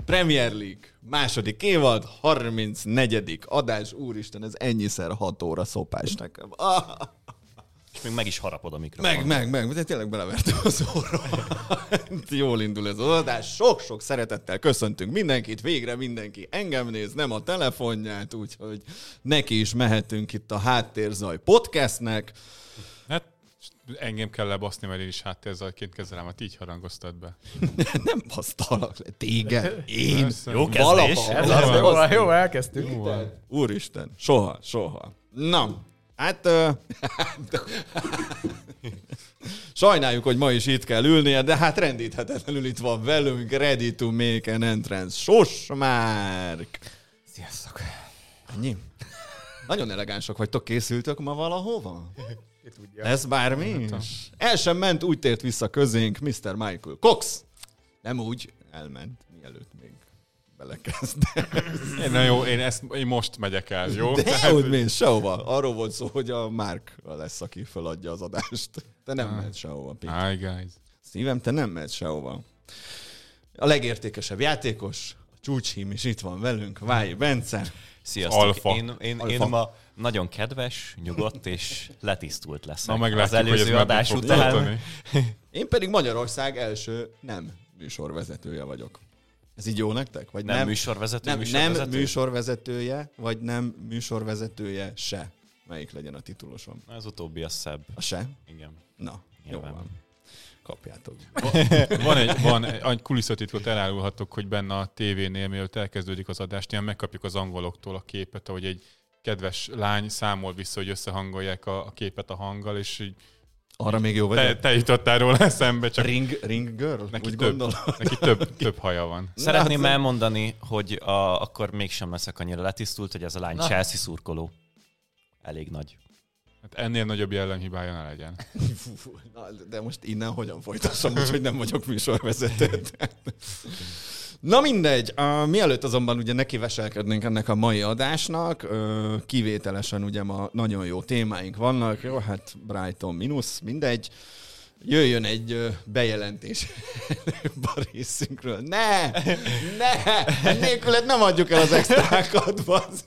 Premier League, második évad, 34. adás, úristen, ez ennyiszer 6 óra szopás nekem. És még meg is harapod a mikrofon. Meg, de tényleg belevertem az orra. Jól indul ez az adás, sok-sok szeretettel köszöntünk mindenkit, végre mindenki engem néz, nem a telefonját, úgyhogy neki is mehetünk itt a Háttérzaj podcastnek. Hát engem kell lebaszni, mert én is háttérzajként kezelem, hát így harangoztad be. Nem basztalak le, téged, én. Persze. Jó kezdés. Jó, elkezdtük. Úristen, soha. Na, hát... sajnáljuk, hogy ma is itt kell ülnie, de hát rendíthetetlenül itt van velünk, ready to make an entrance, Sosmárk. Sziasztok. Ennyi? Nagyon elegánsak vagytok, készültök ma valahova? Ki tudja. Ez bármi is? El sem ment, úgy tért vissza közénk Mr. Michael Cox. Nem úgy, elment, mielőtt még belekezd. Én most megyek el, jó? De úgy mész, sehova. Arról volt szó, hogy a Mark lesz, aki feladja az adást. Te nem mehetsz sehova, Pete. Hi, guys. Szívem, te nem mehetsz sehova. A legértékesebb játékos, a csúcshím is itt van velünk, Vályi Bence. Sziasztok. Alfa. Én ma nagyon kedves, nyugodt és letisztult leszek. Na meglátjuk, az előző hogy ez adás meddig fog után. tartani. Én pedig Magyarország első nem műsorvezetője vagyok. Ez így jó nektek? Vagy Nem műsorvezető, nem műsorvezetője, vagy nem műsorvezetője se. Melyik legyen a titulosom? Az utóbbi a szebb. A se? Igen. Na, jó Nyilván. van. Kapjátok. Van egy kulisszatitkot, elárulhatok, hogy benne a tévénél, mielőtt elkezdődik az adás, ilyen megkapjuk az angoloktól a képet, ahogy egy kedves lány számol vissza, hogy összehangolják a képet a hanggal, és így Arra még jó vagy? te jutottál róla eszembe, csak Ring girl? neki, Úgy több, gondolod? neki több haja van. Szeretném elmondani, hogy akkor mégsem leszek annyira letisztult, hogy ez a lány Chelsea szurkoló. Elég nagy. Hát ennél nagyobb jellemhibája ne legyen. Na, de most innen hogyan folytassam, úgyhogy nem vagyok műsorvezető. Na mindegy, mielőtt azonban ugye nekiveselkednénk ennek a mai adásnak, kivételesen ugye ma nagyon jó témáink vannak, jó, hát Brighton mínusz, mindegy. Jöjjön egy bejelentés a részünkről. Ne! Nélküled nem adjuk el az extrákat,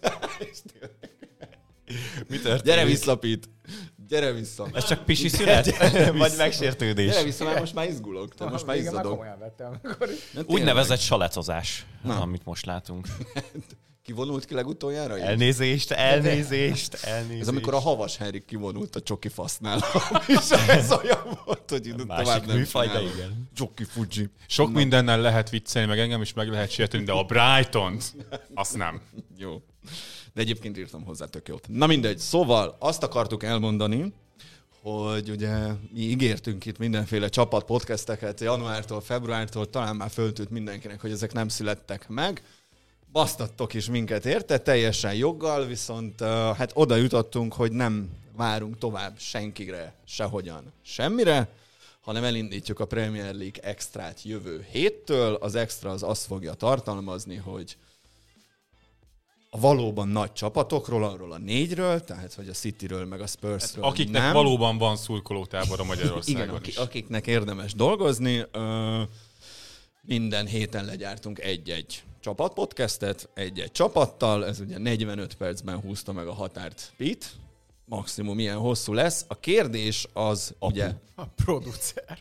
Mi történik? Gyere vissza, Pete! Gyere vissza! Ez csak pisi szünet? Vagy megsértődés? Gyere vissza, mert most már izgulok. Te most már Igen, már izzadok. komolyan vettem. Akkor is. Úgynevezett salecozás, amit most látunk. Kivonult ki legutoljára? Elnézést. Ez amikor a Havas Henrik kivonult a csoki fasznál. És ez olyan volt, hogy tovább Másik nem műfaj, de csinálom. igen. Csoki Fuji. Sok mindennel lehet viccelni, meg engem is meg lehet sérteni, de a Brightont, azt nem. Jó. De egyébként írtam hozzá tök jót. Na mindegy, szóval azt akartuk elmondani, hogy ugye mi ígértünk itt mindenféle csapatpodcasteket januártól, februártól, talán már föltűnt mindenkinek, hogy ezek nem születtek meg. Basztattok is minket érte, teljesen joggal, viszont hát oda jutottunk, hogy nem várunk tovább senkire, sehogyan, semmire, hanem elindítjuk a Premier League Extrát jövő héttől. Az Extra az azt fogja tartalmazni, hogy a valóban nagy csapatokról, arról a 4-ről, tehát hogy a Cityről meg a Spursről Akiknek nem. valóban van szurkolótábor a Magyarországon Igen, is. akiknek érdemes dolgozni. Minden héten legyártunk egy-egy csapatpodcastet, egy-egy csapattal, ez ugye 45 percben húzta meg a határt Pete. Maximum ilyen hosszú lesz. A kérdés az ugye... A producer.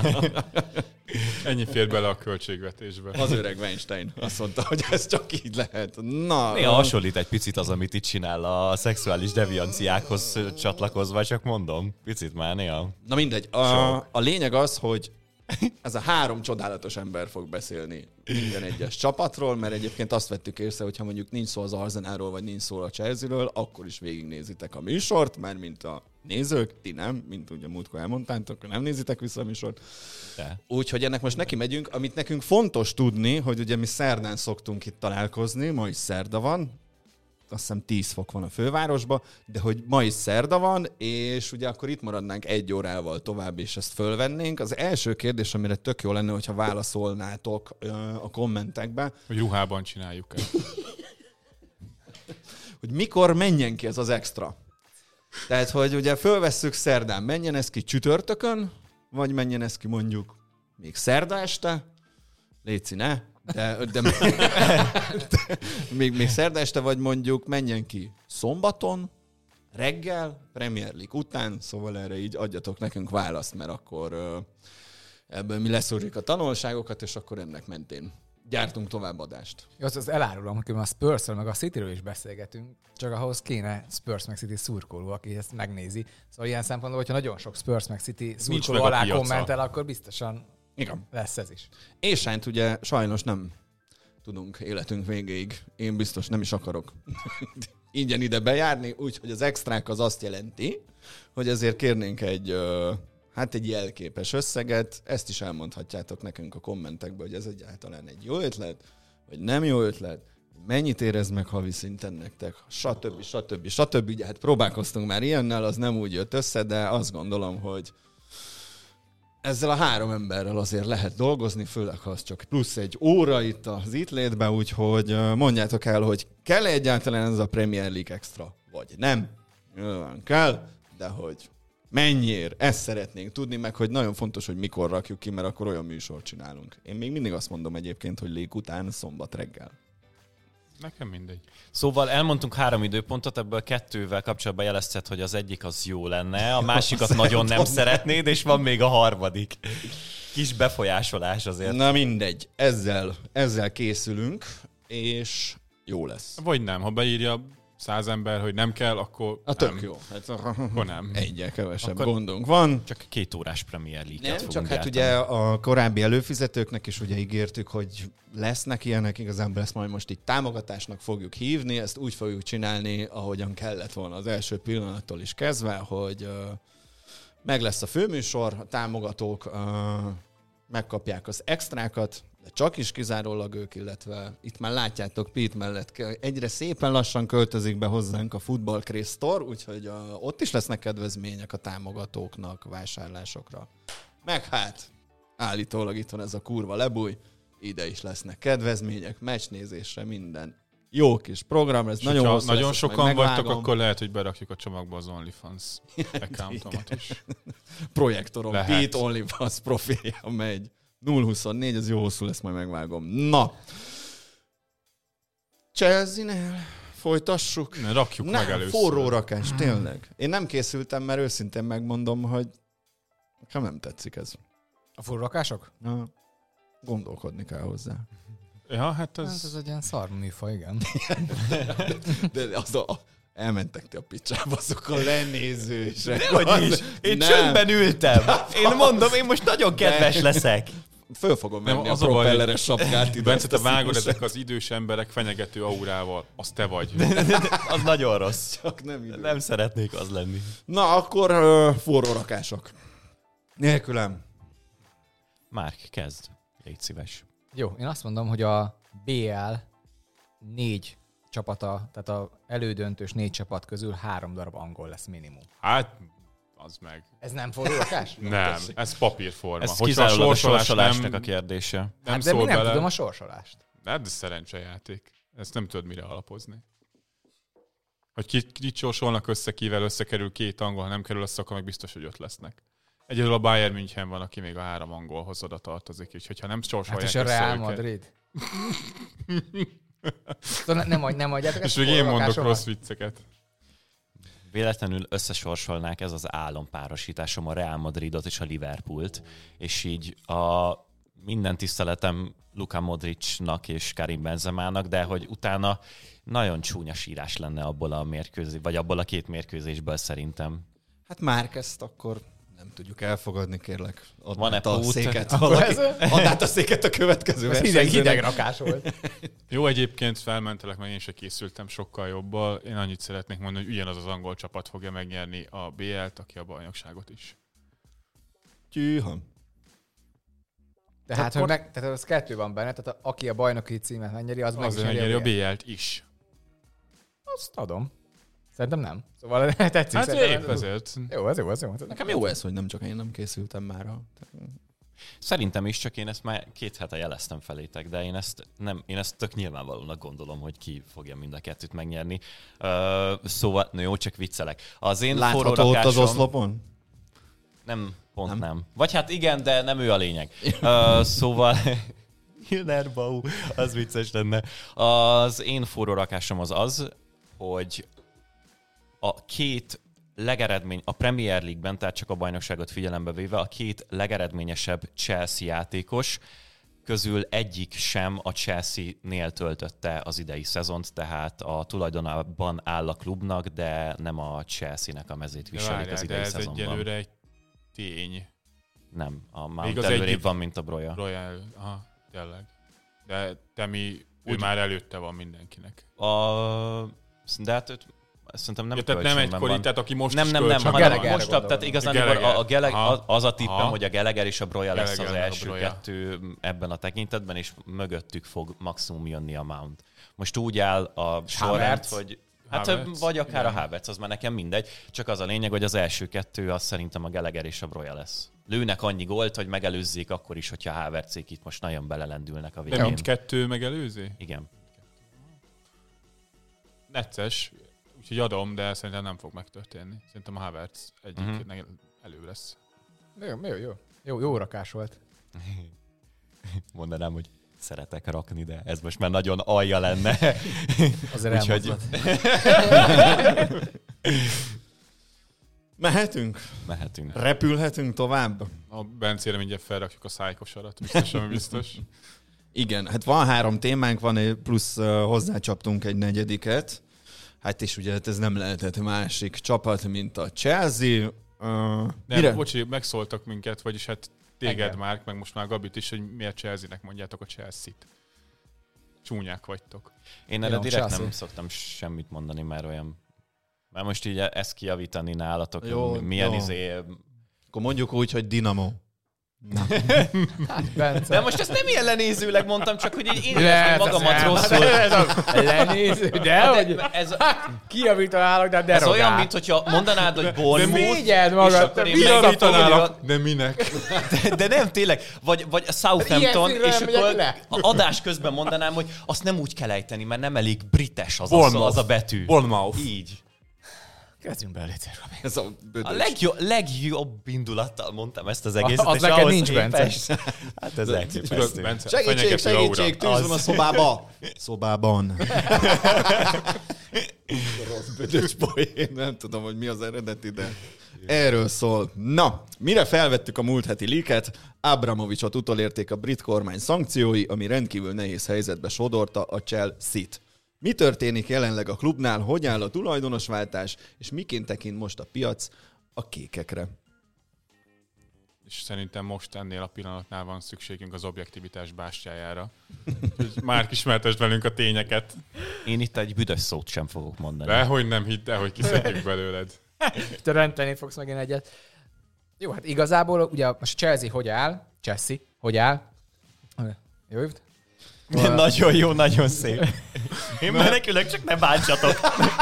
Ennyi fér bele a költségvetésbe. Az öreg Weinstein azt mondta, hogy ez csak így lehet. Na, Néha hasonlít egy picit az, amit itt csinál a szexuális devianciákhoz csatlakozva, csak mondom. Picit már néha. Na mindegy, a lényeg az, hogy ez a 3 csodálatos ember fog beszélni minden egyes csapatról, mert egyébként azt vettük észre, hogyha mondjuk nincs szó az Arsenalról, vagy nincs szó a Chelsea-ről, akkor is végignézitek a műsort, mert mint a nézők, ti nem, mint ugye múltkor elmondtátok, nem nézitek vissza a műsort. Úgyhogy ennek most neki megyünk, amit nekünk fontos tudni, hogy ugye mi szerdán szoktunk itt találkozni, ma is szerda van, azt hiszem 10 fok van a fővárosban, de hogy ma is szerda van, és ugye akkor itt maradnánk 1 órával tovább, és ezt fölvennénk. Az első kérdés, amire tök jó lenne, hogyha válaszolnátok a kommentekbe, Hogy ruhában csináljuk el. hogy mikor menjen ki ez az extra. Tehát, hogy ugye fölvesszük szerdán, menjen ez ki csütörtökön, vagy menjen ez ki mondjuk még szerda este, léci ne, De még szerda este vagy mondjuk menjen ki szombaton, reggel, Premier League után, szóval erre így adjatok nekünk választ, mert akkor ebből mi leszúrjuk a tanulságokat, és akkor ennek mentén gyártunk tovább adást. Jó, az elárulom, hogy a Spursről meg a Cityről is beszélgetünk, csak ahhoz kéne Spurs meg City szurkoló, aki ezt megnézi. Szóval ilyen szempontból, hogyha nagyon sok Spurs meg City szurkoló alá kommentel, akkor biztosan igen, lesz ez is. És hát ugye sajnos nem tudunk életünk végéig. Én biztos nem is akarok ingyen ide bejárni, úgyhogy az extrák az azt jelenti, hogy ezért kérnénk egy jelképes összeget. Ezt is elmondhatjátok nekünk a kommentekben, hogy ez egyáltalán egy jó ötlet, vagy nem jó ötlet, mennyit érez meg havi szinten nektek, stb. Ugye, hát próbálkoztunk már ilyennel, az nem úgy jött össze, de azt gondolom, hogy ezzel a 3 emberrel azért lehet dolgozni, főleg ha az csak plusz egy óra itt az itt létben, úgyhogy mondjátok el, hogy kell egyáltalán ez a Premier League extra, vagy nem. Nyilván kell, de hogy mennyiért, ezt szeretnénk tudni, meg hogy nagyon fontos, hogy mikor rakjuk ki, mert akkor olyan műsort csinálunk. Én még mindig azt mondom egyébként, hogy lég után szombat reggel. Nekem mindegy. Szóval elmondtunk 3 időpontot, ebből 2-vel kapcsolatban jelezted, hogy az egyik az jó lenne, a másikat nagyon nem szeretnéd, és van még a harmadik. Kis befolyásolás azért. Na mindegy, ezzel készülünk, és jó lesz. Vagy nem, ha beírja 100 ember, hogy nem kell, akkor Tök nem. jó. Hát, Akkor nem. Egyel kevesebb Akkor gondunk van. Csak 2 órás Premier League-et Nem, fogunk csak hát gyártani. ugye a korábbi előfizetőknek is ugye ígértük, hogy lesznek ilyenek, igazából ezt majd most így támogatásnak fogjuk hívni, ezt úgy fogjuk csinálni, ahogyan kellett volna az első pillanattól is kezdve, hogy meg lesz a főműsor, a támogatók megkapják az extrákat, de csak is kizárólag ők, illetve itt már látjátok, Pete mellett egyre szépen lassan költözik be hozzánk a Football Craze Store, úgyhogy ott is lesznek kedvezmények a támogatóknak, vásárlásokra. Meg hát, állítólag itt van ez a kurva lebúj, ide is lesznek kedvezmények, meccsnézésre, minden. Jó kis program, ez És nagyon hosszú nagyon lesz, sokan majd vagytok, megvágom. akkor lehet, hogy berakjuk a csomagba az OnlyFans accountomat is. Projektoron Lehet. Pete OnlyFans profilja megy. 024, ez jó hosszú lesz, majd megvágom. Na! Chelsea-nél folytassuk. Ne, rakjuk meg először. Forró rakás, tényleg. Én nem készültem, mert őszintén megmondom, hogy nekem nem tetszik ez. A furrakások? Na, gondolkodni kell hozzá. Ja, hát Hát ez... ez egy ilyen szar műfaj, igen. De elmentek ti a picsába azokkal lenézősre. Hogy is? Én csöndben ültem. Én mondom, én most nagyon kedves leszek. Föl fogom venni Nem, a az a baj, propelleres sapkát ide. Bence, te vágod ezek az idős emberek fenyegető aurával. Az te vagy. Az nagyon rossz. Csak nem idő. Nem szeretnék az lenni. Na, akkor forró rakások. Nélkülem. Márk, kezd. Légy szíves. Jó, én azt mondom, hogy a BL 4 csapata, tehát a elődöntős 4 csapat közül 3 darab angol lesz minimum. Hát, az meg. Ez nem forrórakás? Nem, ez papírforma. Ez Hogyha kizárólag a sorsolás sorsolásnak nem, a kérdése. nem Hát de mi szól nem bele. tudom a sorsolást. Hát ez szerencsejáték. Ezt nem tudod mire alapozni. Hogy kit sorsolnak össze, kivel összekerül 2 angol, ha nem kerül össze, akkor meg biztos, hogy 5 lesznek. Egyedül a Bayern München van, aki még a 3 angolhoz oda tartozik, úgyhogy ha nem Hát sorsolják és a össze Real őket. Madrid. Szóval nem adjátok És ezt még én mondok forrórakásomat? rossz vicceket. Véletlenül összesorsolnák, ez az álompárosításom, a Real Madridot és a Liverpoolt, és így a minden tiszteletem Luka Modricnak és Karim Benzemának, de hogy utána nagyon csúnya sírás lenne abból a vagy abból a 2 mérkőzésből szerintem. Hát már ezt akkor nem tudjuk elfogadni, kérlek. Add Van-e át a pót? széket Akkor valaki. ez- Add át a széket a következő Ez versenyzőnek. hideg rakás volt. Jó, egyébként felmentelek, meg én se készültem sokkal jobbal. Én annyit szeretnék mondani, hogy ugyanaz az angol csapat fogja megnyerni a BL-t, aki a bajnokságot is. Tyűha. Tehát, hogy tehát az 2 van benne, tehát aki a bajnoki címet megnyeri, az meg is Az megnyeri a BL-t. BL-t is. Azt adom. Szerintem nem. Szóval tetszik. Hát szerintem. épp ezért. Jó, ez jó, ez jó. Nekem jó ez, hogy nem csak én nem készültem már. Szerintem is, csak én ezt már 2 hete jeleztem felétek, de én ezt tök nyilvánvalónak gondolom, hogy ki fogja mind a 2-t megnyerni. Szóval, no jó, csak viccelek. Az én Látható ott forrórakásom... az oszlopon? Nem, pont Nem? nem. Vagy hát igen, de nem ő a lényeg. Szóval Milner Bau, az vicces lenne. Az én forró rakásom az, hogy a két a Premier League-ben, tehát csak a bajnokságot figyelembe véve, a két legeredményesebb Chelsea játékos közül egyik sem a Chelsea-nél töltötte az idei szezont, tehát a tulajdonában áll a klubnak, de nem a Chelsea-nek a mezét viselik az idei szezonban. De ez egyelőre egy tény. Nem, a Mount előrébb van, mint a Broja. Aha, tényleg. De Temi, ő már előtte van mindenkinek. De hát őt szerintem nem tehát nem egykori, van. Tehát aki most nem, hanem mostabb, tehát igazán az a tippem, hogy a Gallagher és a Broja lesz az első kettő ebben a tekintetben, és mögöttük fog maximum jönni a Mount. Most úgy áll a sorrend, hogy vagy akár a Havertz, az már nekem mindegy, csak az a lényeg, hogy az első kettő az szerintem a Gallagher és a Broja lesz. Lőnek annyi gólt, hogy megelőzzék akkor is, hogyha Havertzék itt most nagyon belelendülnek a végén. De mindkettő megelőzi? Igen. Necces. Úgyhogy adom, de szerintem nem fog megtörténni. Szerintem a Havertz egyik előbb lesz. Jó rakás volt. Mondanám, hogy szeretek rakni, de ez most már nagyon alja lenne. Azért elmondtad. Mehetünk? Mehetünk. Repülhetünk tovább? A Bencére mindjárt felrakjuk a szájkosarat, biztos, ami biztos. Igen, hát van 3 témánk, van plusz hozzácsaptunk egy negyediket. Hát és ugye ez nem lehetett másik csapat, mint a Chelsea. Bocsi, megszóltak minket, vagyis hát téged már, meg most már Gabit is, hogy miért Chelsea-nek mondjátok a Chelsea-t. Csúnyák vagytok. Én erre direkt nem szoktam semmit mondani, mert most így ezt kijavítani nálatok, milyen Akkor mondjuk úgy, hogy Dinamo. De most ezt nem ilyen lenézőleg mondtam, csak hogy én magamat rosszul. Lenéző, de hogy kijavítanálak, de ez olyan, mint hogyha mondanád, hogy Bournemouth, és akkor én megakadom, de minek? De nem, tényleg. Vagy a Southampton, és akkor adás közben mondanám, hogy azt nem úgy kell ejteni, mert nem elég brites az a betű. Bournemouth. Így. Kezdjünk bele, légy Ez a legjobb indulattal mondtam ezt az egészet. Az neked nincs, Bence. Hát ez elképesztő. Segítség, tűz van a szobába. Szobában. Rossz bödös poén, nem tudom, hogy mi az eredeti, de erről szól. Na, mire felvettük a múlt heti leaket, Abramovicsot utolérték a brit kormány szankciói, ami rendkívül nehéz helyzetbe sodorta a Chelsea-t. Mi történik jelenleg a klubnál, hogy áll a tulajdonosváltás, és miként tekint most a piac a kékekre? És szerintem most ennél a pillanatnál van szükségünk az objektivitás bástyájára. Márk, ismertesd velünk a tényeket. Én itt egy büdös szót sem fogok mondani. Dehogy nem hidd el, hogy kiszedjük belőled. Te rendteni fogsz megint egyet. Jó, hát igazából ugye most Chelsea hogy áll? Jó, nagyon jó, nagyon szép. Én menekülök, csak ne bántsatok.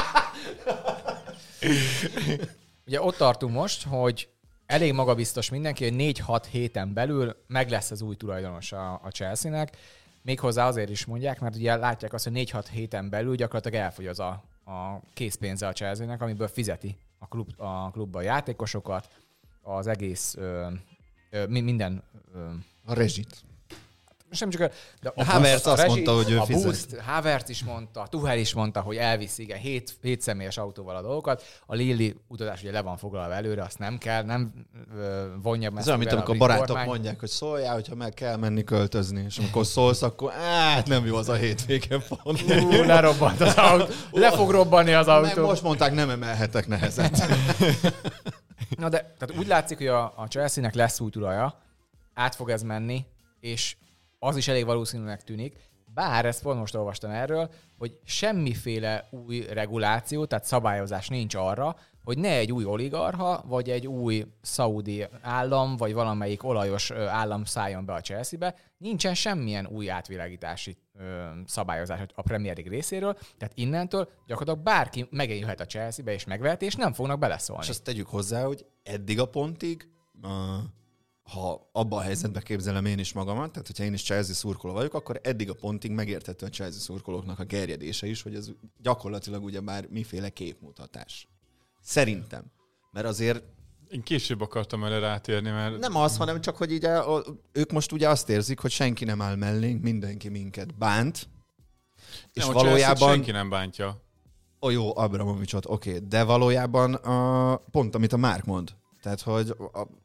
Ugye ott tartunk most, hogy elég magabiztos mindenki, hogy 4-6 héten belül meg lesz az új tulajdonos a Chelsea-nek. Méghozzá azért is mondják, mert ugye látják azt, hogy 4-6 héten belül gyakorlatilag elfogy az a készpénze a Chelsea-nek, amiből fizeti a klubba a játékosokat, az egész minden... A rezsit. Nem csak a Havertz azt mondta, hogy ő fizet. Boost, Havertz is mondta, Tuchel is mondta, hogy elviszi, igen, 7 személyes autóval a dolgokat. A Lilli utazás ugye le van foglalva előre, azt nem kell, nem vonja meg. Ez olyan, mint amikor barátok kormány mondják, hogy szóljál, hogyha meg kell menni költözni, és amikor szólsz, akkor nem jó az a hétvége pont. Lerobbant az autó. Le fog robbanni az autó. Meg most mondták, nem emelhetek nehezet. Na de tehát úgy látszik, hogy a Chelsea-nek lesz új tulaja, át fog ez menni, és az is elég valószínűnek tűnik, bár ezt pont most olvastam erről, hogy semmiféle új reguláció, tehát szabályozás nincs arra, hogy ne egy új oligarcha, vagy egy új szaudi állam, vagy valamelyik olajos állam szálljon be a Chelsea-be. Nincsen semmilyen új átvilágítási szabályozás a Premier League részéről, tehát innentől gyakorlatilag bárki megélhet a Chelsea-be és megveheti, és nem fognak beleszólni. És azt tegyük hozzá, hogy eddig a pontig... ha abban a helyzetben képzelem én is magamat, tehát hogyha én is Chelsea szurkoló vagyok, akkor eddig a pontig megérthető a Chelsea szurkolóknak a gerjedése is, hogy ez gyakorlatilag ugyebár miféle képmutatás. Szerintem. Mert azért Én később akartam erre rátérni, mert... Nem az, hanem csak, hogy így ők most ugye azt érzik, hogy senki nem áll mellénk, mindenki minket bánt. És nem, valójában... senki nem bántja. Jó, Abramovicsot, oké. De valójában pont, amit a Márk mond. Tehát, hogy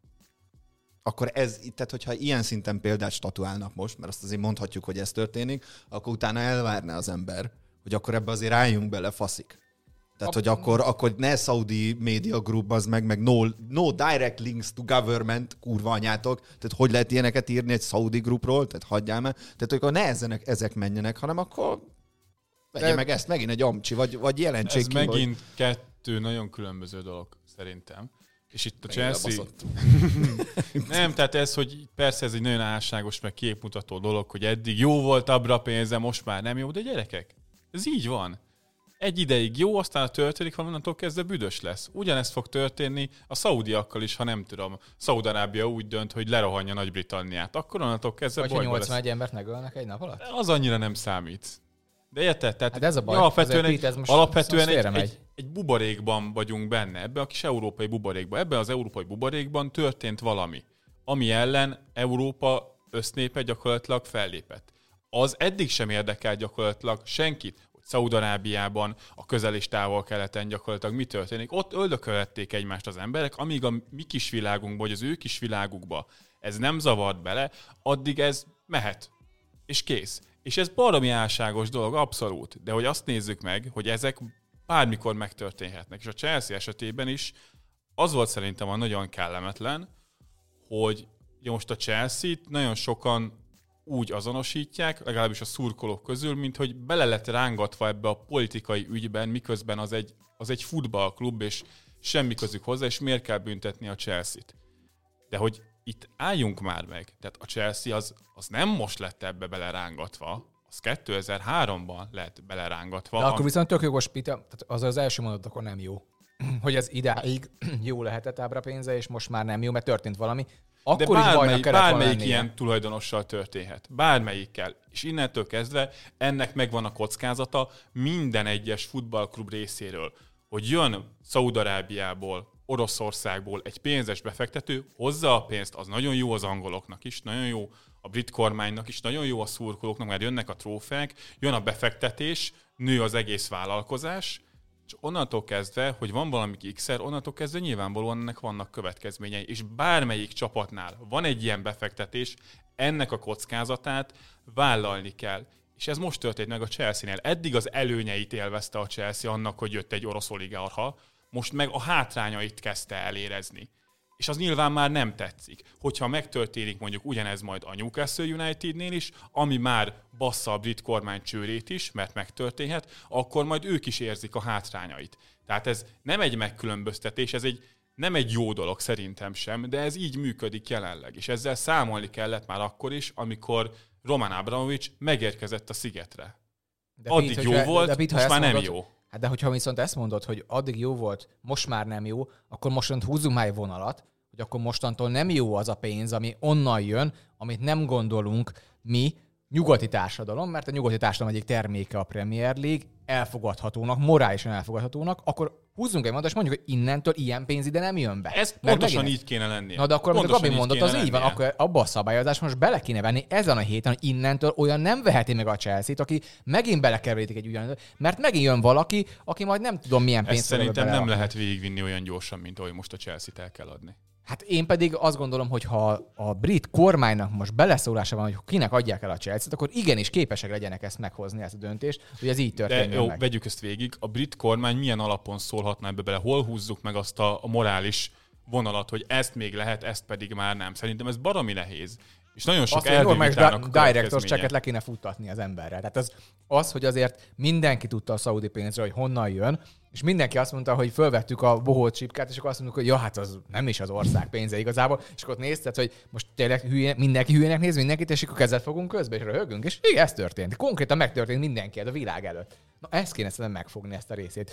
akkor tehát hogyha ilyen szinten példát statuálnak most, mert azt azért mondhatjuk, hogy ez történik, akkor utána elvárná az ember, hogy akkor ebbe azért álljunk bele, faszik. Tehát, hogy akkor ne Saudi Media Group az meg no direct links to government, kurva anyátok. Tehát hogy lehet ilyeneket írni egy Saudi Groupról? Tehát hagyjál meg. Tehát akkor ne ezek menjenek, hanem akkor vegye meg ezt megint egy amcsi, vagy jelentsék ez ki. Ez megint kettő nagyon különböző dolog, szerintem. És itt a Chelsea... Nem, tehát ez, hogy persze ez egy nagyon álságos, meg képmutató dolog, hogy eddig jó volt Abra pénze, most már nem jó, de gyerekek, ez így van. Egy ideig jó, aztán a történik, onnantól kezdve büdös lesz. Ugyanezt fog történni a szaudiakkal is, ha nem tudom, Szaúd-Arábia úgy dönt, hogy lerohanja Nagy-Britanniát. Akkor onnantól kezdve vagy bajba 81 embert megölnek egy nap alatt? Az annyira nem számít. De érted? Tehát hát ez a baj. Alapvetően egy buborékban vagyunk benne, ebben a kis európai buborékban. Ebben az európai buborékban történt valami, ami ellen Európa össznépe gyakorlatilag fellépett. Az eddig sem érdekelt gyakorlatilag senkit, hogy Szaúd-Arábiában, a közel- és távol-keleten gyakorlatilag mi történik. Ott öldökölhették egymást az emberek, amíg a mi kis világunkba, vagy az ő kis világukba ez nem zavart bele, addig ez mehet. És kész. És ez baromi álságos dolog, abszolút. De hogy azt nézzük meg, hogy ezek bármikor megtörténhetnek. És a Chelsea esetében is az volt szerintem a nagyon kellemetlen, hogy most a Chelsea-t nagyon sokan úgy azonosítják, legalábbis a szurkolók közül, mint hogy bele lett rángatva ebbe a politikai ügyben, miközben az egy futballklub, és semmi közük hozzá, és miért kell büntetni a Chelsea-t. De hogy itt álljunk már meg. Tehát a Chelsea az nem most lett ebbe belerángatva, az 2003-ban lett belerángatva. De akkor viszont tök jogos, Pita, tehát az első mondat akkor nem jó. Hogy ez idáig jó lehetett Ábra pénze, és most már nem jó, mert történt valami. Akkor de bármelyik ilyen tulajdonossal történhet. Bármelyikkel. És innentől kezdve ennek megvan a kockázata minden egyes futballklub részéről, hogy jön Szaúd-Arábiából, Oroszországból egy pénzes befektető, hozza a pénzt, az nagyon jó az angoloknak is, nagyon jó a brit kormánynak is, nagyon jó a szurkolóknak, mert jönnek a trófeák, jön a befektetés, nő az egész vállalkozás, és onnantól kezdve, hogy van valami X-szer, onnantól kezdve nyilvánvalóan ennek vannak következményei, és bármelyik csapatnál van egy ilyen befektetés, ennek a kockázatát vállalni kell. És ez most történt meg a Chelsea-nél. Eddig az előnyeit élvezte a Chelsea annak, hogy jött egy orosz oligarcha, most meg a hátrányait kezdte elérezni. És az nyilván már nem tetszik. Hogyha megtörténik mondjuk ugyanez majd a Newcastle Unitednél is, ami már bassza a brit kormány csőrét is, mert megtörténhet, akkor majd ők is érzik a hátrányait. Tehát ez nem egy megkülönböztetés, nem egy jó dolog szerintem sem, de ez így működik jelenleg. És ezzel számolni kellett már akkor is, amikor Roman Abramovich megérkezett a szigetre. De addig jó volt, most már nem jó. Hát de hogyha viszont ezt mondod, hogy addig jó volt, most már nem jó, akkor mostant húzzunk már egy vonalat, hogy akkor mostantól nem jó az a pénz, ami onnan jön, amit nem gondolunk mi, nyugati társadalom, mert a nyugati társadalom egyik terméke a Premier League, elfogadhatónak, morálisan elfogadhatónak, akkor húzzunk egy mondatot, és mondjuk, hogy innentől ilyen pénz ide nem jön be. Ez pontosan így kéne lennie. Na de akkor, amit a Gabi mondott, az így van, akkor abba a szabályozás most bele kéne venni ezen a héten, hogy innentől olyan nem veheti meg a Chelsea-t, aki megint belekerülítik egy ugyanaz, mert megint jön valaki, aki majd nem tudom milyen pénzt szerintem nem lehet végigvinni olyan gyorsan, mint ahogy most a Chelsea-t el kell adni. Hát én pedig azt gondolom, hogy ha a brit kormánynak most beleszólása van, hogy kinek adják el a Chelsea-t, akkor igenis képesek legyenek ezt meghozni, ezt a döntést, hogy ez így történjen. De jó, meg. vegyük ezt végig. A brit kormány milyen alapon szólhatna ebbe bele? Hol húzzuk meg azt a morális vonalat, hogy ezt még lehet, ezt pedig már nem. Szerintem ez baromi nehéz. És nagyon sok elvi vitának director's checket le kéne futtatni az emberre. Tehát az, hogy azért mindenki tudta a szaudi pénzről, hogy honnan jön, és mindenki azt mondta, hogy fölvettük a bohóc csipkát, és akkor azt mondjuk, hogy ja, hát az nem is az ország pénze igazából, és akkor ott nézted, hogy most tényleg mindenki hülyének néz mindenkit, és akkor kezet fogunk közbe, és röhögünk, és igen, ez történt. Konkrétan megtörtént mindenki a világ előtt. Na, ezt kéne szerintem megfogni, ezt a részét.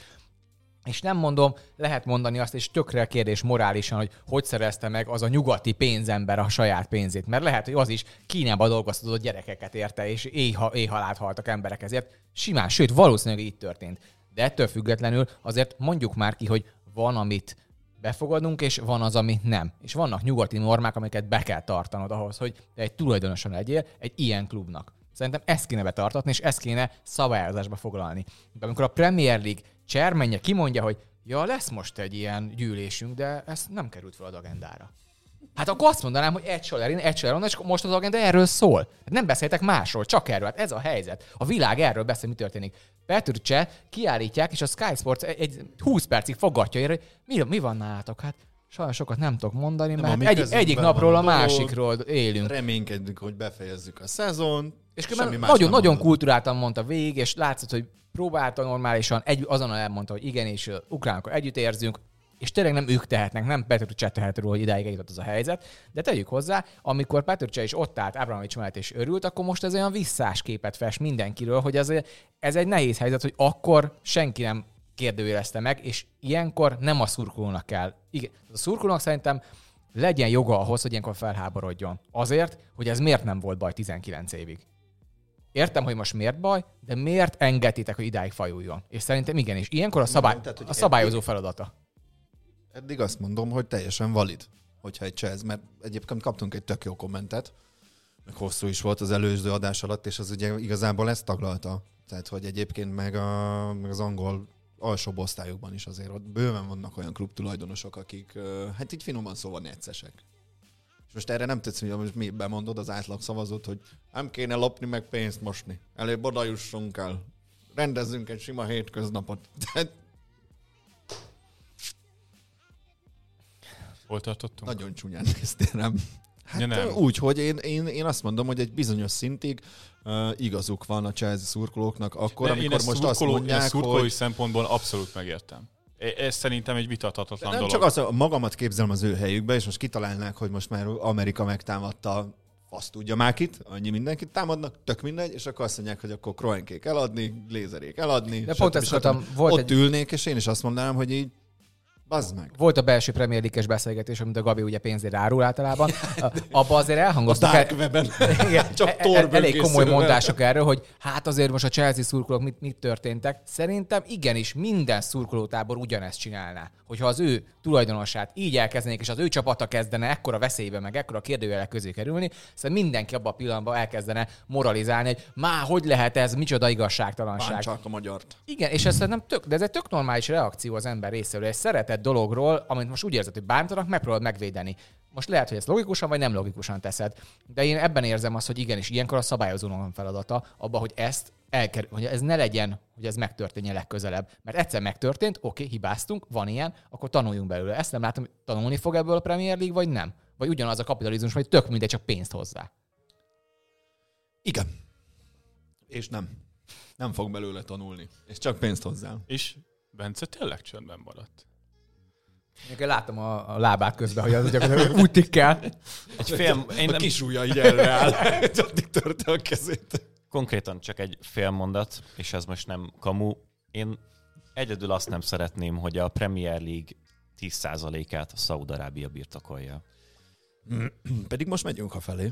És nem mondom, lehet mondani azt, és tökre kérdés morálisan, hogy szerezte meg az a nyugati pénzember a saját pénzét. Mert lehet, hogy az is Kínába dolgoztatott gyerekeket érte, és éjhalált haltak emberek ezért. Simán, sőt, valószínűleg így történt. De ettől függetlenül azért mondjuk már ki, hogy van, amit befogadunk, és van az, ami nem. És vannak nyugati normák, amiket be kell tartanod ahhoz, hogy te egy tulajdonosa legyél egy ilyen klubnak. Szerintem ezt kéne betartatni, és ezt kéne szabályozásba foglalni. De amikor a Premier League chairmanje kimondja, hogy ja, lesz most egy ilyen gyűlésünk, de ez nem került fel az agendára. Hát akkor azt mondanám, hogy egy sor onnan, és most az agenda erről szól. Nem beszéltek másról, csak erről. Hát ez a helyzet. A világ erről beszél, mi történik. Petrucce kiállítják, és a Sky Sports egy 20 percig fogadja, hogy mi van nálatok? Hát sajnos sokat nem tudok mondani, mert egyik napról a másikról élünk. Reménykedünk, hogy befejezzük a szezon. És nagyon kulturáltan mondta végig, és látszott, hogy próbálta normálisan, azonnal elmondta, hogy igen, és ukránokkal együtt érzünk, és tényleg nem ők tehetnek, nem Petrucce tehet róla, hogy idáig eljutott az a helyzet, de tegyük hozzá, amikor Petrucce is ott állt Abramovics mellett és örült, akkor most ez olyan visszás képet fest mindenkiről, hogy ez egy nehéz helyzet, hogy akkor senki nem kérdőjelezte meg, és ilyenkor nem a szurkolónak kell. Igen, a szurkolónak szerintem legyen joga ahhoz, hogy ilyenkor felháborodjon. Azért, hogy ez miért nem volt baj 19 évig. Értem, hogy most miért baj, de miért engedtétek, hogy idáig fajuljon? És szerintem igenis, ilyenkor a szabályozó feladata. Eddig azt mondom, hogy teljesen valid, hogyha egy Chelsea, mert egyébként kaptunk egy tök jó kommentet, meg hosszú is volt az előző adás alatt, és az ugye igazából ezt taglalta. Tehát, hogy egyébként meg az angol alsóbb osztályokban is azért ott bőven vannak olyan klubtulajdonosok, akik hát így finoman szóval neccesek. És most erre nem tetsz, hogy most mi bemondod az átlag szavazót, hogy nem kéne lopni meg pénzt mosni. Előbb oda jussunk el. Rendezzünk egy sima hétköznapot. Hol tartottunk? Nagyon csúnyán néztél, nem? Hát ja, nem. Úgy, hogy én azt mondom, hogy egy bizonyos szintig igazuk van a Chelsea szurkolóknak akkor, amikor most azt mondják, hogy... szurkolói hogy... szempontból abszolút megértem. Ez szerintem egy vitathatatlan nem dolog. Csak azt, magamat képzelem az ő helyükbe, és most kitalálnák, hogy most már Amerika megtámadta azt tudja mákit, annyi mindenkit támadnak, tök mindegy, és akkor azt mondják, hogy akkor Kroenkék eladni, Lézerék eladni. De pont ezt ott ülnék, és én is azt mondanám, hogy így bazd meg. Volt a belső Premier League-es beszélgetés, amit a Gabi ugye pénzért árul általában. Abba azért elhangoztak. A Dark Web-en. Csak elég komoly mondások erről, hogy hát azért most a Chelsea szurkolók mit történtek. Szerintem igenis minden szurkolótábor ugyanezt csinálná. Hogyha az ő tulajdonosát így elkezdenék, és az ő csapata kezdene ekkora veszélybe, meg ekkora kérdőjelek közé kerülni, szóval mindenki abban a pillanatban elkezdene moralizálni, hogy hogy lehet ez, micsoda igazságtalanság. Bántsák a magyart. Igen, és ez szerintem de ez egy tök normális reakció az ember részéről. Egy szeretett dologról, amit most úgy érzed, hogy bántanak, megpróbálod megvédeni. Most lehet, hogy ezt logikusan vagy nem logikusan teszed, de én ebben érzem azt, hogy igenis, ilyenkor a szabályozónak van feladata abban, hogy ezt hogy ez ne legyen, hogy ez megtörténjen legközelebb. Mert egyszer megtörtént, oké, hibáztunk, van ilyen, akkor tanuljunk belőle. Ezt nem látom, hogy tanulni fog ebből a Premier League, vagy nem. Vagy ugyanaz a kapitalizmus, vagy tök mindegy, csak pénzt hozzá. Igen. És nem. Nem fog belőle tanulni. És csak pénzt hozzá. És Bence tényleg csöndben maradt. Én láttam a lábát közben, hogy az gyakorlatilag úgy tikkel. Én a kis ujja így erre áll. Addig törte a kezét. Konkrétan csak egy fél mondat, és ez most nem kamu. Én egyedül azt nem szeretném, hogy a Premier League 10%-át a Szaúd-Arábia birtokolja. Pedig most megyünk hafelé.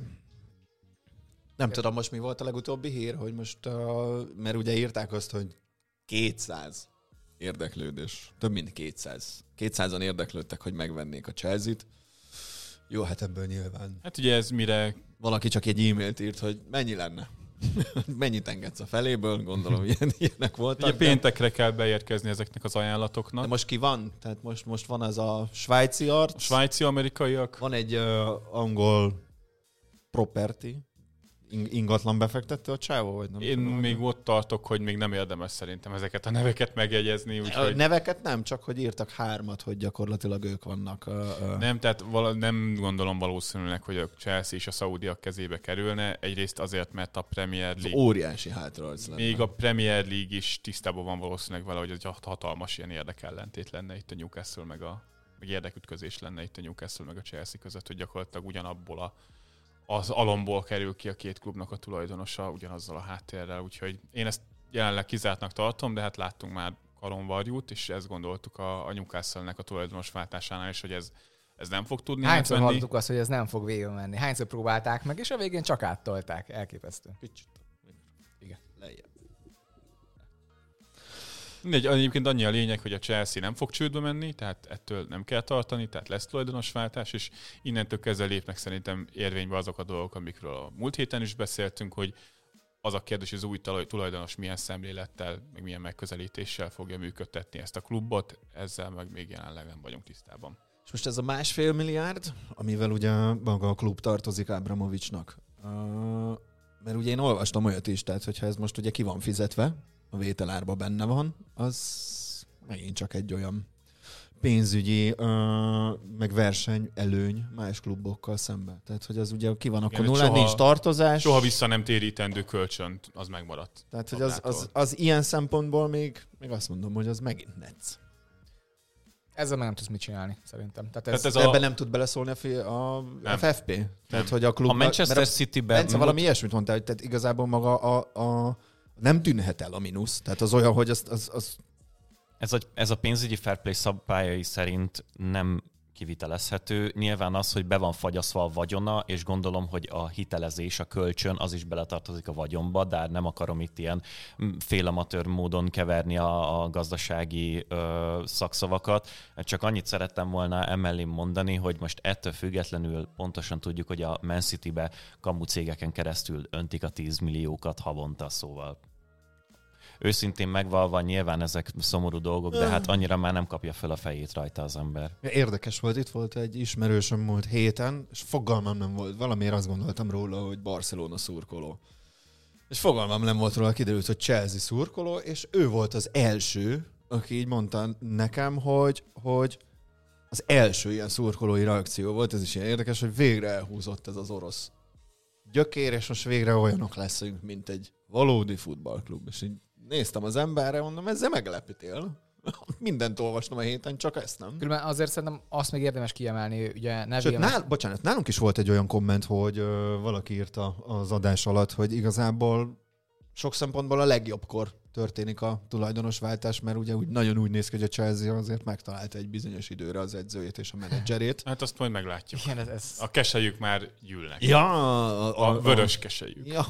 Nem tudom, most mi volt a legutóbbi hír, hogy most, mert ugye írták azt, hogy 200 érdeklődés. Több mint 200. 200-an érdeklődtek, hogy megvennék a Chelsea-t. Jó, hát ebből nyilván. Hát ugye ez mire... Valaki csak egy e-mailt írt, hogy mennyi lenne. Mennyit engedsz a feléből, gondolom ilyenek voltak. Ugye péntekre kell beérkezni ezeknek az ajánlatoknak. De most ki van? Tehát most van ez a svájci arc. A svájci amerikaiak. Van egy angol property, ingatlan befektető a csávó, vagy nem? Én még ott tartok, hogy még nem érdemes szerintem ezeket a neveket megjegyezni. Úgyhogy... Neveket nem, csak hogy írtak 3, hogy gyakorlatilag ők vannak. Nem, tehát nem gondolom valószínűleg, hogy a Chelsea és a szaudiak kezébe kerülne. Egyrészt azért, mert a Premier League... Óriási hátrajc lenne. Még a Premier League is tisztában van valószínűleg vele, hogy ez egy hatalmas ilyen érdekellentét lenne itt a Newcastle, meg érdekütközés lenne itt a Newcastle meg a Chelsea között, hogy gyakorlatilag ugyanabból az alomból kerül ki a két klubnak a tulajdonosa ugyanazzal a háttérrel, úgyhogy én ezt jelenleg kizártnak tartom, de hát láttunk már karonvarjút, és ezt gondoltuk a Newcastle-nek a tulajdonos váltásánál is, hogy ez nem fog tudni Hányszor megvenni. hallottuk azt, hogy ez nem fog végigmenni? Hányszor próbálták meg, és a végén csak áttolták. Elképesztő. Kicsit. Igen. Lejjebb. Mindegy, egyébként annyi a lényeg, hogy a Chelsea nem fog csődbe menni, tehát ettől nem kell tartani, tehát lesz tulajdonosváltás, és innentől kezdve lépnek szerintem érvénybe azok a dolgok, amikről a múlt héten is beszéltünk, hogy az a kérdés, hogy az új tulajdonos milyen szemlélettel, meg milyen megközelítéssel fogja működtetni ezt a klubot, ezzel meg még jelenleg nem vagyunk tisztában. És most ez a 1,5 milliárd, amivel ugye maga a klub tartozik Abramovicsnak. Mert ugye én olvastam olyat is, tehát hogyha ez most ugye ki van fizetve, a vételárba benne van, az megint csak egy olyan pénzügyi meg verseny előny más klubokkal szemben. Tehát, hogy az ugye ki van, akkor nullán, nincs tartozás. Soha vissza nem térítendő kölcsönt, az megmaradt. Tehát, hogy az ilyen szempontból még azt mondom, hogy az megint netsz. Ezzel meg nem tudsz mit csinálni, szerintem. Tehát ebben nem tud beleszólni a FFP? Tehát, hogy a klub... A Manchester City-ben... Bence valami ilyesmit mondtál, hogy tehát igazából maga nem tűnhet el a mínusz. Tehát az olyan, hogy az... Ez a pénzügyi fair play szabályai szerint nem kivitelezhető. Nyilván az, hogy be van fagyasztva a vagyona, és gondolom, hogy a hitelezés, a kölcsön, az is beletartozik a vagyonba, de nem akarom itt ilyen félamatőr módon keverni a gazdasági szakszavakat. Csak annyit szerettem volna emellé mondani, hogy most ettől függetlenül pontosan tudjuk, hogy a Man City-be kamucégeken keresztül öntik a 10 milliókat havonta, szóval őszintén megvalva, nyilván ezek szomorú dolgok, de hát annyira már nem kapja fel a fejét rajta az ember. Érdekes volt, itt volt egy ismerősöm múlt héten, és fogalmam nem volt, valamiért azt gondoltam róla, hogy Barcelona szurkoló. És fogalmam nem volt róla, kiderült, hogy Chelsea szurkoló, és ő volt az első, aki így mondta nekem, hogy az első ilyen szurkolói reakció volt, ez is ilyen érdekes, hogy végre elhúzott ez az orosz gyökér, és most végre olyanok leszünk, mint egy valódi futballklub. És így néztem az emberre, mondom, ezzel meglepítél. Mindent olvastam a héten, csak ezt nem. Különben azért szerintem azt még érdemes kiemelni, ugye... Sőt, nálunk is volt egy olyan komment, hogy valaki írta az adás alatt, hogy igazából sok szempontból a legjobbkor történik a tulajdonosváltás, mert ugye nagyon úgy néz ki, hogy a Chelsea azért megtalálta egy bizonyos időre az edzőjét és a menedzserét. Hát azt majd meglátjuk. Igen, a keselyük már gyűlnek. Ja, a vörös keselyük. Ja.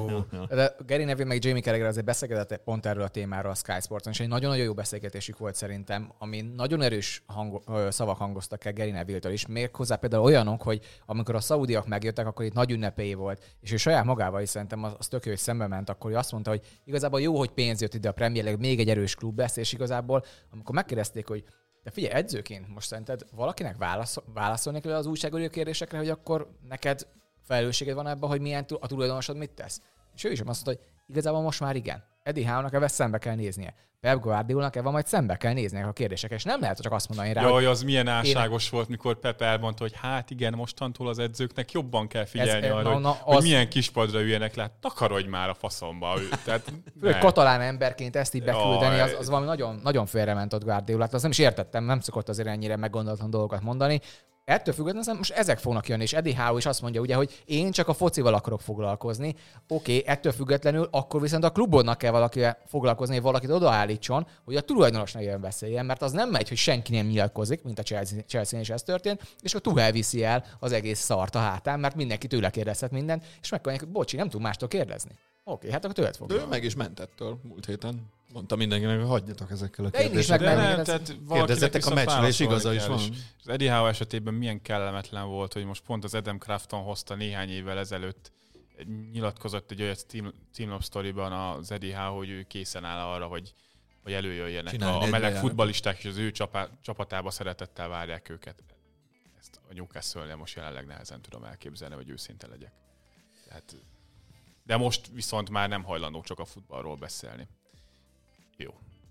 De Gary Neville meg Jamie Carragher azért beszélgetett pont erről a témáról a Sky Sporton, és egy nagyon-nagyon jó beszélgetésük volt szerintem, ami nagyon erős szavak hangoztak el Gary Neville-től is, méghozzá például olyanok, hogy amikor a szaudiak megjöttek, akkor itt nagy ünnepély volt, és ő saját magával is szerintem az tök jó, hogy szembe ment, akkor ő azt mondta, hogy igazából jó, hogy pénz jött ide a Premier League, még egy erős klub lesz, és igazából, amikor megkérdezték, hogy de figyelj, edzőként most szerinted valakinek válaszolni kell az újságíró kérdésekre, hogy akkor neked felelősséged van ebben, hogy milyen a tulajdonosod mit tesz? És ő is azt mondta, hogy igazából most már igen. Eddie Howe-nak ebben szembe kell néznie. Pep Guardiolának ebben majd szembe kell néznie a kérdéseket, és nem lehet csak azt mondani rá. Jaj, az milyen álságos volt, mikor Pep elmondta, hogy hát igen, mostantól az edzőknek jobban kell figyelni arra, hogy milyen kispadra üljenek le. Takarodj már a faszomba. Tehát, katalán emberként ezt így beküldeni, az valami nagyon, nagyon félrement ott Guardiolát. Azt nem is értettem, nem szokott azért ennyire meggondolatlan dolgokat mondani. Ettől függetlenül most ezek fognak jönni, és Eddie Howe is azt mondja, ugye, hogy én csak a focival akarok foglalkozni. Oké, ettől függetlenül akkor viszont a klubodnak kell valakivel foglalkozni, hogy valakit odaállítson, hogy a tulajdonos ne jön beszéljen, mert az nem megy, hogy senki nem nyilatkozik, mint a Chelsea-n is ez történt, és a Tuchel viszi el az egész szart a hátán, mert mindenki tőle kérdezhet mindent, és megkondják, hogy bocsi, nem tud mástól kérdezni. Oké, hát akkor tőled foglalkozni. De ő meg is ment ettől múlt héten. Mondta mindenkinek, hogy hagyjatok ezekkel a kérdésekkel. Kérdezzetek a meccsre, és igaza is van. Az Eddie Howe esetében milyen kellemetlen volt, hogy most pont az Adam Crafton hozta néhány évvel ezelőtt, nyilatkozott egy olyat Teamlop Story-ban az Eddie Howe, hogy ő készen áll arra, hogy előjöjjenek a meleg futballisták, és az ő csapatába szeretettel várják őket. Ezt a Newcastle-nél most jelenleg nehezen tudom elképzelni, hogy őszinte legyek. Tehát, de most viszont már nem hajlandó csak a futballról beszélni. Jó.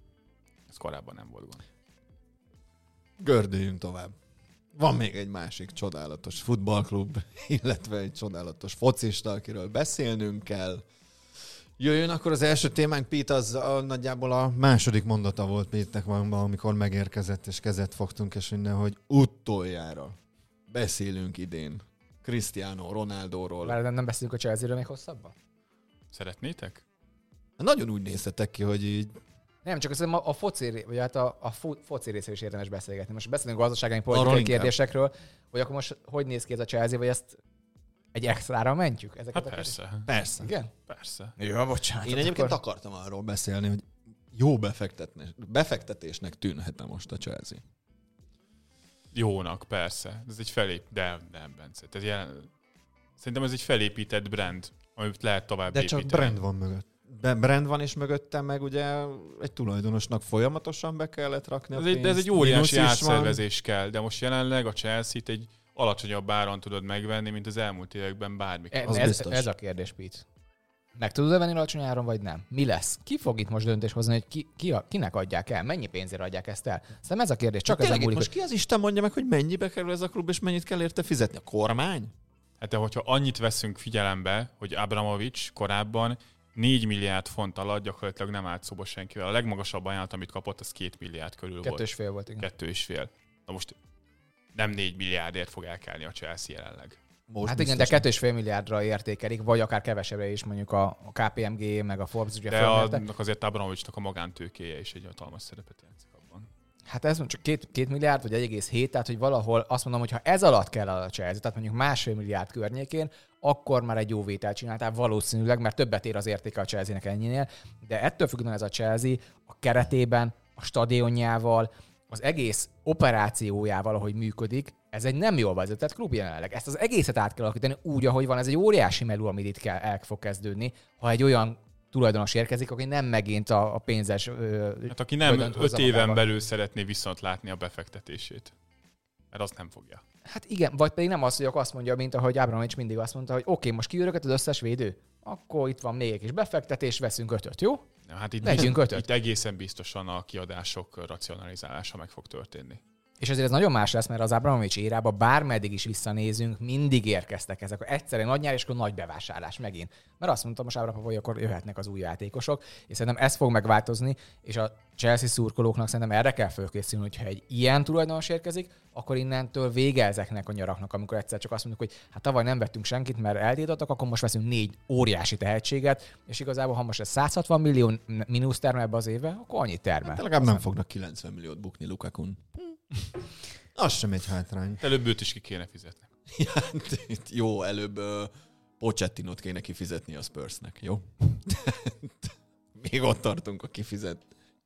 Ez korábban nem volt gond. Gördüljünk tovább. Van még egy másik csodálatos futballklub, illetve egy csodálatos focista, akiről beszélnünk kell. Jöjjön akkor az első témánk, Pete, az nagyjából a második mondata volt Pete-nek, amikor megérkezett, és kezet fogtunk, és minden, hogy utoljára beszélünk idén Cristiano Ronaldóról. Várj, nem beszélünk a Chelsea-ről még hosszabban? Szeretnétek? Nagyon úgy néztetek ki, hogy így... Nem, csak azt a foci, vagy hát a foci részéről is érdemes beszélgetni. Most beszélünk gazdasági politikai kérdésekről, hogy akkor most hogy néz ki ez a Chelsea, vagy ezt egy extrára mentjük? Hát persze. Persze. Igen? Persze. Jó, bocsánat. Én egyébként akartam arról beszélni, hogy jó befektetésnek tűnhet most a Chelsea. Jónak, persze. Ez egy nem, Bence. Szerintem ez egy felépített brand, amit lehet tovább építeni. De csak brand van mögött. Brand van, és mögötte meg ugye egy tulajdonosnak folyamatosan be kellett rakni a pénzt. De ez egy óriási átszervezés kell, de most jelenleg a Chelsea-t egy alacsonyabb áron tudod megvenni, mint az elmúlt években bármikor. Ez a kérdés, Pete. Meg tudod venni alacsony áron, vagy nem? Mi lesz? Ki fog itt most döntés hozni, hogy kinek adják el? Mennyi pénzért adják ezt el? Szerintem ez a kérdés. Csak ezen múlik. Most ki az Isten mondja meg, hogy mennyibe kerül ez a klub, és mennyit kell érte fizetni? A kormány? Hát de hogyha annyit veszünk figyelembe, hogy Abramovich korábban 4 milliárd font alatt gyakorlatilag nem állt szóba senkivel. A legmagasabb ajánlat, amit kapott, az 2 milliárd körül volt. 2,5 volt, igen. 2,5. Na most nem 4 milliárdért fog elkelni a Chelsea jelenleg. Most hát igen, de 2,5 milliárdra értékelik, vagy akár kevesebbre is, mondjuk a KPMG, meg a Forbes ugye felmérte. De azért Abramovichnak a magántőkéje is egy hatalmas szerepet játszik abban. Hát ez csak 2 milliárd, vagy 1,7, tehát hogy valahol azt mondom, hogy ha ez alatt kell a Chelsea, tehát mondjuk 1,5 milliárd környékén, akkor már egy jó vételt csináltál valószínűleg, mert többet ér az értéke a Chelsea-nek ennyinél, de ettől függően ez a Chelsea a keretében, a stadionjával, az egész operációjával, ahogy működik, ez egy nem jól vezetett klub jelenleg. Ezt az egészet át kell alakítani úgy, ahogy van. Ez egy óriási melú, amit itt el fog kezdődni, ha egy olyan tulajdonos érkezik, aki nem megint a pénzes... Hát aki nem 5 éven belül szeretné viszont látni a befektetését. Mert azt nem fogja. Hát igen, vagy pedig nem az, hogy azt mondja, mint ahogy Abramovich mindig azt mondta, hogy oké, most kiüröket az összes védő, akkor itt van még egy kis befektetés, veszünk 5-öt, jó? Ja, hát itt egészen biztosan a kiadások racionalizálása meg fog történni. És azért ez nagyon más lesz, mert az Abramovich érába bármeddig is visszanézünk, mindig érkeztek ezek. Egyszerűen nagy nyár, és akkor nagy bevásárlás megint. Mert azt mondtam most Abramovich, hogy akkor jöhetnek az új játékosok, és szerintem ez fog megváltozni, és a Chelsea szurkolóknak szerintem erre kell fölkészülni, hogyha egy ilyen tulajdonos érkezik, akkor innentől vége ezeknek a nyaraknak, amikor egyszer csak azt mondjuk, hogy hát tavaly nem vettünk senkit, mert eltiltottak, akkor most veszünk 4 óriási tehetséget, és igazából, ha most ez 160 millió mínusz termel ebbe az évbe, akkor annyit termel. Hát legalább nem fognak 90 milliót bukni Lukakun. Az sem egy hátrány. Előbb őt is ki kéne fizetni. Jó, előbb Pochettinót kéne kifizetni a Spursnek, jó? Még ott tartunk a kifizet.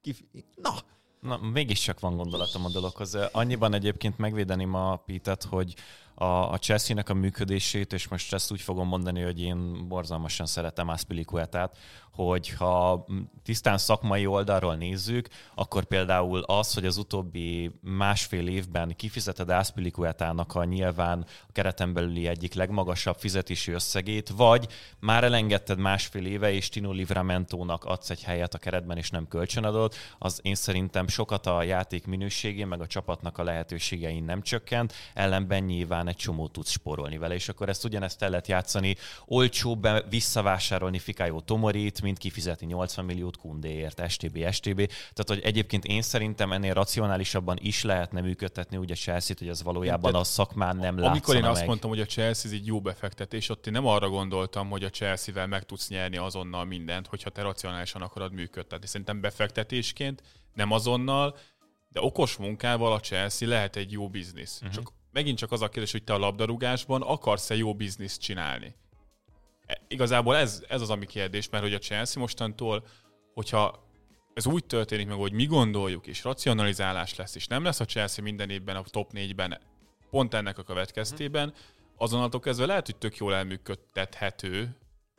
Na, mégiscsak van gondolatom a dologhoz. Annyiban egyébként megvédeném a Pete-et, hogy a Chelsea-nek a működését, és most ezt úgy fogom mondani, hogy én borzalmasan szeretem Azpilicuetát, hogy ha tisztán szakmai oldalról nézzük, akkor például az, hogy az utóbbi 1,5 évben kifizeted Azpilicuetának a nyilván a kereten belüli egyik legmagasabb fizetési összegét, vagy már elengedted 1,5 éve, és Tino Livramentónak adsz egy helyet a keretben, és nem kölcsönadod, az én szerintem sokat a játék minőségén, meg a csapatnak a lehetőségein nem csökkent, ellenben nyilván egy csomót tudsz spórolni vele, és akkor ezt ugyanezt el lehet játszani, olcsóbb visszavásárolni Fikayo Tomorit, mint kifizetni 80 milliót Koundéért, STB. Tehát, hogy egyébként én szerintem ennél racionálisabban is lehetne működtetni úgy a Chelsea-t, hogy az valójában a szakmán nem látszana. Amikor én azt mondtam, hogy a Chelsea egy jó befektetés, ott én nem arra gondoltam, hogy a Chelsea-vel meg tudsz nyerni azonnal mindent, hogyha te racionálisan akarod működtetni. Szerintem befektetésként nem azonnal, de okos munkával a Chelsea lehet egy jó biznisz. Csak megint csak az a kérdés, hogy te a labdarúgásban akarsz-e jó bizniszt csinálni. Igazából ez az ami kérdés, mert hogy a Chelsea mostantól, hogyha ez úgy történik meg, hogy mi gondoljuk, és racionalizálás lesz, és nem lesz a Chelsea minden évben a top 4-ben pont ennek a következtében, azonnantól kezdve lehet, hogy tök jól elműködtethető,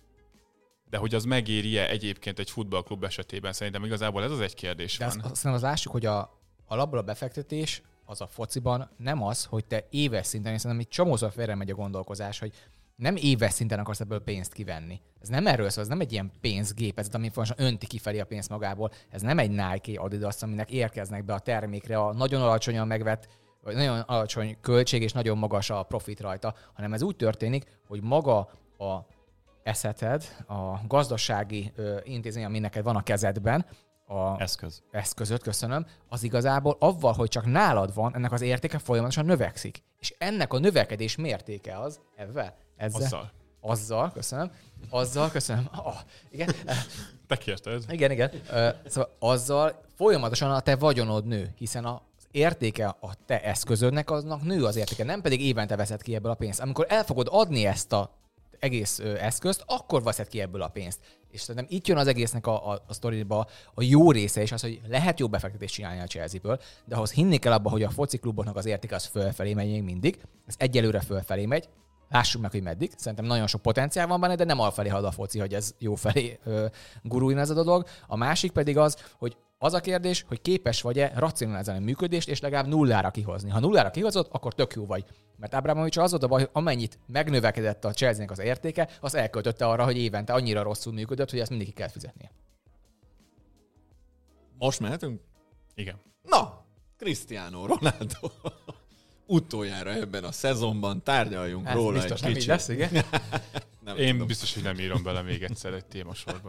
de hogy az megéri-e egyébként egy futballklub esetében, szerintem igazából ez az egy kérdés van. De azt lássuk, hogy a labda befektetés az a fociban nem az, hogy te éves szinten, és szerintem itt csomószor félre megy a gondolkozás, hogy nem éves szinten akarsz ebből pénzt kivenni. Ez nem erről szól, ez nem egy ilyen pénzgépezet, ami fontosan önti kifelé a pénzt magából. Ez nem egy Nike, Adidas, aminek érkeznek be a termékre a nagyon alacsonyan megvett, vagy nagyon alacsony költség és nagyon magas a profit rajta, hanem ez úgy történik, hogy maga a asseted, a gazdasági intézmény, ami neked van a kezedben, eszközöt, köszönöm, az igazából avval, hogy csak nálad van, ennek az értéke folyamatosan növekszik. És ennek a növekedés mértéke az, Azzal, köszönöm. Igen. Te kérted. Igen. Szóval azzal folyamatosan a te vagyonod nő, hiszen az értéke a te eszközödnek, aznak nő az értéke, nem pedig évente veszed ki ebből a pénzt. Amikor el fogod adni ezt egész eszközt, akkor veszed ki ebből a pénzt. És szerintem itt jön az egésznek a sztoriba a jó része, és az, hogy lehet jó befektetést csinálni a Chelsea-ből, de ahhoz hinni kell abba, hogy a foci kluboknak az értéke az fölfelé megy még mindig, ez egyelőre fölfelé megy, lássuk meg, hogy meddig. Szerintem nagyon sok potenciál van benne, de nem alfelé halad a foci, hogy ez jó felé guruljon ez a dolog. A másik pedig az, hogy az a kérdés, hogy képes vagy-e racionalizálni a működést, és legalább nullára kihozni. Ha nullára kihozott, akkor tök jó vagy. Mert Abramovich az volt a baj, hogy amennyit megnövekedett a Chelsea-nek az értéke, az elköltötte arra, hogy évente annyira rosszul működött, hogy ezt mindig ki kell fizetnie. Most mehetünk? Igen. Na, Cristiano Ronaldo. Utoljára ebben a szezonban tárgyaljunk Ez róla biztos egy nem így kicsit. lesz, igen? Nem Én tudom. biztos, hogy nem írom bele még egyszer egy témasorba.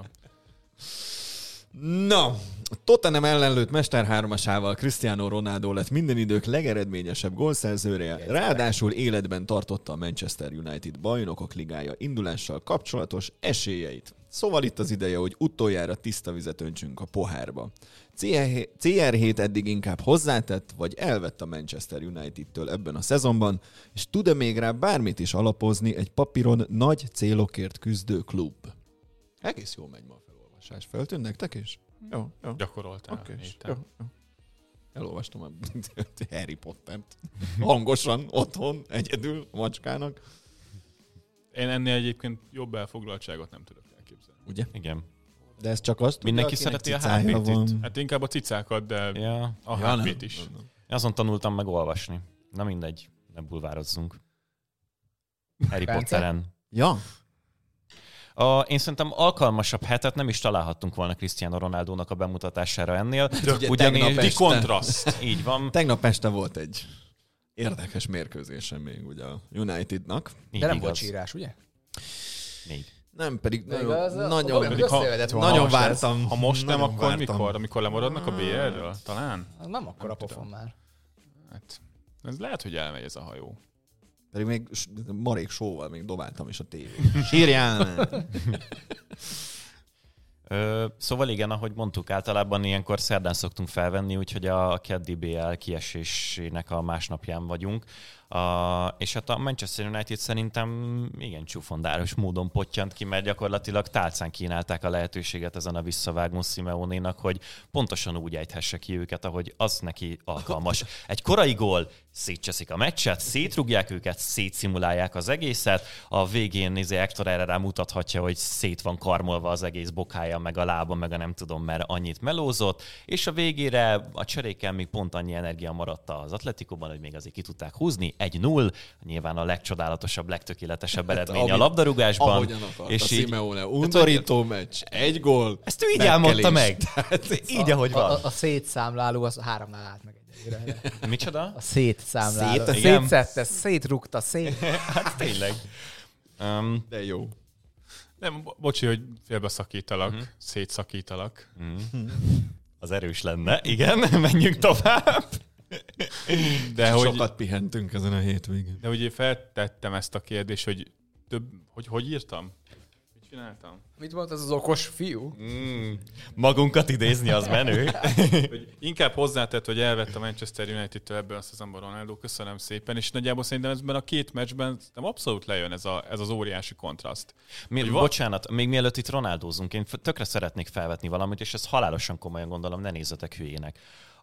Na, Tottenham ellen lőtt mesterhármasával Cristiano Ronaldo lett minden idők legeredményesebb gólszerzője, ráadásul életben tartotta a Manchester United bajnokok ligája indulással kapcsolatos esélyeit. Szóval itt az ideje, hogy utoljára tiszta vizet öntsünk a pohárba. CR7 eddig inkább hozzátett, vagy elvett a Manchester United-től ebben a szezonban, és tud-e még rá bármit is alapozni egy papíron nagy célokért küzdő klub? Egész jól megy ma a felolvasás. Feltűnt nektek is? Jó, jó. Gyakoroltál. Oké, Értem. jó, jó. Elolvastam a Harry Pottert. Hangosan, otthon, egyedül, a macskának. Én ennél egyébként jobb elfoglaltságot nem tudok elképzelni. Ugye? Igen. De ez csak azt Mindenki tudja, szereti a akinek cicája HP-t. van. Hát inkább a cicákat, de Ja. a Ja, HP-t is. nem. Azon tanultam meg olvasni. Na mindegy, ne bulvározzunk. Harry Bence? Potteren. Ja, Én szerintem alkalmasabb hetet nem is találhattunk volna Cristiano Ronaldónak a bemutatására ennél. ugye tegnap Di este- kontraszt. Így van. tegnap este volt egy érdekes mérkőzése még ugye a Unitednak. Így De nem igaz. volt sírás, ugye? Még. Nem, pedig Még nagyon, az- nagyon, olyan, mint összejövetett volna nagyon most ez. vártam. Ha most nem, nagyon akkor vártam. mikor? Amikor lemaradnak a BL-ről? Talán? Az nem akkora pofon már. Hát, ez lehet, hogy elmegy ez a hajó. Pedig még marék sóval még dobáltam is a tévét. Sírjál! Szóval igen, ahogy mondtuk, általában ilyenkor szerdán szoktunk felvenni, úgyhogy a keddi BL kiesésének a másnapján vagyunk. És hát a Manchester United szerintem igen csúfondáros módon pottyant ki, mert gyakorlatilag tálcán kínálták a lehetőséget ezen a visszavágó Simeonénak, hogy pontosan úgy ejthesse ki őket, ahogy az neki alkalmas. Egy korai gól, szétcseszik a meccset, szétrugják őket, szétszimulálják az egészet, a végén Hector erre rámutathatja, hogy szét van karmolva az egész bokája, meg a lába, meg a nem tudom, mert annyit melózott, és a végére a cseréken még pont annyi energia maradt az Atletikóban, hogy még azért ki tudták húzni. 1-0, nyilván a legcsodálatosabb, legtökéletesebb eredmény a labdarúgásban. Ahogyan akart és a így, Simeone. Undorító meccs, egy gól. ezt ő így álmodta meg. Így, ahogy van. A szétszámláló az 3-nál állt meg egyelőre. Micsoda? A szétszámláló. Szét, igen. Szétszette, szétrugta, Hát tényleg. De jó. Nem, bocsi, hogy félbeszakítalak, szétszakítalak. Az erős lenne. Igen, menjünk tovább. De hogy, Sokat pihentünk ezen a hétvégén. de ugye feltettem ezt a kérdést, hogy hogy írtam? Mit csináltam? Mit volt az okos fiú? Magunkat idézni az menő. Hogy inkább hozzátett, hogy elvett a Manchester United-től ebben a szezonban Ronaldo, köszönöm szépen, és nagyjából szerintem ebben a két meccsben abszolút lejön ez az óriási kontraszt. Bocsánat, még mielőtt itt Ronaldózunk, én tökre szeretnék felvetni valamit, és ezt halálosan komolyan gondolom, ne nézzetek hülyének.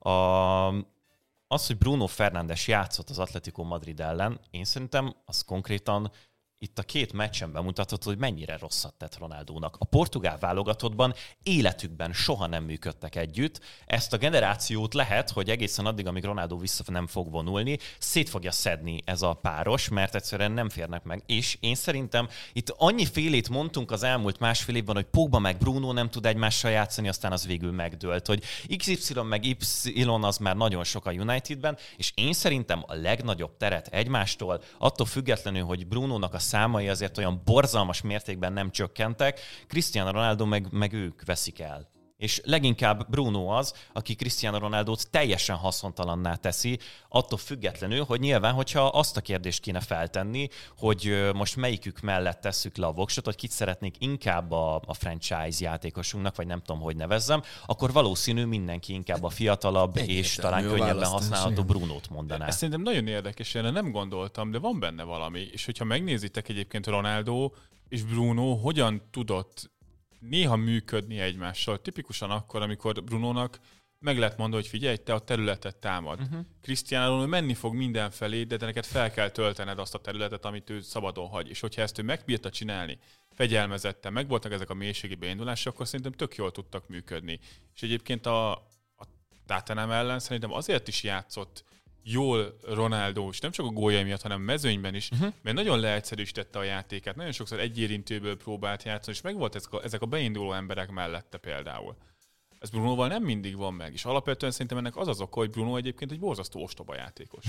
Az, hogy Bruno Fernandes játszott az Atletico Madrid ellen, én szerintem az konkrétan itt a két meccsen bemutatható, hogy mennyire rosszat tett Ronaldónak. A portugál válogatottban életükben soha nem működtek együtt. Ezt a generációt lehet, hogy egészen addig, amíg Ronaldo vissza nem fog vonulni, szét fogja szedni ez a páros, mert egyszerűen nem férnek meg. És én szerintem itt annyi félét mondtunk az elmúlt másfél évben, hogy Pogba meg Bruno nem tud egymással játszani, aztán az végül megdőlt, hogy XY meg Y az már nagyon sok a Unitedben, és én szerintem a legnagyobb teret egymástól, attól függetlenül, hogy Brunónak a számai azért olyan borzalmas mértékben nem csökkentek, Cristiano Ronaldo meg ők veszik el. És leginkább Bruno az, aki Cristiano Ronaldót teljesen haszontalanná teszi, attól függetlenül, hogy nyilván, hogyha azt a kérdést kéne feltenni, hogy most melyikük mellett tesszük le a voksot, hogy kit szeretnék inkább a franchise játékosunknak, vagy nem tudom, hogy nevezzem, akkor valószínű mindenki inkább a fiatalabb és talán a könnyebben választás, használható igen. Brunót mondaná. Ez szerintem nagyon érdekes, erre nem gondoltam, de van benne valami. És hogyha megnézitek egyébként Ronaldo, és Bruno hogyan tudott néha működni egymással. Tipikusan akkor, amikor Brunónak meg lehet mondani, hogy figyelj, te a területet támad. Cristiano Ronaldo menni fog mindenfelé, de te neked fel kell töltened azt a területet, amit ő szabadon hagy. És hogyha ezt ő megbírta csinálni, fegyelmezetten, megvoltak ezek a mélységi beindulások, akkor szerintem tök jól tudtak működni. És egyébként a Tottenham ellen szerintem azért is játszott jól Ronaldo, és nem csak a góljai miatt, hanem mezőnyben is, mert nagyon leegyszerűsítette a játékát, nagyon sokszor egyérintőből próbált játszani, és megvolt ezek a beinduló emberek mellette például. Ez Brunóval nem mindig van meg, és alapvetően szerintem ennek az oka, hogy Bruno egyébként egy borzasztó ostoba játékos.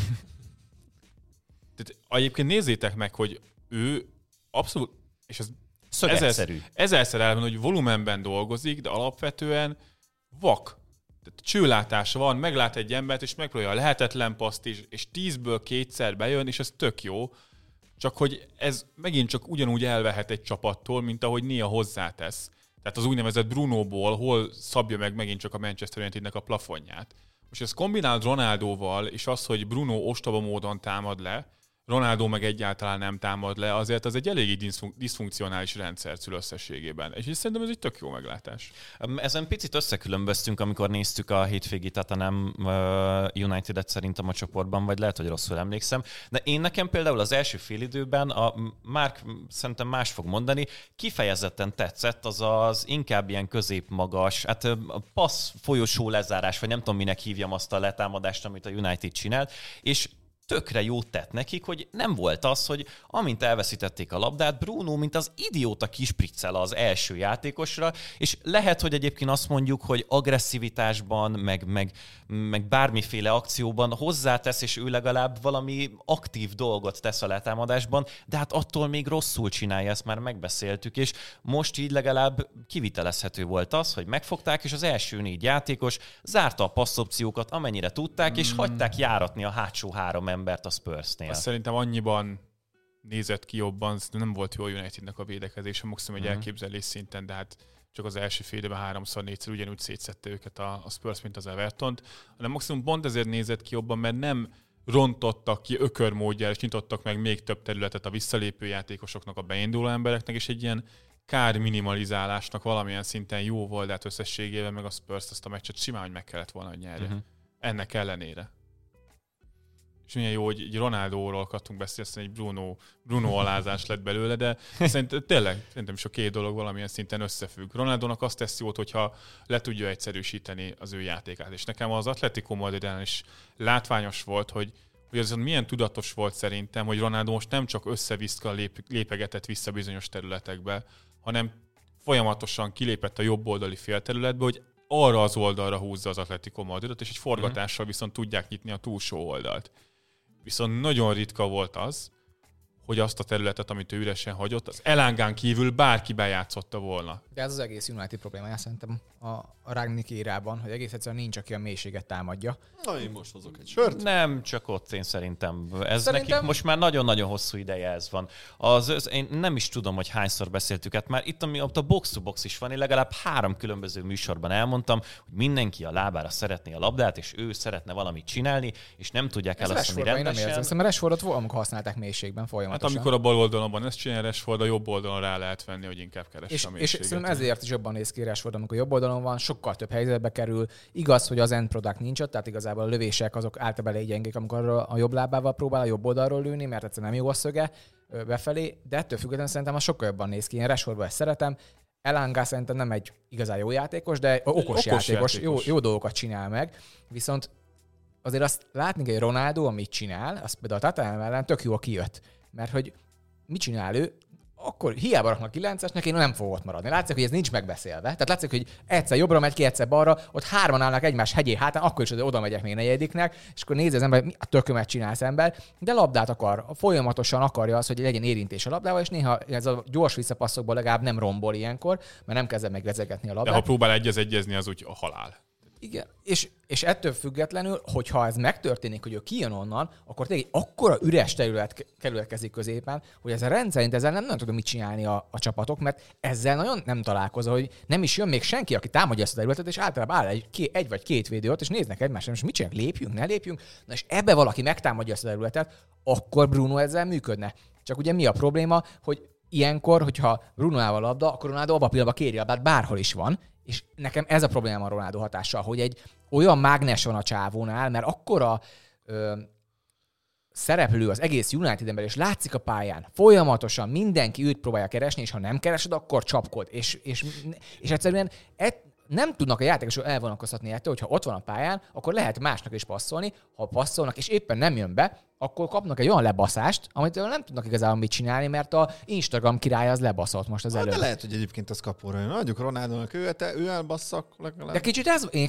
Tehát egyébként nézzétek meg, hogy ő abszolút, és ez ezerszer elmondom, hogy volumenben dolgozik, de alapvetően vak. Tehát csőlátása van, meglát egy embert, és megpróbálja a lehetetlen paszt is, és 10-ből 2-szer bejön, és ez tök jó. Csak hogy ez megint csak ugyanúgy elvehet egy csapattól, mint ahogy néha hozzátesz. Tehát az úgynevezett Brunóból hol szabja meg megint csak a Manchester Unitednek a plafonját. Most ez kombinált Ronaldóval, és az, hogy Bruno ostoba módon támad le, Ronaldo meg egyáltalán nem támad le, azért az egy eléggé diszfunkcionális rendszer szül összességében. És szerintem ez egy tök jó meglátás. Ezen picit összekülönböztünk, amikor néztük a hétvégi Tottenham United-et szerintem a csoportban, vagy lehet, hogy rosszul emlékszem. De én nekem például az első félidőben, a Mark szerintem más fog mondani, kifejezetten tetszett az inkább ilyen középmagas, hát a passz folyosó lezárás, vagy nem tudom minek hívjam azt a letámadást, amit a United csinált, és tökre jót tett nekik, hogy nem volt az, hogy amint elveszítették a labdát, Bruno, mint az idióta kispriccel az első játékosra, és lehet, hogy egyébként azt mondjuk, hogy agresszivitásban, meg bármiféle akcióban hozzátesz, és ő legalább valami aktív dolgot tesz a letámadásban, de hát attól még rosszul csinálja, ezt már megbeszéltük, és most így legalább kivitelezhető volt az, hogy megfogták, és az első 4 játékos zárta a passzopciókat, amennyire tudták, és hagyták járatni a hátsó 3 embert a Spursnél. Azt szerintem annyiban nézett ki jobban, nem volt jó a Unitednek a védekezése, maximum egy elképzelés szinten, de hát csak az első fél időben 3-4-szer ugyanúgy szétszette őket a Spurs, mint az Evertont, hanem maximum pont ezért nézett ki jobban, mert nem rontottak ki ökörmódjára, és nyitottak meg még több területet a visszalépő játékosoknak, a beinduló embereknek, és egy ilyen kár minimalizálásnak valamilyen szinten jó volt, de hát összességében meg a Spurs ezt a meccset simán, hogy meg kellett volna, hogy nyerje. Ennek ellenére. És milyen jó, hogy egy Ronaldóról akartunk beszélni, aztán egy Bruno alázás lett belőle, de szerintem is a két dolog valamilyen szinten összefügg. Ronaldónak azt tesz jót, hogyha le tudja egyszerűsíteni az ő játékát. És nekem az Atletico Madridán is látványos volt, hogy azon milyen tudatos volt szerintem, hogy Ronaldo most nem csak össze-vissza lépegetett vissza bizonyos területekbe, hanem folyamatosan kilépett a jobb oldali félterületbe, hogy arra az oldalra húzza az Atletico Madridot, és egy forgatással viszont tudják nyitni a túlsó oldalt. Viszont nagyon ritka volt az, hogy azt a területet, amit ő üresen hagyott, az Elangán kívül bárki bejátszotta volna. De ez az egész United problémája szerintem a Rangnick érában, hogy egész egyszerűen nincs, aki a mélységet támadja. Na, én most hozok egy sört. Nem csak ott, én szerintem. Szerintem... Nekik most már nagyon-nagyon hosszú ideje ez van. Én nem is tudom, hogy hányszor beszéltük, hát már itt a box-to-box is van, én legalább 3 különböző műsorban elmondtam, hogy mindenki a lábára szeretné a labdát, és ő szeretne valamit csinálni, és nem tudják elosztani rendesen. Nem érzem, mert Rashfordot amikor használták mélységben folyamatosan. Hát amikor a bal oldalon van ezt csinál Rashford, a jobb oldalon rá lehet venni, hogy inkább keresse a mélységet. És szerintem ezért is jobban néz ki Rashford, amikor jobb oldalon van, sokkal több helyzetbe kerül. Igaz, hogy az end product nincs ott, tehát igazából a lövések azok általában elég gyengék, amikor a jobb lábával próbál a jobb oldalról lőni, mert egyszerűen nem jó a szöge befelé, de ettől függetlenül szerintem az sokkal jobban néz ki. Én Rashfordban ezt szeretem. Elanga szerintem nem egy igazán jó játékos, de okos játékos. Jó dolgokat csinál meg. Viszont azért azt látni kell, hogy Ronaldo, amit csinál, az például a Tottenham ellen tök jól kijött. Mert hogy mit csinál ő? Akkor hiába raknak 9-esnek, én nem fogok ott maradni. Látszik, hogy ez nincs megbeszélve. Tehát látszik, hogy egyszer jobbra megy ki, egyszer balra, ott 3-an állnak egymás hegyé hátán, akkor is oda megyek még 4-nek, és akkor nézi az ember, mi a tökömet csinálsz ember, de labdát akar, folyamatosan akarja az, hogy legyen érintés a labdával, és néha ez a gyors visszapasszokból legalább nem rombol ilyenkor, mert nem kezdem meg vezegetni a labdát. De ha próbál egyezni, az úgy a halál. Igen, és ettől függetlenül, hogyha ez megtörténik, hogy ő kijön onnan, akkor tényleg akkora üres terület keletkezik középen, hogy ez a rendszerint ezzel nem tudom mit csinálni a csapatok, mert ezzel nagyon nem találkozol, hogy nem is jön még senki, aki támadja ezt a területet, és általában áll egy vagy két védő ott, és néznek egymásra, és mit csinálunk, lépjünk, ne lépjünk. Na és ebbe valaki megtámadja ezt a területet, akkor Bruno ezzel működne. Csak ugye mi a probléma, hogy ilyenkor, hogyha Brunóval a labda, akkor Ronaldo abban a pillanatban kéri a labdát, bárhol is van, és nekem ez a probléma a Ronaldo hatással, hogy egy olyan mágnes van a csávónál, mert akkora szereplő az egész United-ben, és látszik a pályán, folyamatosan mindenki őt próbálja keresni, és ha nem keresed, akkor csapkod. És egyszerűen nem tudnak a játékosok elvonatkoztatni ettől, hogyha ott van a pályán, akkor lehet másnak is passzolni, ha passzolnak, és éppen nem jön be, akkor kapnak egy olyan lebaszást, amit nem tudnak igazából mit csinálni, mert a Instagram király az lebaszott most az előbb. De lehet, hogy egyébként az kapóra jön. Adjuk Ronaldónak ő elbassza, akkor legalább. De kicsit én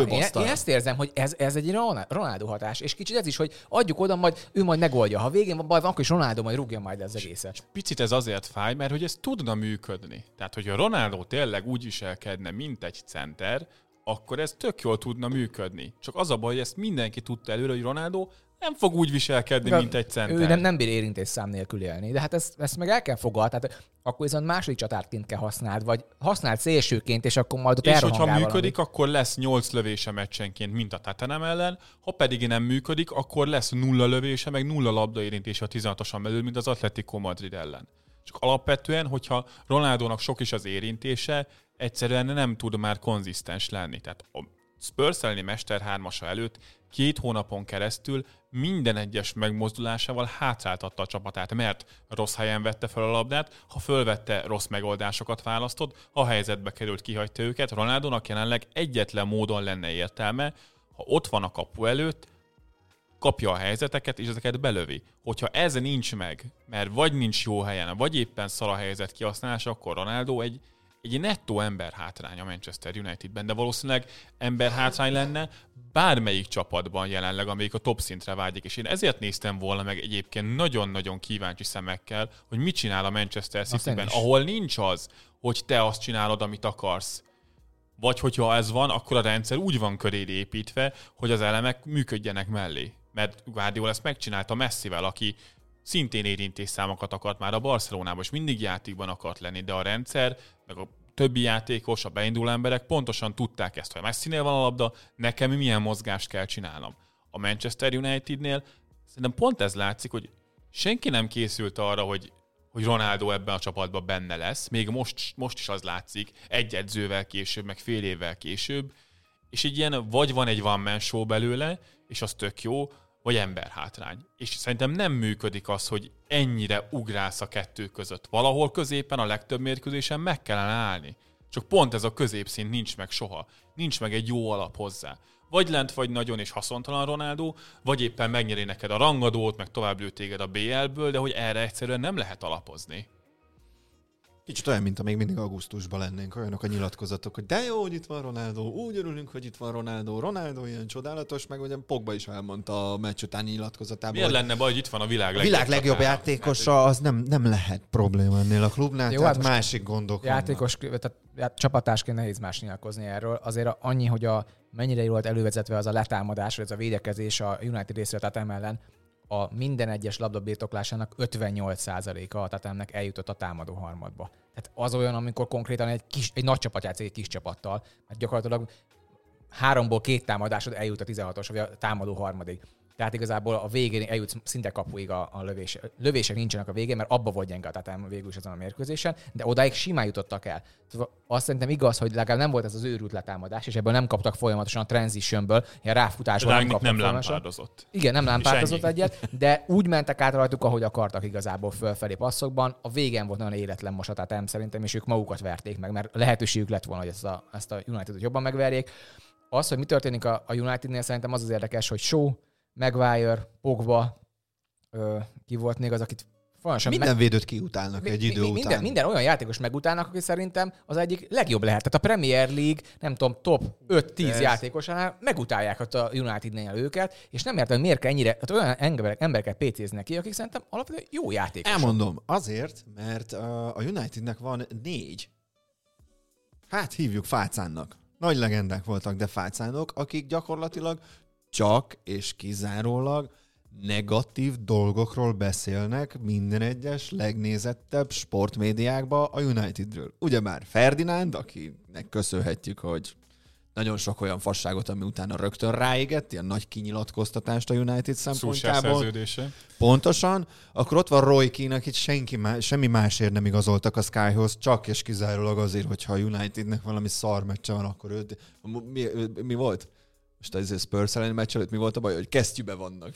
ezt érzem, hogy ez egy Ronaldo hatás, és kicsit ez is, hogy adjuk oda, majd ő majd megoldja. Ha végén van baj, akkor is Ronaldo majd rúgja majd az egészet. Picit ez azért fáj, mert hogy ez tudna működni. Tehát, hogyha Ronaldo tényleg úgy viselkedne, mint egy center, akkor ez tök jól tudna működni. Csak az a baj, hogy ezt mindenki tudta előre, hogy Ronaldo nem fog úgy viselkedni, mint egy center. Ő nem bír érintésszám nélkül élni, de hát ezt meg el kell fogadni. Tehát akkor viszont második csatárként kell használd, vagy használd szélsőként, és akkor majd ott elrohangál valami. És hogyha működik, akkor lesz 8 lövése meccsenként, mint a Tottenham ellen. Ha pedig nem működik, akkor lesz 0 lövése, meg 0 labdaérintése a 16-oson belül, mint az Atletico Madrid ellen. Csak alapvetően, hogyha Ronaldónak sok is az érintése, egyszerűen nem tud már konzisztens lenni. Tehát a Spurs elleni Mester 3-asa előtt 2 hónapon keresztül minden egyes megmozdulásával hátráltatta a csapatát, mert rossz helyen vette fel a labdát, ha fölvette, rossz megoldásokat választott, ha helyzetbe került, kihagyta őket. Ronaldónak jelenleg egyetlen módon lenne értelme, ha ott van a kapu előtt, kapja a helyzeteket, és ezeket belövi. Hogyha ez nincs meg, mert vagy nincs jó helyen, vagy éppen szar a helyzet kihasználása, akkor Ronaldo egy nettó emberhátrány a Manchester Unitedben, de valószínűleg emberhátrány lenne bármelyik csapatban jelenleg, amelyik a top szintre vágyik. És én ezért néztem volna meg egyébként nagyon-nagyon kíváncsi szemekkel, hogy mit csinál a Manchester Cityben, ahol nincs az, hogy te azt csinálod, amit akarsz. Vagy hogyha ez van, akkor a rendszer úgy van köréd építve, hogy az elemek működjenek mellé. Mert Guardiola ezt megcsinálta Messivel, aki szintén érintésszámokat akart már a Barcelonában, és mindig játékban akart lenni, de a rendszer, meg a többi játékos, a beinduló emberek pontosan tudták ezt, hogy Messinél van a labda, nekem milyen mozgást kell csinálnom. A Manchester Unitednél szerintem pont ez látszik, hogy senki nem készült arra, hogy Ronaldo ebben a csapatban benne lesz, még most is az látszik, egy edzővel később, meg fél évvel később, és egy ilyen, vagy van egy one-man show belőle, és az tök jó, vagy emberhátrány. És szerintem nem működik az, hogy ennyire ugrálsz a kettő között. Valahol középen a legtöbb mérkőzésen meg kellene állni. Csak pont ez a középszint nincs meg soha. Nincs meg egy jó alap hozzá. Vagy lent vagy nagyon és haszontalan Ronaldo, vagy éppen megnyeri neked a rangadót, meg tovább lő téged a BL-ből, de hogy erre egyszerűen nem lehet alapozni. Kicsit olyan, mint ha még mindig augusztusban lennénk, olyanok a nyilatkozatok, hogy de jó, hogy itt van Ronaldo, úgy örülünk, hogy itt van Ronaldo ilyen csodálatos, meg ugye Pogba is elmondta a meccs utáni nyilatkozatában. Miért lenne baj, hogy itt van a világ legjobb játékosa, az nem lehet probléma ennél a klubnál, jó, tehát másik gondok játékos, tehát csapatásként nehéz más nyilatkozni erről. Azért annyi, hogy mennyire jól volt elővezetve az a letámadás, vagy ez a védekezés a United részre, tehát emellen a minden egyes labda birtoklásának 58%-a a Tottenhamnek eljutott a támadó harmadba. Tehát az olyan, amikor konkrétan egy nagy csapat játszik egy kis csapattal, mert gyakorlatilag 3-ból 2 támadásod eljut a 16-os, vagy a támadó harmadig. Tehát igazából a végén eljutsz szinte kapuig a lövés. Lövések nincsenek a végén, mert abba volt gyenge a Tottenham végül is ezen a mérkőzésen, de odáig simán jutottak el. Szóval azt szerintem igaz, hogy legalább nem volt ez az őrült letámadás, és ebből nem kaptak folyamatosan a transitionből, ilyen ráfutásból nem kaptak nem lámpárdozott. Igen, nem lámpárdozott egyet, de úgy mentek át rajtuk, ahogy akartak igazából fölfelé passzokban. A végén volt nagyon életlen most a Tottenham szerintem, és ők magukat verték meg, mert lehetőségük lett volna, hogy ezt a Unitedot jobban megverjék. Az, hogy mi történik a Unitednél, szerintem az érdekes, hogy Shaw, Maguire, Pogba, ki volt még az, akit folyamatosan... Minden védőt kiutálnak egy idő után. Minden olyan játékos megutálnak, aki szerintem az egyik legjobb lehet. Tehát a Premier League, nem tudom, top 5-10 játékosánál megutálják ott a Unitednél őket, és nem értem, miért kell ennyire, tehát olyan embereket PC-zni ki, akik szerintem alapvetően jó játékosok. Elmondom, azért, mert a Unitednek van 4, hát hívjuk Fácánnak. Nagy legendák voltak, de Fácánok, akik gyakorlatilag csak és kizárólag negatív dolgokról beszélnek minden egyes legnézettebb sportmédiákban a Unitedről. Ugyebár Ferdinand, akinek köszönhetjük, hogy nagyon sok olyan fasságot, ami utána rögtön ráégett, ilyen nagy kinyilatkoztatást a United szempontjából. Szerződése. Pontosan. Akkor ott van Roy Keane, akit semmi másért nem igazoltak a Skyhoz, csak és kizárólag azért, hogyha a Unitednek valami szar meccse van, akkor őt... Mi volt? Most az Spurs elleni meccs előtt mi volt a baj, hogy kesztyűbe vannak.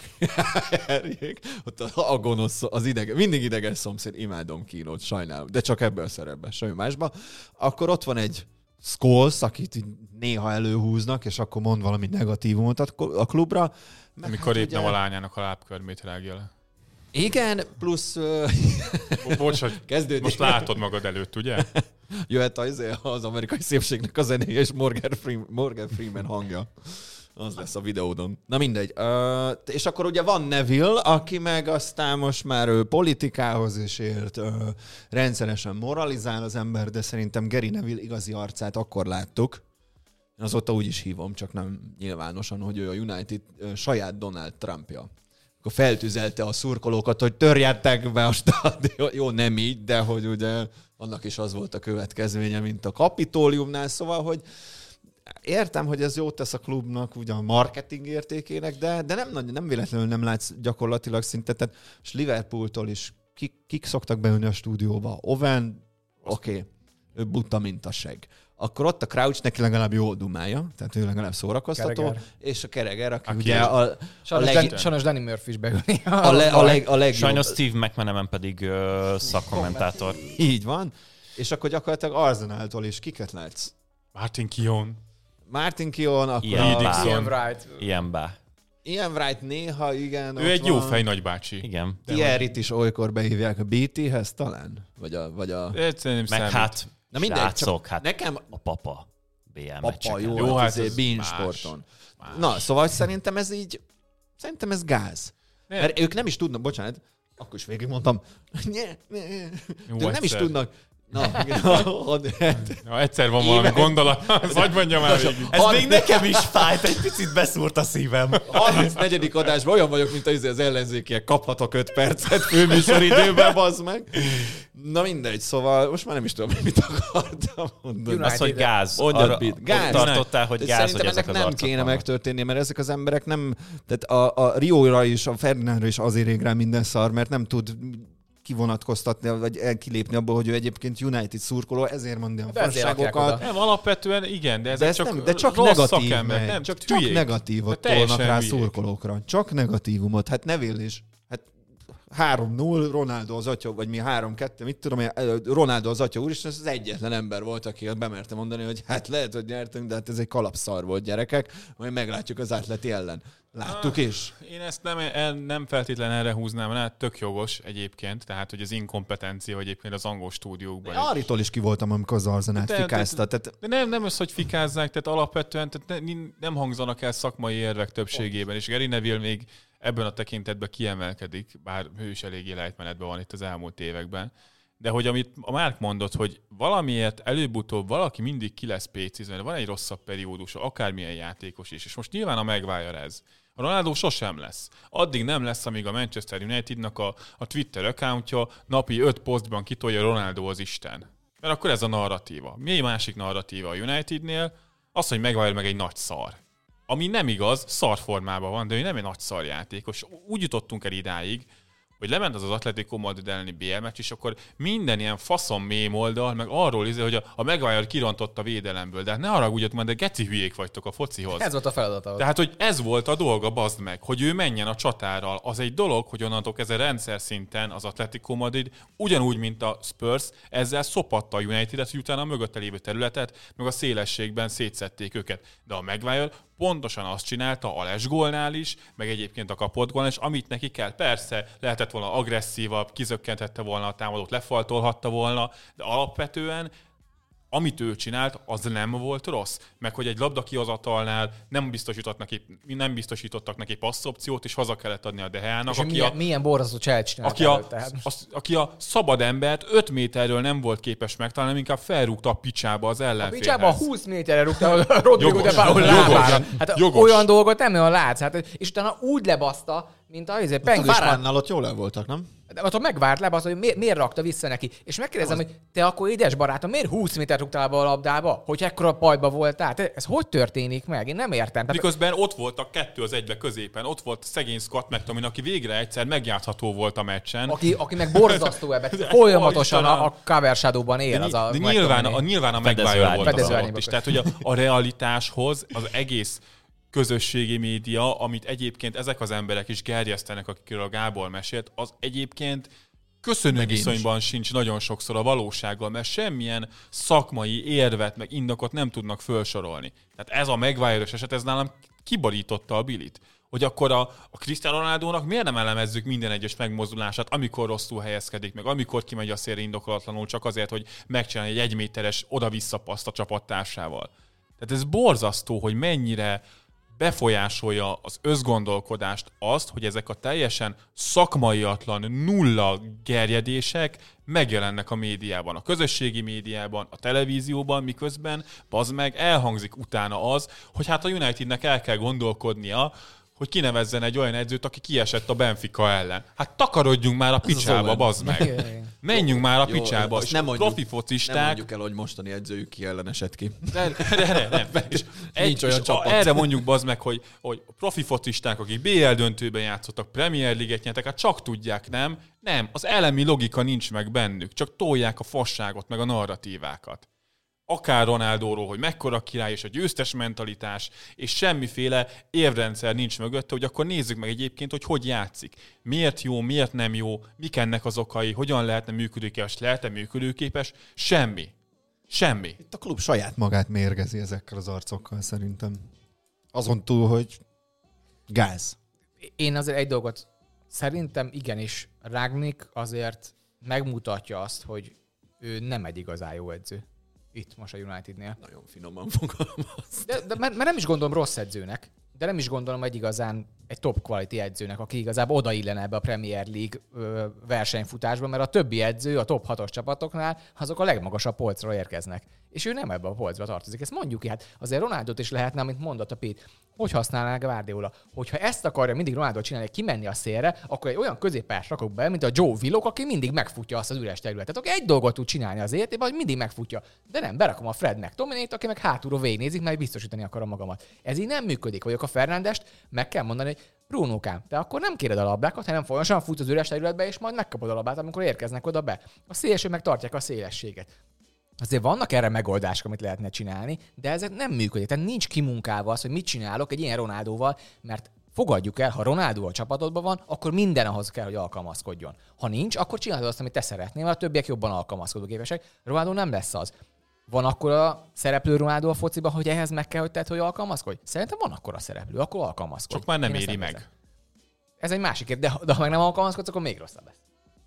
Ott a gonosz, az idegen, mindig ideges szomszéd, imádom Keane-ot, sajnálom, de csak ebben a szerepben, semmi másban. Akkor ott van egy Scholes, akit így néha előhúznak, és akkor mond valami negatívumot a klubra. Amikor épp nem a lányának a lábkörmét rágja le. Igen, plusz... Bocs, hogy kezdődik. Most látod magad előtt, ugye? Jöhet az amerikai szépségnek a zenéje, és Morgan Freeman hangja. Az lesz a videódon. Na mindegy. És akkor ugye van Neville, aki meg aztán most már politikához is ért, rendszeresen moralizál az ember, de szerintem Gary Neville igazi arcát akkor láttuk. Én azóta úgy is hívom, csak nem nyilvánosan, hogy ő a United saját Donald Trumpja. Akkor feltüzelte a szurkolókat, hogy törjettek be a stadion. Jó, nem így, de hogy ugye annak is az volt a következménye, mint a Kapitóliumnál, szóval, hogy értem, hogy ez jót tesz a klubnak, ugye a marketing értékének, de nem véletlenül nem látsz gyakorlatilag szinte. Tehát és Liverpooltól is kik szoktak beülni a stúdióba? Owen, oké, ő buta, mint a seg. Akkor ott a Crouch neki legalább jó dumája, tehát ő legalább szórakoztató, Carragher. És a Carragher, aki ugye a Sajnos Danny Murphy is beülni. a legjobb. Sajnos Steve McManaman pedig szakkommentátor. Így van. És akkor gyakorlatilag Arsenaltól is kiket látsz? Martin Keown, akkor Ian Wright. Ian Wright néha, igen. Ő egy jó fej nagybácsi. Igen. Thierryt is olykor behívják a BT-hez talán? Vagy a... Meg hát, na mindegy, srácok, hát nekem a papa BL papa meccseken. jó, hát ez Bein más. Sporton. Na, szóval szerintem ez így, szerintem ez gáz. Nem. Mert ők nem is tudnak, bocsánat, akkor is végigmondtam, ők nem is tudnak. Na, ja, egyszer van valami gondolat, vagy mondja már végig. Ez még nekem is fájt, egy picit beszúrt a szívem. 34. adásban olyan vagyok, mint az ellenzékiek, kaphatok 5 percet főműsoridőben, bazd meg. Na mindegy, szóval most már nem is tudom, mit akartam mondani. Az, hogy gáz. Gáz. Tartottál, hogy gáz, szerintem hogy ennek ezek az nem arcok kéne vannak. megtörténni, mert ezek az emberek nem... Tehát a Rióra is, a Ferdinandra is azért rég rá minden szar, mert nem tud kivonatkoztatni, vagy kilépni abból, hogy ő egyébként United szurkoló, ezért mondja a fasságokat. Nem, alapvetően igen, de ezek csak rossz negatív szakemberek, megy. nem, Csak hülyék. negatívot Teljesen tolnak rá hülyék. szurkolókra. Csak negatívumot. Hát Neville is. Hát 3-0, Ronaldo az atya, vagy mi 3-2, mit tudom, Ronaldo az atya úristen, ez az egyetlen ember volt, aki bemerte mondani, hogy hát lehet, hogy nyertünk, de hát ez egy kalapszar volt, gyerekek, majd meglátjuk az Atleti ellen. Láttuk is. Én ezt nem feltétlenül erre húznám, mert tök jogos egyébként, tehát hogy az inkompetencia egyébként az angol stúdiókban. Arritól is ki voltam, amikor az Arzenát fikázta. De nem az, hogy fikázzák, tehát alapvetően tehát nem hangzanak el szakmai érvek többségében, és Gary Neville még ebben a tekintetben kiemelkedik, bár ő is eléggé lejtmenetben van itt az elmúlt években. De hogy amit a Márk mondott, hogy valamiért előbb-utóbb valaki mindig ki lesz pécizve, mert van egy rosszabb periódus, akármilyen játékos is, és most nyilván a Maguire ez. A Ronaldo sosem lesz. Addig nem lesz, amíg a Manchester Unitednak a Twitter accountja napi 5 posztban kitolja Ronaldo az Isten. Mert akkor ez a narratíva. Mi másik narratíva a Unitednél? Az, hogy Maguire meg egy nagy szar. Ami nem igaz, szarformában van, de ő nem egy nagy szarjátékos. Úgy jutottunk el idáig, hogy lement az Atletico Madrid elleni BL meccs, és akkor minden ilyen faszom mém oldal, meg arról hogy a Maguire kirontott a védelemből. De hát ne haragudjatok már, de geci hülyék vagytok a focihoz. Ez volt a feladata. Tehát, hogy ez volt a dolga, bazd meg, hogy ő menjen a csatárral. Az egy dolog, hogy onnantól kezdve rendszer szinten az Atletico Madrid, ugyanúgy, mint a Spurs, ezzel szopatta a United-et, hogy utána a mögötte lévő területet, meg a szélességben szétszették őket. De a Maguire pontosan azt csinálta a Les gólnál is, meg egyébként a kapott gólnál, és amit neki kell. Persze lehetett volna agresszívabb, kizökkentette volna a támadót, lefaltolhatta volna, de alapvetően amit ő csinált, az nem volt rossz. Meg hogy egy labda kihozatalnál nem biztosítottak neki passzopciót, és haza kellett adni a De Geának, milyen borzasztó cselt csinált aki a szabad embert 5 méterről nem volt képes megtalálni, inkább felrúgta a picsába az ellenfélhez. A picsába 20 méterre rúgta a Rodrigo de Paul lábára. Hát olyan dolgot nem nagyon látsz. Hát, és utána úgy lebaszta, mint a Penguin. Varánnal ott jól el voltak, nem? De attól megvárt le az, hogy miért rakta vissza neki. És megkérdezem, hogy te akkor édes barátom, miért 20 métert rúgtál be a labdába, hogy ekkora pajba voltál? Ez hogy történik meg? Én nem értem. Miközben ott voltak 2-1 középen, ott volt szegény Scott McTominay, aki végre egyszer megjátszható volt a meccsen. Aki meg borzasztó ebben. Folyamatosan a cover shadowban él az a de nyilván a Maguire volt az alatt is. Tehát, hogy a realitáshoz az egész közösségi média, amit egyébként ezek az emberek is gerjesztenek, akikről a Gábor mesélt, az egyébként köszönő viszonyban sincs nagyon sokszor a valósággal, mert semmilyen szakmai érvet, meg indokot nem tudnak felsorolni. Tehát ez a Maguire-ös eset, ez nálam kiborította a bilit. Hogy akkor a Cristiano Ronaldónak miért nem elemezzük minden egyes megmozdulását, amikor rosszul helyezkedik, meg amikor kimegy a szélre indokolatlanul, csak azért, hogy megcsinálni egy 1 méteres oda-vissza paszt a csapattársával. Tehát ez borzasztó, hogy mennyire befolyásolja az összgondolkodást azt, hogy ezek a teljesen szakmaiatlan nulla gerjedések megjelennek a médiában, a közösségi médiában, a televízióban, miközben bazd meg elhangzik utána az, hogy hát a Unitednek el kell gondolkodnia, hogy kinevezzen egy olyan edzőt, aki kiesett a Benfica ellen. Hát takarodjunk már a picsába, bazd meg! Menjünk már a picsába, és profi focisták... Nem mondjuk el, hogy mostani edzőjük ki ellen esett ki. Nem. És nincs olyan csapat. Erre mondjuk bazd meg, hogy profi focisták, akik BL döntőben játszottak, Premier League-et nyertek, hát csak tudják, nem? Nem, az elemi logika nincs meg bennük, csak tolják a fasságot, meg a narratívákat. Akár Ronaldóról, hogy mekkora király és a győztes mentalitás, és semmiféle érvrendszer nincs mögötte, hogy akkor nézzük meg egyébként, hogy játszik. Miért jó, miért nem jó, mik ennek az okai, hogyan lehetne működőképes, semmi. Itt a klub saját magát mérgezi ezekkel az arcokkal szerintem. Azon túl, hogy gáz. Én azért egy dolgot szerintem igenis Rangnick azért megmutatja azt, hogy ő nem egy igazán jó edző. Itt most a Unitednél. Nagyon finoman fogalmaz. De mert nem is gondolom rossz edzőnek, de nem is gondolom egy igazán egy top quality edzőnek, aki igazából odaillene ebbe a Premier League versenyfutásba, mert a többi edző a top 6-os csapatoknál azok a legmagasabb polcra érkeznek. És ő nem ebbe a polcba tartozik. Ezt mondjuk ki, hát azért Ronaldot is lehetne, amit mondott a Pete. Hogy használná Guardiola? Hogyha ezt akarja mindig Ronaldot csinálni, kimenni a szélre, akkor egy olyan középpályást rakok be, mint a Joe Willock, aki mindig megfutja azt az üres területet. Aki egy dolgot tud csinálni az életében, hogy mindig megfutja. De nem, berakom a Fred McTominayt, aki meg hátulról végignézik, mert biztosítani akarom magamat. Ez így nem működik. Vagyok a Fernandest, meg kell mondani, hogy Brunókám, te akkor nem kéred a labdákat, hanem folyamatosan futsz az üres területbe, és majd megkapod a labdát, amikor érkeznek oda be. A szélső meg tartják a szélességet. Azért vannak erre megoldások, amit lehetne csinálni, de ezek nem működik. Tehát nincs kimunkálva az, hogy mit csinálok egy ilyen Ronaldóval, mert fogadjuk el, ha Ronaldo a csapatodban van, akkor minden ahhoz kell, hogy alkalmazkodjon. Ha nincs, akkor csinálod azt, amit te szeretnél, mert a többiek jobban alkalmazkodóképesek. Ronaldo nem lesz az. Van akkor a szereplő Ronaldo a fociban, hogy ehhez meg kell, hogy tedd, hogy alkalmazkodj? Szerintem van akkor a szereplő, akkor alkalmazkodj. Csak már nem éri meg. Ez egy másik kérdés, de ha meg nem alkalmazkodsz, akkor még rosszabb lesz.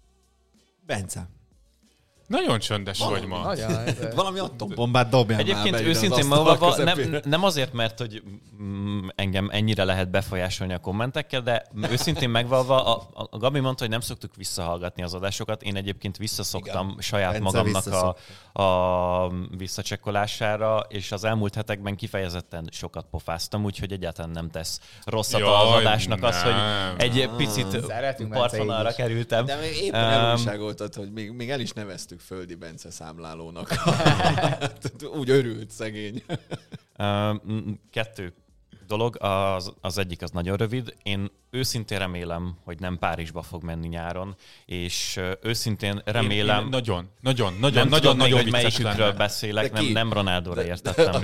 Bence. Nagyon csöndes vagy ma. Valami atombombát dobjál. Egyébként őszintén magával nem azért, mert hogy engem ennyire lehet befolyásolni a kommentekkel, de őszintén megvalva, a Gabi mondta, hogy nem szoktuk visszahallgatni az adásokat. Én egyébként visszaszoktam igen. saját Bence magamnak a visszacsekkolására, és az elmúlt hetekben kifejezetten sokat pofáztam, úgyhogy egyáltalán nem tesz rosszat az adásnak az, hogy egy picit partvonalra kerültem. De még éppen elújságoltad, hogy még el is neveztük Földi Bence számlálónak. Úgy örült szegény. 2 dolog, az egyik az nagyon rövid. Én őszintén remélem, hogy nem Párizsba fog menni nyáron, és őszintén remélem... Én nagyon hogy vicces melyikükről lenne. beszélek, nem Ronaldóra értettem.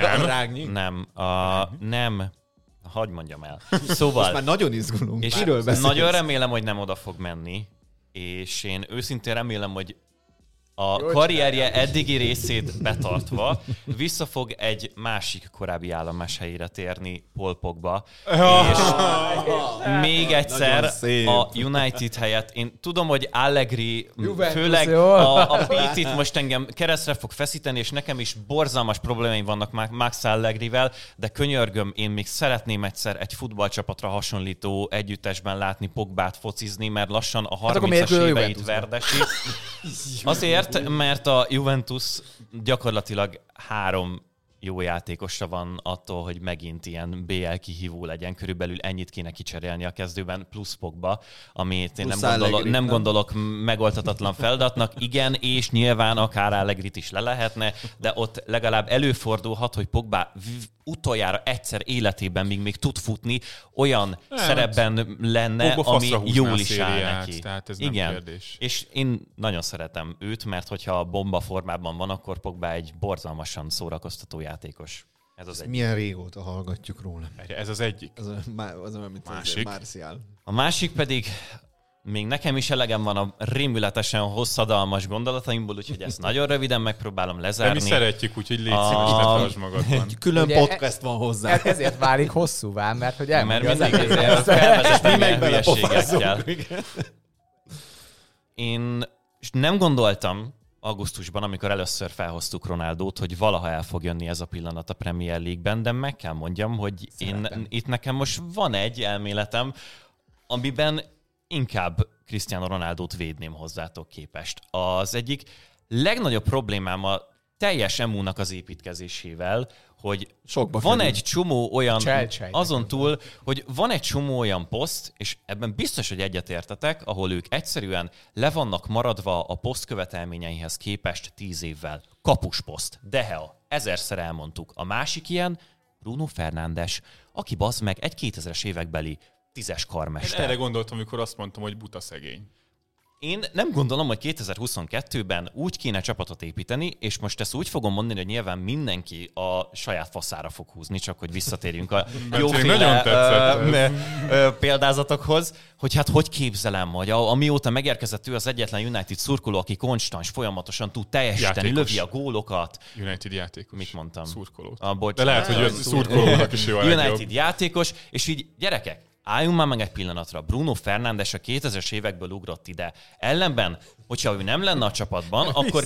Nem. Hadd mondjam el. Szóval... Most már nagyon izgulunk. És nagyon remélem, hogy nem oda fog menni, és én őszintén remélem, hogy a karrierje eddigi részét betartva vissza fog egy másik korábbi állomáshelyére térni, Paul Pogba. És még egyszer a United helyett, én tudom, hogy Allegri, főleg a Pete most engem keresztre fog feszíteni, és nekem is borzalmas problémáim vannak Max Allegrivel, de könyörgöm, én még szeretném egyszer egy futballcsapatra hasonlító együttesben látni Pogbát focizni, mert lassan a 30-as éveit verdesi. Azért, mert a Juventus gyakorlatilag 3 jó játékosra van attól, hogy megint ilyen BL kihívó legyen. Körülbelül ennyit kéne kicserélni a kezdőben, plusz Pogba, amit én nem gondolok megoldhatatlan feladatnak. Igen, és nyilván akár Allegrit is le lehetne, de ott legalább előfordulhat, hogy Pogba utoljára egyszer életében még tud futni, olyan szerepben lenne, ami jól is áll neki. Tehát ez nem kérdés. És én nagyon szeretem őt, mert hogyha bomba formában van, akkor Pogba egy borzalmasan szórakoztató játékos. Ez az milyen régóta hallgatjuk róla. Ez az egyik. Az olyan, mint másik. Martial. A másik pedig, még nekem is elegem van a rémületesen hosszadalmas gondolataimból, úgyhogy ezt nagyon röviden megpróbálom lezárni. De mi szeretjük, úgyhogy légy szíves, ne tartsd magadban. Külön ugye podcast van hozzá. Ezért válik hosszúvá, mert hogy elmondja az egész. Felvezetni hülyeségekkel. Én nem gondoltam augusztusban, amikor először felhoztuk Ronaldót, hogy valaha el fog jönni ez a pillanat a Premier League-ben, de meg kell mondjam, hogy itt nekem most van egy elméletem, amiben inkább Cristiano Ronaldót védném hozzátok képest. Az egyik legnagyobb problémám a teljes EMU-nak az építkezésével, hogy van egy csomó olyan, azon túl, hogy van egy csomó olyan poszt, és ebben biztos, hogy egyetértetek, ahol ők egyszerűen le vannak maradva a poszt követelményeihez képest 10 évvel. Kapusposzt, De Gea, 1000-szer elmondtuk. A másik ilyen Bruno Fernandes, aki bazd meg egy 2000-es évekbeli 10-es karmester. Én erre gondoltam, amikor azt mondtam, hogy buta szegény. Én nem gondolom, hogy 2022-ben úgy kéne csapatot építeni, és most ezt úgy fogom mondani, hogy nyilván mindenki a saját faszára fog húzni, csak hogy visszatérjünk a jóféle példázatokhoz, hogy hát hogy képzelem, hogy amióta megérkezett ő az egyetlen United szurkoló, aki konstans, folyamatosan tud teljesíteni, lövi a gólokat. United játékos. Mit mondtam? Szurkoló. De lehet, hogy szurkolónak is jó a legjobb. United játékos, és így gyerekek, álljunk már meg egy pillanatra. Bruno Fernandes a 2000-es évekből ugrott ide. Ellenben, hogyha ő nem lenne a csapatban, akkor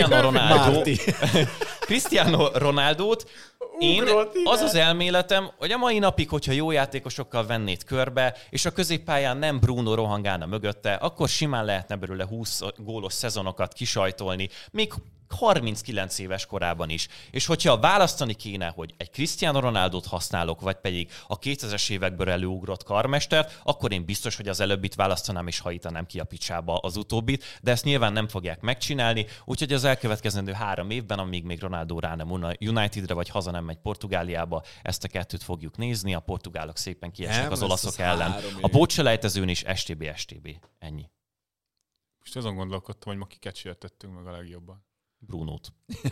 Cristiano Ronaldót az az elméletem, hogy a mai napig, hogyha jó játékosokkal vennéd körbe, és a középpályán nem Bruno rohangálna mögötte, akkor simán lehetne belőle 20 gólos szezonokat kisajtolni, még 39 éves korában is. És hogyha választani kéne, hogy egy Cristiano Ronaldót használok, vagy pedig a 2000-es évekből előugrott karmestert, akkor én biztos, hogy az előbbit választanám és hajítanám ki a picsába az utóbbit, de ezt nyilván nem fogják megcsinálni, úgyhogy az elkövetkezendő 3 évben, amíg még Ronaldo rá nem Unitedre, vagy haza nem megy Portugáliába, ezt a kettőt fogjuk nézni, a portugálok szépen kiesnek az olaszok ellen. A pótselejtezőn is STB. Ennyi. Most azon gondolkodtam, hogy ma kiket sértettünk meg a legjobban. Brunót.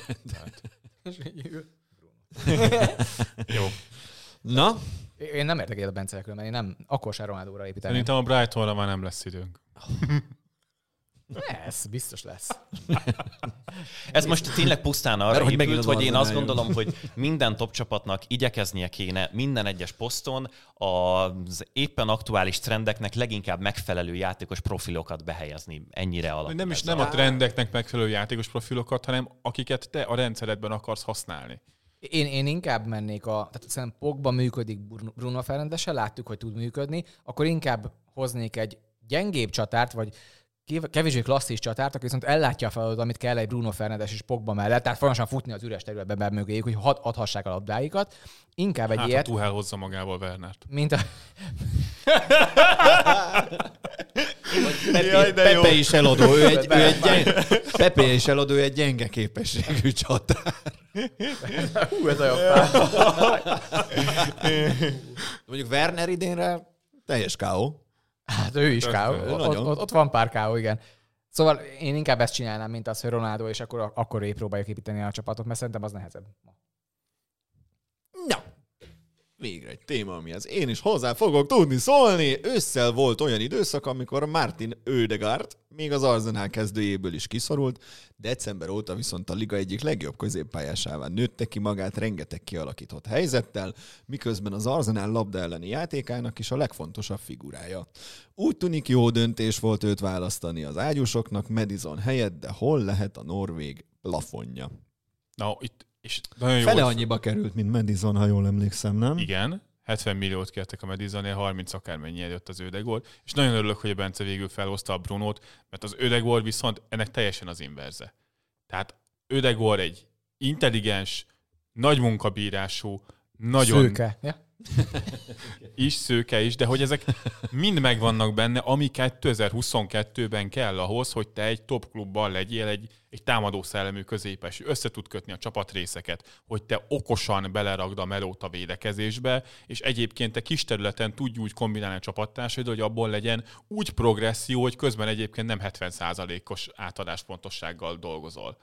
Jó. Na? Én nem értek egyet a Bencekről, mert én nem akkor sem Ronaldóra építeném. Szerintem a Brightonra már nem lesz időnk. Ez biztos lesz. Ez most tényleg pusztán arra épült, hogy én azt gondolom, hogy minden top csapatnak igyekeznie kéne minden egyes poszton az éppen aktuális trendeknek leginkább megfelelő játékos profilokat behelyezni. Ennyire alapvetően. Nem a trendeknek megfelelő játékos profilokat, hanem akiket te a rendszeredben akarsz használni. Én inkább mennék tehát szerintem Pogba működik Bruno Fernandessel, láttuk, hogy tud működni, akkor inkább hoznék egy gyengébb csatárt, vagy kevésbé klasszis csatárt, aki viszont ellátja a feladatot, amit kell egy Bruno Fernandes és Pogba mellett, tehát folyamatosan futni az üres területbe be mögéjük, hogy adhassák a labdáikat. Inkább egy ilyet... a Tuchel hozza magával Wernert. Mint a... Pepe is eladó, Pepe is eladó, egy gyenge képességű csatár. Ez a jobb. Mondjuk Werner idénre teljes K.O. Hát ő is K.O. Ott van pár K.O., igen. Szóval én inkább ezt csinálnám, mint az, hogy Ronaldo, és akkor próbáljuk építeni a csapatot, mert szerintem az nehezebb. Na, végre egy téma, amihez én is hozzá fogok tudni szólni. Ősszel volt olyan időszak, amikor Martin Ødegaard még az Arsenal kezdőjéből is kiszorult, december óta viszont a liga egyik legjobb középpályásává nőtte ki magát rengeteg kialakított helyzettel, miközben az Arsenal labda elleni játékának is a legfontosabb figurája. Úgy tűnik, jó döntés volt őt választani az ágyúsoknak Madison helyett, de hol lehet a norvég plafonja? Na, itt és nagyon jó fele annyiba került, mint Madison, ha jól emlékszem, nem? Igen, 70 milliót kértek a Madisonnél, 30 akármennyi jött az Ødegaard, és nagyon örülök, hogy a Bence végül felhozta a Brunót, mert az Ødegaard viszont ennek teljesen az inverze. Tehát Ødegaard egy intelligens, nagy munkabírású, nagyon Szőke. Ja? szőke is, de hogy ezek mind megvannak benne, ami 2022-ben kell ahhoz, hogy te egy top klubban legyél, egy támadó szellemű középes, össze tud kötni a csapatrészeket, hogy te okosan beleragd a melót a védekezésbe, és egyébként te kis területen tudj úgy kombinálni a csapattársaid, hogy abból legyen úgy progresszió, hogy közben egyébként nem 70%-os átadáspontossággal dolgozol.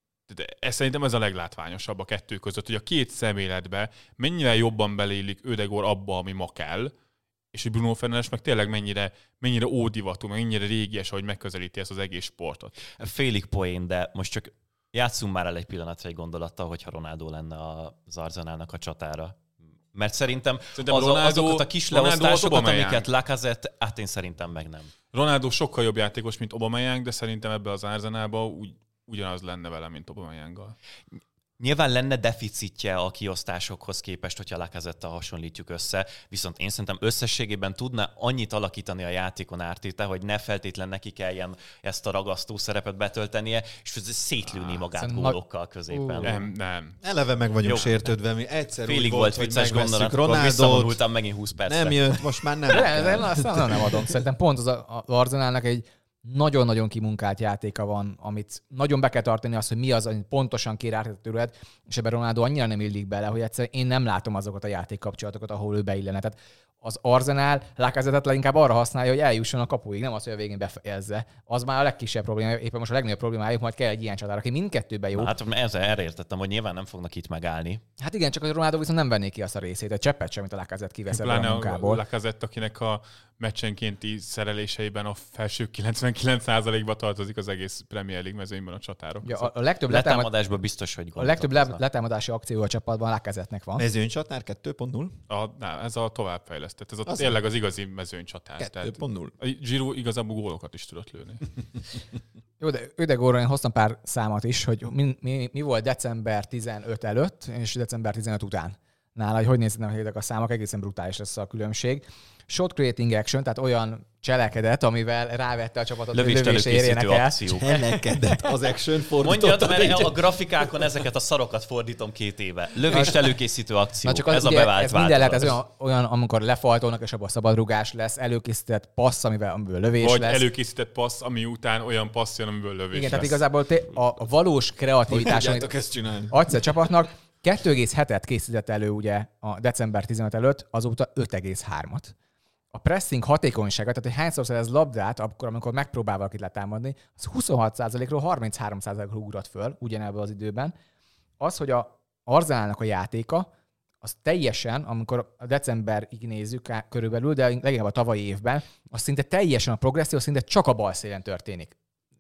De szerintem ez a leglátványosabb a kettő között, hogy a két szemléletbe mennyire jobban beleillik Ödegor abba, ami ma kell, és hogy Bruno Fernandes meg tényleg mennyire ódivatú, mennyire régies, ahogy megközelíti ezt az egész sportot. Félig poén, de most csak játsszunk már el egy pillanatra egy gondolattal, hogyha Ronaldo lenne az Arsenalnak a csatára. Mert szerintem azokat a kis leosztásokat, amiket Lacazette, én szerintem meg nem. Ronaldo sokkal jobb játékos, mint Aubameyang, de szerintem ebbe az Arsenalban ugyanaz lenne vele, mint Aubameyanggal. Nyilván lenne deficitje a kiosztásokhoz képest, hogyha Lacazette-tel hasonlítjuk össze, viszont én szerintem összességében tudna annyit alakítani a játékon Ártéta, hogy ne feltétlen neki kelljen ezt a ragasztó szerepet betöltenie, és szétlőni magát gólokkal középen. Nem. Eleve meg vagyunk sértődve, mi egyszer félig úgy volt hogy vicces gondolat, Ronaldót, visszavonultam megint 20 percre. nem jött, most már nem. Azt nem adom. Szerintem pont az Arsenalnak egy nagyon-nagyon kimunkált játéka van, amit nagyon be kell tartani azt, hogy mi az, amit pontosan kér a terület, és ebben Ronaldo annyira nem illik bele, hogy egyszerűen én nem látom azokat a játékkapcsolatokat, ahol ő beillene. Tehát az Arsenal Lacazette-et leginkább arra használja, hogy eljusson a kapuig, nem az, hogy a végén befejezze. Az már a legkisebb probléma, éppen most a legnagyobb problémájuk, majd kell egy ilyen csatár, aki mindkettőben jó. Hát erre értettem, hogy nyilván nem fognak itt megállni. Hát igen, csak a Ronaldo viszont nem venné ki azt a részét, egy cseppet sem, mint a Lacazette kivesz ebből a munkából. A Lacazette, akinek a meccsenkénti szereléseiben a felső 99%-ba tartozik az egész Premier League mezőnyben a csatárok. Ja, a legtöbb letámadásban biztos, hogy a legtöbb letámadási akció a csapatban Lacazette-nek van. Mezőnycsatár 2.0? Ez a továbbfejlesztett. Ez tényleg az igazi mezőnycsatár. 2.0. A Giroud igazából gólokat is tudott lőni. Jó, de Ödegorról én hoztam pár számat is, hogy mi volt december 15 előtt és december 15 után. Nála, hogy néznek a számok, egészen brutális lesz a különbség. Shot creating action, tehát olyan cselekedet, amivel rávette a csapatot, hogy lövésre érjenek el. Cselekedet, az action fordította. Mondjad, mert a grafikákon ezeket a szarokat fordítom 2 éve. Lövést előkészítő akció, ez a bevált változat. Minden lehet, ez olyan, amikor lefaltolnak, és abban szabadrugás lesz, előkészített passz, amiből lövés vagy lesz. Vagy előkészített passz, ami után olyan passz jön, amiből lövés igen, lesz. tehát igazából a valós kreativitás, amit adsz a csapatnak, 2,7-et készített elő ugye a december 15 előtt, azóta 5,3-at. A pressing hatékonysága, tehát hogy hányszor szerez labdát, akkor, amikor megpróbál valakit letámadni, az 26%-ról 33%-ra ugrott föl ugyanebből az időben. Az, hogy a Arsenalnak a játéka, az teljesen, amikor a decemberig nézzük körülbelül, de leginkább a tavalyi évben, az szinte teljesen a progresszió, szinte csak a bal szélen történik.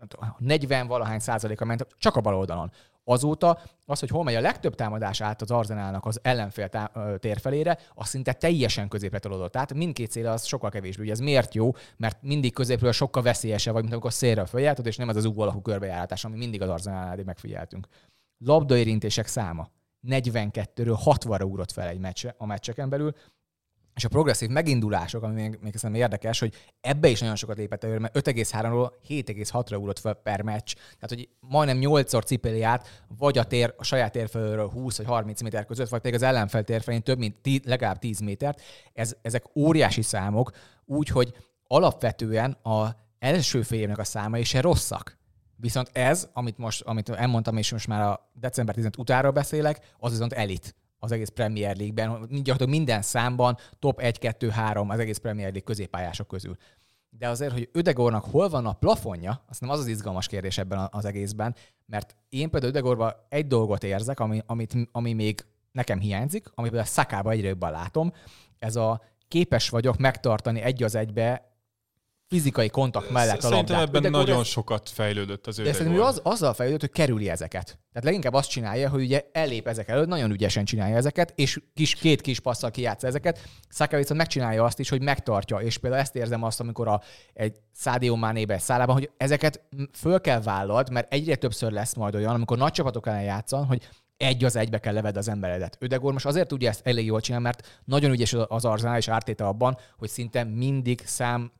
40-valahány százaléka ment csak a bal oldalon. Azóta az, hogy hol megy a legtöbb támadás át az Arsenalnak az ellenfél térfelére, az szinte teljesen középre tolódott. Tehát mindkét cél az sokkal kevésbé. Ugye ez miért jó? Mert mindig középről sokkal veszélyesebb vagy, mint amikor szélről följártad, és nem ez az ugó alakú körbejárás, ami mindig az Arsenalnál megfigyeltünk. Labdaérintések száma 42-ről 60-ra ugrott fel a meccseken belül, és a progresszív megindulások, ami még szerintem érdekes, hogy ebbe is nagyon sokat lépett előre, mert 5,3-ról 7,6-ra ugrott fel per meccs. Tehát, hogy majdnem 8-szor cipeli át, vagy a saját térfelőről 20 vagy 30 méter között, vagy pedig az ellenfél térfelén több mint legalább 10 métert. Ezek óriási számok, úgyhogy alapvetően az első fél évnek a számai se rosszak. Viszont ez, amit elmondtam, és most már a december 15 utánról beszélek, az viszont elit az egész Premier League-ben, gyakorlatilag minden számban top 1, 2, 3 az egész Premier League középpályások közül. De azért, hogy Ödegornak hol van a plafonja, azt nem az az izgalmas kérdés ebben az egészben, mert én például Ödegorban egy dolgot érzek, ami még nekem hiányzik, amiből a Sakában egyre jobban látom, ez a képes vagyok megtartani 1-1 fizikai kontakt mellett a labdát. Szerintem ebben nagyon sokat fejlődött az Ödegor. De szerintem azzal fejlődött, hogy kerüli ezeket. Tehát leginkább azt csinálja, hogy ugye ellép ezek előtt, nagyon ügyesen csinálja ezeket, és két kis passzal kijátsza ezeket. Saka viszont megcsinálja azt is, hogy megtartja, és például ezt érzem azt, amikor egy Sadio Manébe, egy Salában, hogy ezeket föl kell vállald, mert egyre többször lesz majd olyan, amikor nagy csapatok ellen játszan, hogy 1-1 kell levedd az emberedet. Ödegor most azért tudja ezt elég jól csinálni, mert nagyon ügyes az Arsenal és Artéta abban, hogy szinte mindig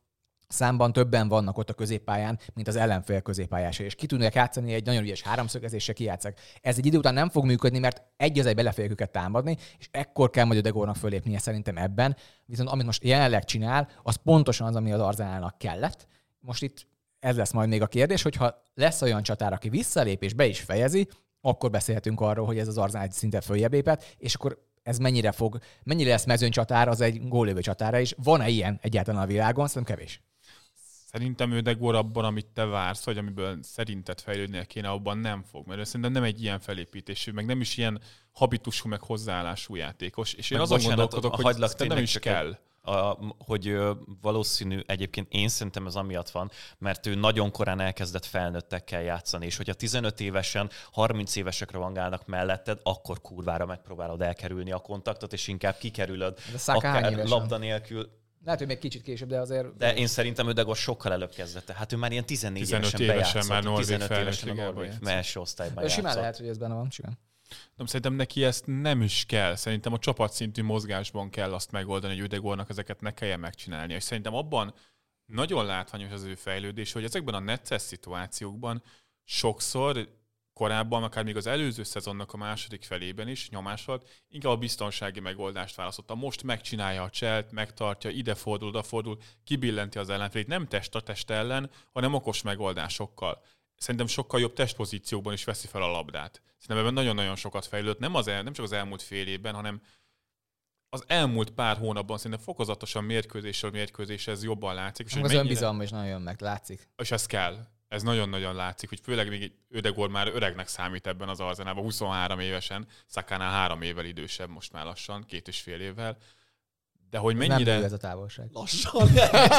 számban többen vannak ott a középpályán, mint az ellenfél középpályása, és ki tudnak játszani egy nagyon ügyes háromszögezéssel kijátszák. Ez egy idő után nem fog működni, mert egy az egy bele fogják őket támadni, és ekkor kell majd Ödegornak fölépnie szerintem ebben. Viszont amit most jelenleg csinál, az pontosan az, ami az Arsenalnak kellett. Most itt ez lesz majd még a kérdés, hogyha lesz olyan csatár, aki visszalép és be is fejezi, akkor beszélhetünk arról, hogy ez az Arsenal egy szinten följebb lépett, és akkor ez mennyire lesz mezőnycsatár, az egy góllövő csatára is. Van-e ilyen egyáltalán a világon? Szerintem kevés. Szerintem Ödegor abban, amit te vársz, vagy amiből szerinted fejlődnie kéne, abban nem fog. Mert szerintem nem egy ilyen felépítésű, meg nem is ilyen habitusú, meg hozzáállású játékos. És én meg azon gondolkodok, hogy nem is kell. Hogy valószínű, egyébként én szerintem ez amiatt van, mert ő nagyon korán elkezdett felnőttekkel játszani, és hogyha 15 évesen 30 évesekre vangálnak melletted, akkor kurvára megpróbálod elkerülni a kontaktot, és inkább kikerülöd akár labda nélkül. Lehet, hogy még kicsit később, de azért... De én szerintem Ödegor sokkal előbb kezdett. Hát ő már ilyen 14 évesen bejátszott. Már 15 évesen a Norvég első osztályban játszott. Simán lehet, hogy ez benne van, simán. Nem, szerintem neki ezt nem is kell. Szerintem a csapatszintű mozgásban kell azt megoldani, hogy Ödegornak ezeket ne kelljen megcsinálni. És szerintem abban nagyon látványos az ő fejlődés, hogy ezekben a necces szituációkban sokszor korábban, akár még az előző szezonnak a második felében is nyomás volt, inkább a biztonsági megoldást választotta. Most megcsinálja a cselt, megtartja, idefordul, odafordul, kibillenti az ellenfelét, nem test a test ellen, hanem okos megoldásokkal. Szerintem sokkal jobb testpozícióban is veszi fel a labdát. Szerintem ebben nagyon-nagyon sokat fejlődött, nem csak az elmúlt fél évben, hanem az elmúlt pár hónapban szerintem fokozatosan mérkőzésről mérkőzésre ez jobban látszik. És az önbizalma is nagyon jön meg, látszik. És ez kell. Ez nagyon-nagyon látszik, hogy főleg még Ödegor már öregnek számít ebben az Arsenalban, 23 évesen, Sakánál 3 évvel idősebb most már lassan, 2,5 évvel. De hogy mennyire... Nem ez a távolság. Lassan.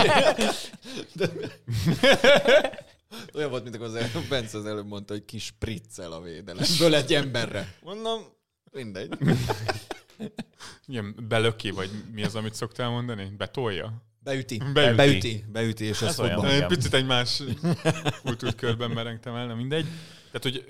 Olyan volt, mint akkor Bence az előbb mondta, hogy kis spriccel a védelemből egy emberre. Mondom, mindegy. Igen, belöki, vagy mi az, amit szoktál mondani? Betolja? Beüti, és ez olyan, igen. Picit egy más kultúrkörben merengtem el, nem mindegy. Tehát, hogy...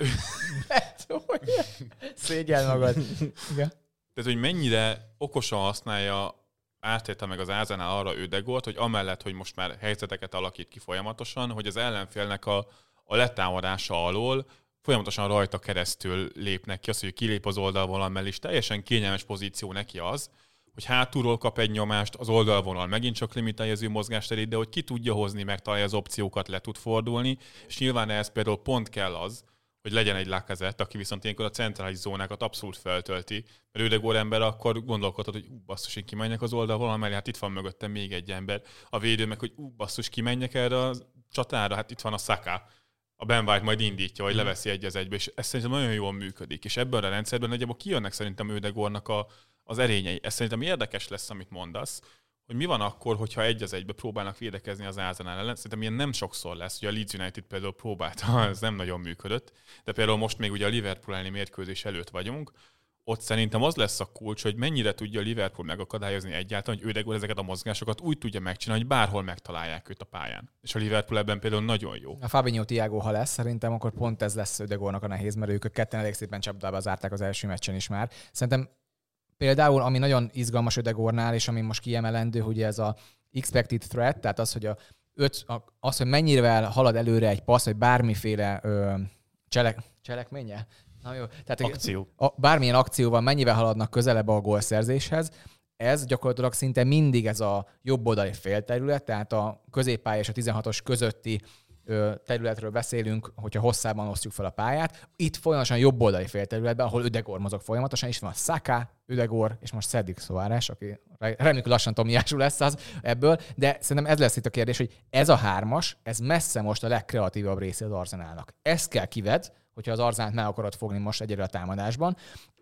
Szégyel magad. Igen. Tehát, hogy mennyire okosan használja Arteta meg az Arsenal arra Ödegort, hogy amellett, hogy most már helyzeteket alakít ki folyamatosan, hogy az ellenfélnek a letámadása alól folyamatosan rajta keresztül lépnek ki, az, hogy kilép az oldalvonal mellé, és teljesen kényelmes pozíció neki az, hogy hátulról kap egy nyomást, az oldalvonal megint csak limitálja az ő mozgásterét, de hogy ki tudja hozni, megtalálja az opciókat, le tud fordulni, és nyilván ehhez például pont kell az, hogy legyen egy Lacazette, aki viszont ilyenkor a centrális zónákat abszolút feltölti, mert Ödegor ember akkor gondolkodhat, hogy basszus, én kimenjek az oldalvonal mellé, hát itt van mögöttem még egy ember. A védő meg, hogy basszus, kimenjek erre a csatára, hát itt van a Saka. A Ben White majd indítja, vagy leveszi egy az egybe, és ez szerintem nagyon jól működik. És ebben a rendszerben nagyjából kijönnek szerintem Ödegornak az erényei. Ez szerintem érdekes lesz, amit mondasz, hogy mi van akkor, hogyha egy az egybe próbálnak védekezni az Arsenal ellen. Szerintem ilyen nem sokszor lesz. Ugye a Leeds United például próbálta, ez nem nagyon működött, de például most még ugye a Liverpool elleni mérkőzés előtt vagyunk, ott szerintem az lesz a kulcs, hogy mennyire tudja a Liverpool megakadályozni egyáltalán, hogy Ödegor ezeket a mozgásokat úgy tudja megcsinálni, hogy bárhol megtalálják őt a pályán. És a Liverpool ebben például nagyon jó. A Fabinho Thiago, ha lesz, szerintem akkor pont ez lesz Ödegornak a nehéz, mert ők ketten elég szépen csapdába zárták az első meccsen is már. Szerintem például, ami nagyon izgalmas Ödegornál, és ami most kiemelendő, hogy ez a expected threat, tehát az, hogy hogy mennyire halad előre egy passz, vagy bármiféle cselekménye. Na jó. Tehát akció. Bármilyen akcióval mennyivel haladnak közelebb a gólszerzéshez, ez gyakorlatilag szinte mindig ez a jobb oldali félterület, tehát a középpálya és a 16-os közötti területről beszélünk, hogyha hosszában osztjuk fel a pályát. Itt folyamatosan jobb oldali félterületben, ahol Ödegor mozog folyamatosan, és van a Saka, Ödegor, és most Cedric Soares, aki reméljük lassan Tomiású lesz az ebből, de szerintem ez lesz itt a kérdés, hogy ez a hármas, ez messze most a legkreatívabb része az Arsenalnak. Ezt kell kived, hogyha az Arsenalt meg akarod fogni most egyre a támadásban.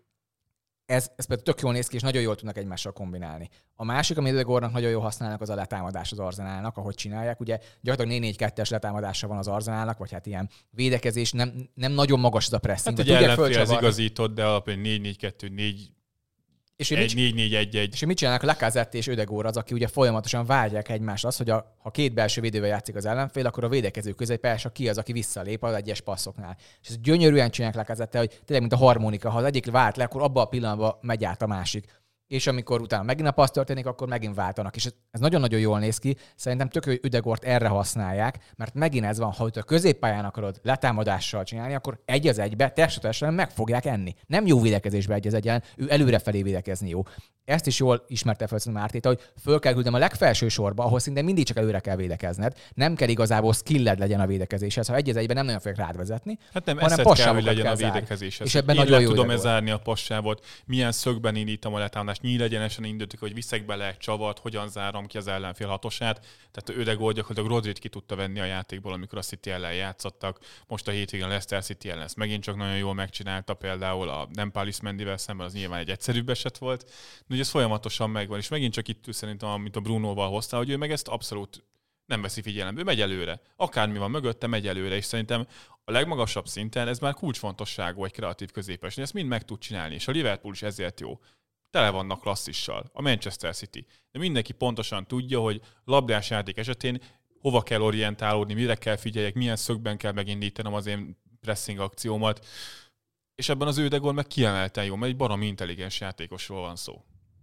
Ez például tök jól néz ki, és nagyon jól tudnak egymással kombinálni. A másik, amit Ödegornak nagyon jól használnak, az a letámadás az Arsenalnak, ahogy csinálják. Ugye gyakorlatilag 4-4-2-es letámadása van az Arsenalnak, vagy hát ilyen védekezés, nem nagyon magas az a pressing. Hát ugye ellenfélhez igazított, de alapvetően 4-4-2-4 és 4-4-1-1. És mit csinálnak? Lacazette és Ödegor az, aki ugye folyamatosan várják egymást azt, hogy ha két belső védővel játszik az ellenfél, akkor a védekező középpályás ki az, aki visszalép az egyes passzoknál. És ezt gyönyörűen csinálják Lacazette, hogy tényleg mint a harmonika, ha az egyik vált le, akkor abban a pillanatban megy át a másik. és amikor utána megint a passz történik, akkor megint váltanak. És ez nagyon-nagyon jól néz ki. Szerintem tök jó, hogy Ödegort erre használják, mert megint ez van, ha a középpályán akarod letámadással csinálni, akkor egy az egybe természetesen meg fogják enni. Nem jó védekezésbe egy az egyen, ő előrefelé védekezni jó. Ezt is jól ismerte fel szerintem Ártéta, hogy föl kell küldeni a legfelső sorba, ahol szinte mindig csak előre kell védekezned. Nem kell igazából skilled legyen a védekezéshez, ha egy az egyben nem nagyon fogják rád vezetni. Hát nem, hanem eszed kell, hogy passávokat legyen kell a zárni. védekezéshez. És ebben Én nagyon le jó tudom-e ide volt. zárni a passávot, milyen szögben indítom a letámadást, nyílegyenesen indítok, hogy viszek bele egy csavart, hogyan zárom ki az ellenfél hatosát. Tehát Ödegor gyakorlatilag Rodrit ki tudta venni a játékból, amikor a City ellen játszottak. Most a hétvégén a Leicester City ellen ezt megint csak nagyon jól megcsinálta, például a Nempalis Mendivel szemben az nyilván egy egyszerűbb eset volt. De ugye ez folyamatosan megvan, és megint csak itt szerintem, amit a Brunóval hoztál, hogy ő meg ezt abszolút nem veszi figyelembe. Ő megy előre. Akármi van mögötte, megy előre, és szerintem a legmagasabb szinten ez már kulcsfontosságú egy kreatív középes. Ezt mind meg tud csinálni, és a Liverpool is ezért jó. Tele vannak klasszissal, a Manchester City. De mindenki pontosan tudja, hogy labdás játék esetén hova kell orientálódni, mire kell figyeljek, milyen szögben kell megindítanom az én pressing akciómat. És ebben az Ödegor meg kiemelten jó, mert egy baromi intelligens játékosról van szó.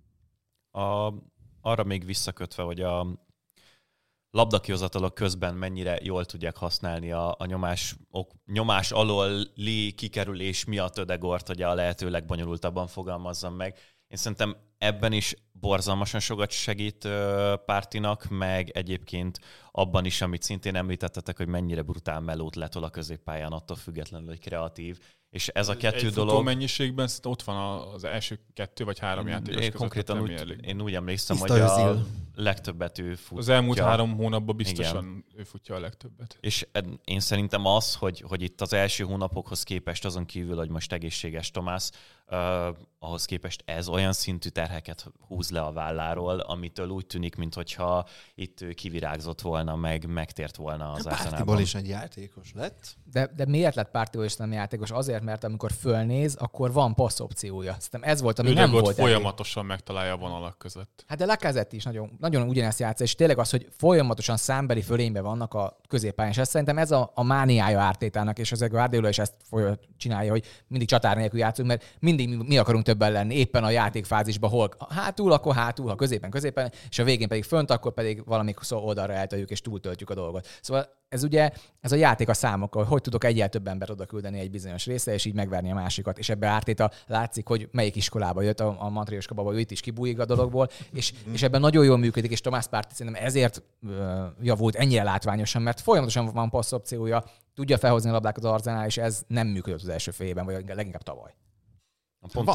Arra még visszakötve, hogy a labdakihozatalok közben mennyire jól tudják használni a nyomás alól kikerülés miatt Ödegort, hogy a lehető legbonyolultabban fogalmazzam meg. Én szerintem ebben is borzalmasan sokat segít Pártinak, meg egyébként abban is, amit szintén említettetek, hogy mennyire brutál melót letol a középpályán, attól függetlenül, hogy kreatív. És ez a kettő dolog... mennyiségben ott van az első 2 vagy 3 játékos között. Konkrétan én úgy emlékszem, Tiszta hogy Özil. a legtöbbet ő futja. Az elmúlt 3 hónapban biztosan Igen. ő futja a legtöbbet. És én szerintem az, hogy itt az első hónapokhoz képest, azon kívül, hogy most egészséges Tomás, ahhoz képest ez olyan szintű terheket húz le a válláról, amitől úgy tűnik, mintha itt ő kivirágzott volna, meg megtért volna az Pártiból Arsenalban. is egy játékos lett. De miért lett Pártiból is nem játékos? Azért, mert amikor fölnéz, akkor van passz opciója. Szerintem ez volt, ami nem volt folyamatosan megtalálja a vonalak között. Hát de Lacazette is nagyon ugyanezt játsza, és tényleg az, hogy folyamatosan számbeli fölényben vannak a középpályán, és ez szerintem ez a mániája Ártétának, és az a Guardiola is ezt csinálja, hogy mindig csatár nélkül játszunk, mert mindig mi akarunk többen lenni, éppen a játékfázisban, hol hátul, akkor hátul, ha középen, és a végén pedig fönt, akkor pedig valamikor oldalra eltöljük, és túltöltjük a dolgot. Szóval ez ugye, ez a játék a számokkal, hogy tudok egyel több embert oda küldeni egy bizonyos részre, és így megverni a másikat. És ebbe Ártéta látszik, hogy melyik iskolába jött, a matrioskaba, ő itt is kibújik a dologból, és ebben nagyon jól működik, és Tomás Partey szerintem ezért javult ennyire látványosan, mert folyamatosan van passz opciója, tudja felhozni a labdákat az Arsenal, és ez nem működött az első fél évben, vagy leginkább tavaly. Pont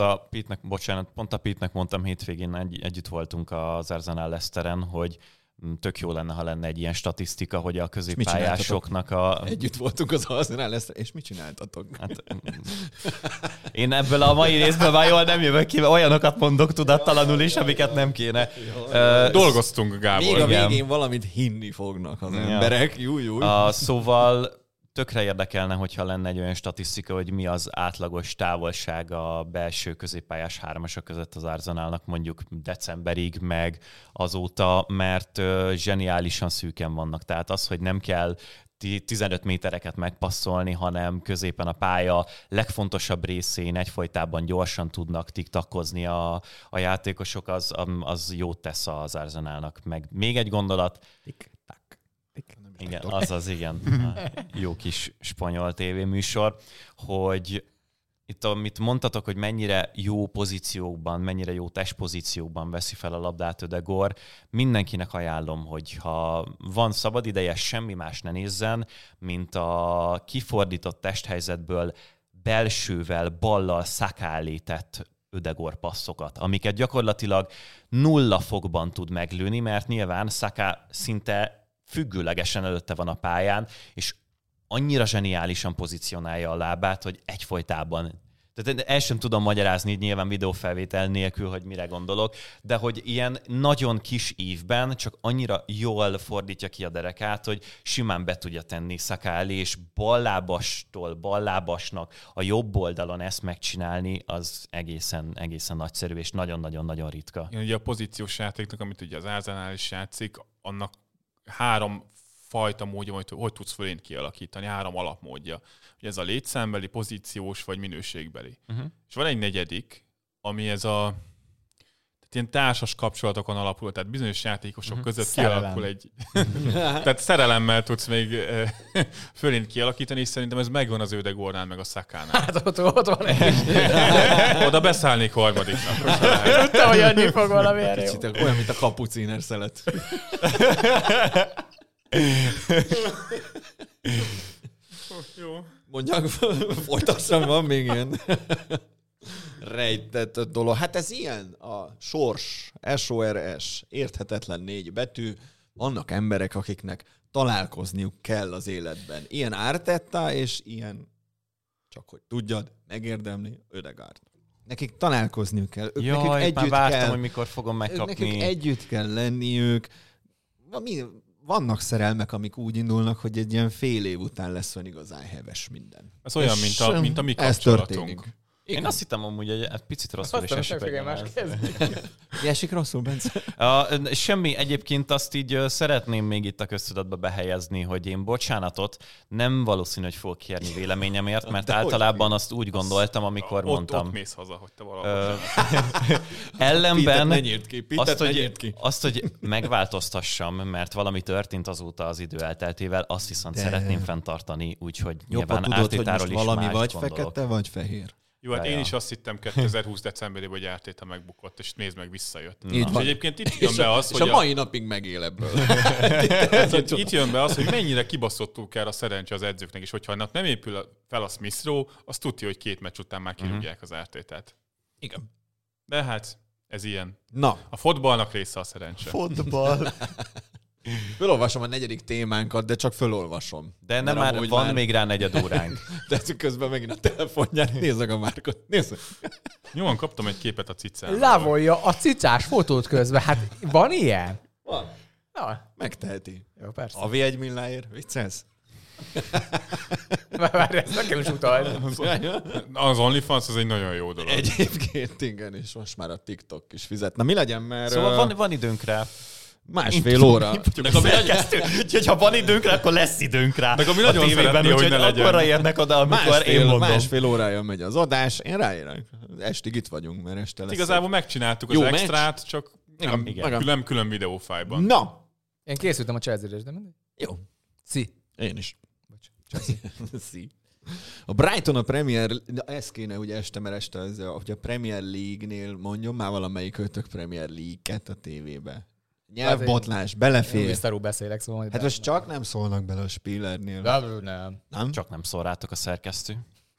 a Pete-nek mondtam hétvégén, együtt voltunk az Arsenal Leicesteren, hogy tök jó lenne, ha lenne egy ilyen statisztika, hogy a középpályásoknak Együtt voltunk az Arsenal Leicester, és mit csináltatok? Hát, én ebből a mai részből már jól nem jövök ki, mert olyanokat mondok tudattalanul is, amiket nem kéne. Dolgoztunk, Gábor. Még a végén valamit hinni fognak az emberek. Júj. Szóval tökre érdekelne, hogyha lenne egy olyan statisztika, hogy mi az átlagos távolság a belső középpályás hármasok között az Arsenalnak mondjuk decemberig, meg azóta, mert zseniálisan szűken vannak. Tehát az, hogy nem kell 15 métereket megpasszolni, hanem középen a pálya legfontosabb részén egyfolytában gyorsan tudnak tiktakozni a játékosok, az jót tesz az Arsenalnak. Meg még egy gondolat. Igen, igen. Jó kis spanyol tévéműsor, hogy itt amit mondtatok, hogy mennyire jó pozíciókban, mennyire jó testpozíciókban veszi fel a labdát Ödegor, mindenkinek ajánlom, hogy ha van szabad ideje, semmi más ne nézzen, mint a kifordított testhelyzetből belsővel, ballal Saka tett Ödegor passzokat, amiket gyakorlatilag 0 fokban tud meglőni, mert nyilván Saka szinte függőlegesen előtte van a pályán, és annyira zseniálisan pozícionálja a lábát, hogy egyfolytában. Tehát el sem tudom magyarázni, nyilván videófelvétel nélkül, hogy mire gondolok, de hogy ilyen nagyon kis ívben csak annyira jól fordítja ki a derekát, hogy simán be tudja tenni Saka elé, és ballábasnak a jobb oldalon ezt megcsinálni, az egészen nagyszerű, és nagyon-nagyon-nagyon ritka. Igen, ugye a pozíciós játéknak, amit ugye az Arsenal is játszik, annak 3 fajta módja, hogy tudsz fölényt kialakítani, 3 alapmódja. Ugye ez a létszámbeli, pozíciós vagy minőségbeli. És van egy negyedik, ami ez a ilyen társas kapcsolatokon alapul, tehát bizonyos játékosok között Szerelem. kialakul egy... tehát szerelemmel tudsz még fölén kialakítani, és szerintem ez megvan az Ödegornál, meg a Szakánál. Hát ott van egy. Oda beszállnék harmadiknak. hogyha lehet. Tudtam, hogy annyi fog valami erre jó. Kicsit olyan, mint a kapuciner szelet. Jó. Mondják, folytassam, van még ilyen rejtett dolog. Hát ez ilyen, a sors, SORS, érthetetlen 4 betű. Vannak emberek, akiknek találkozniuk kell az életben. Ilyen Arteta, és ilyen, csak hogy tudjad, megérdemli Ödegaard. Nekik találkozniuk kell. Nekik Jaj, már együtt vártam, kell. hogy mikor fogom megkapni. Nekik együtt kell lenniük. Vannak szerelmek, amik úgy indulnak, hogy egy ilyen fél év után lesz olyan igazán heves minden. Ez olyan, És mint a mi ez kapcsolatunk. történik. Én azt hittem amúgy, hogy egy picit rosszul is Aztán esik. semmiféle más kezdjük. Esik rosszul, Bence? Semmi, egyébként azt így szeretném még itt a köztudatba behelyezni, hogy én bocsánatot nem valószínű, hogy fogok kérni véleményemért, mert De általában azt úgy gondoltam, amikor mondtam. Ott mész haza, hogy te valahol. Ellenben Ne nyírt ki, Pitet ne nyírt ki. azt, hogy megváltoztassam, mert valami történt azóta az idő elteltével, azt viszont szeretném fenntartani, úgyhogy Jobban nyilván tudod, hogy Ártétáról most is valami mást vagy gondolok. fekete, vagy fehér. Jó, hát Ja, én ja. is azt hittem 2020 decemberében, hogy Ártéta megbukott, és nézd meg, visszajött. Így És van. egyébként itt jön be az, És hogy a mai napig megél ebből. itt jön be az, hogy mennyire kibaszottul kell a szerencse az edzőknek, és hogyha annak nem épül fel a Smith Rowe, az tudja, hogy 2 meccs után már kirúgják az Ártétát. Igen. De hát, ez ilyen. Na, A fotballnak része a szerencse. fotball. Fölolvasom a 4. témánkat, de csak fölolvasom. De nem Mert már amúgy van még rá 4 óránk. De közben megint a telefonját. Nézzek a Márkot. Nézzek. Nyomon kaptam egy képet a cicámról. Lávolja a cicás fotót közben. Hát van ilyen? Van. Na, Megteheti. jó, persze. A V1 milláért. Viccelsz? Várj, ezt nekem is utalt. Az OnlyFans az egy nagyon jó dolog. Egyébként igen, és most már a TikTok is fizet. Na mi legyen, mert Szóval van időnk rá. másfél óra. Úgyhogy ha van időnk rá, akkor lesz időnk rá. Meg ami nagyon szeretné, hogy ne legyen. Akkorra érnek oda, amikor én mondom. Másfél órája megy az adás. Én ráérek. Estig itt vagyunk, mert este lesz. Igazából megcsináltuk az Jó extrát, csak nem, Igen. külön videófájlban. Na, Én készültem a Chelsea-re, de mindegy. jó. Szi. Én is. Szí. A Brighton a Premier... Ez kéne, hogy este, mert este, hogy a Premier League-nél mondjon már valamelyik ötök Premier League-et a tévébe. Nyelvbotlás, Én belefér. visszarú beszélek, szóval... Hát most csak nem szólnak bele a Spillernél. Nem. Nem? Csak nem szól rátok a szerkesztő.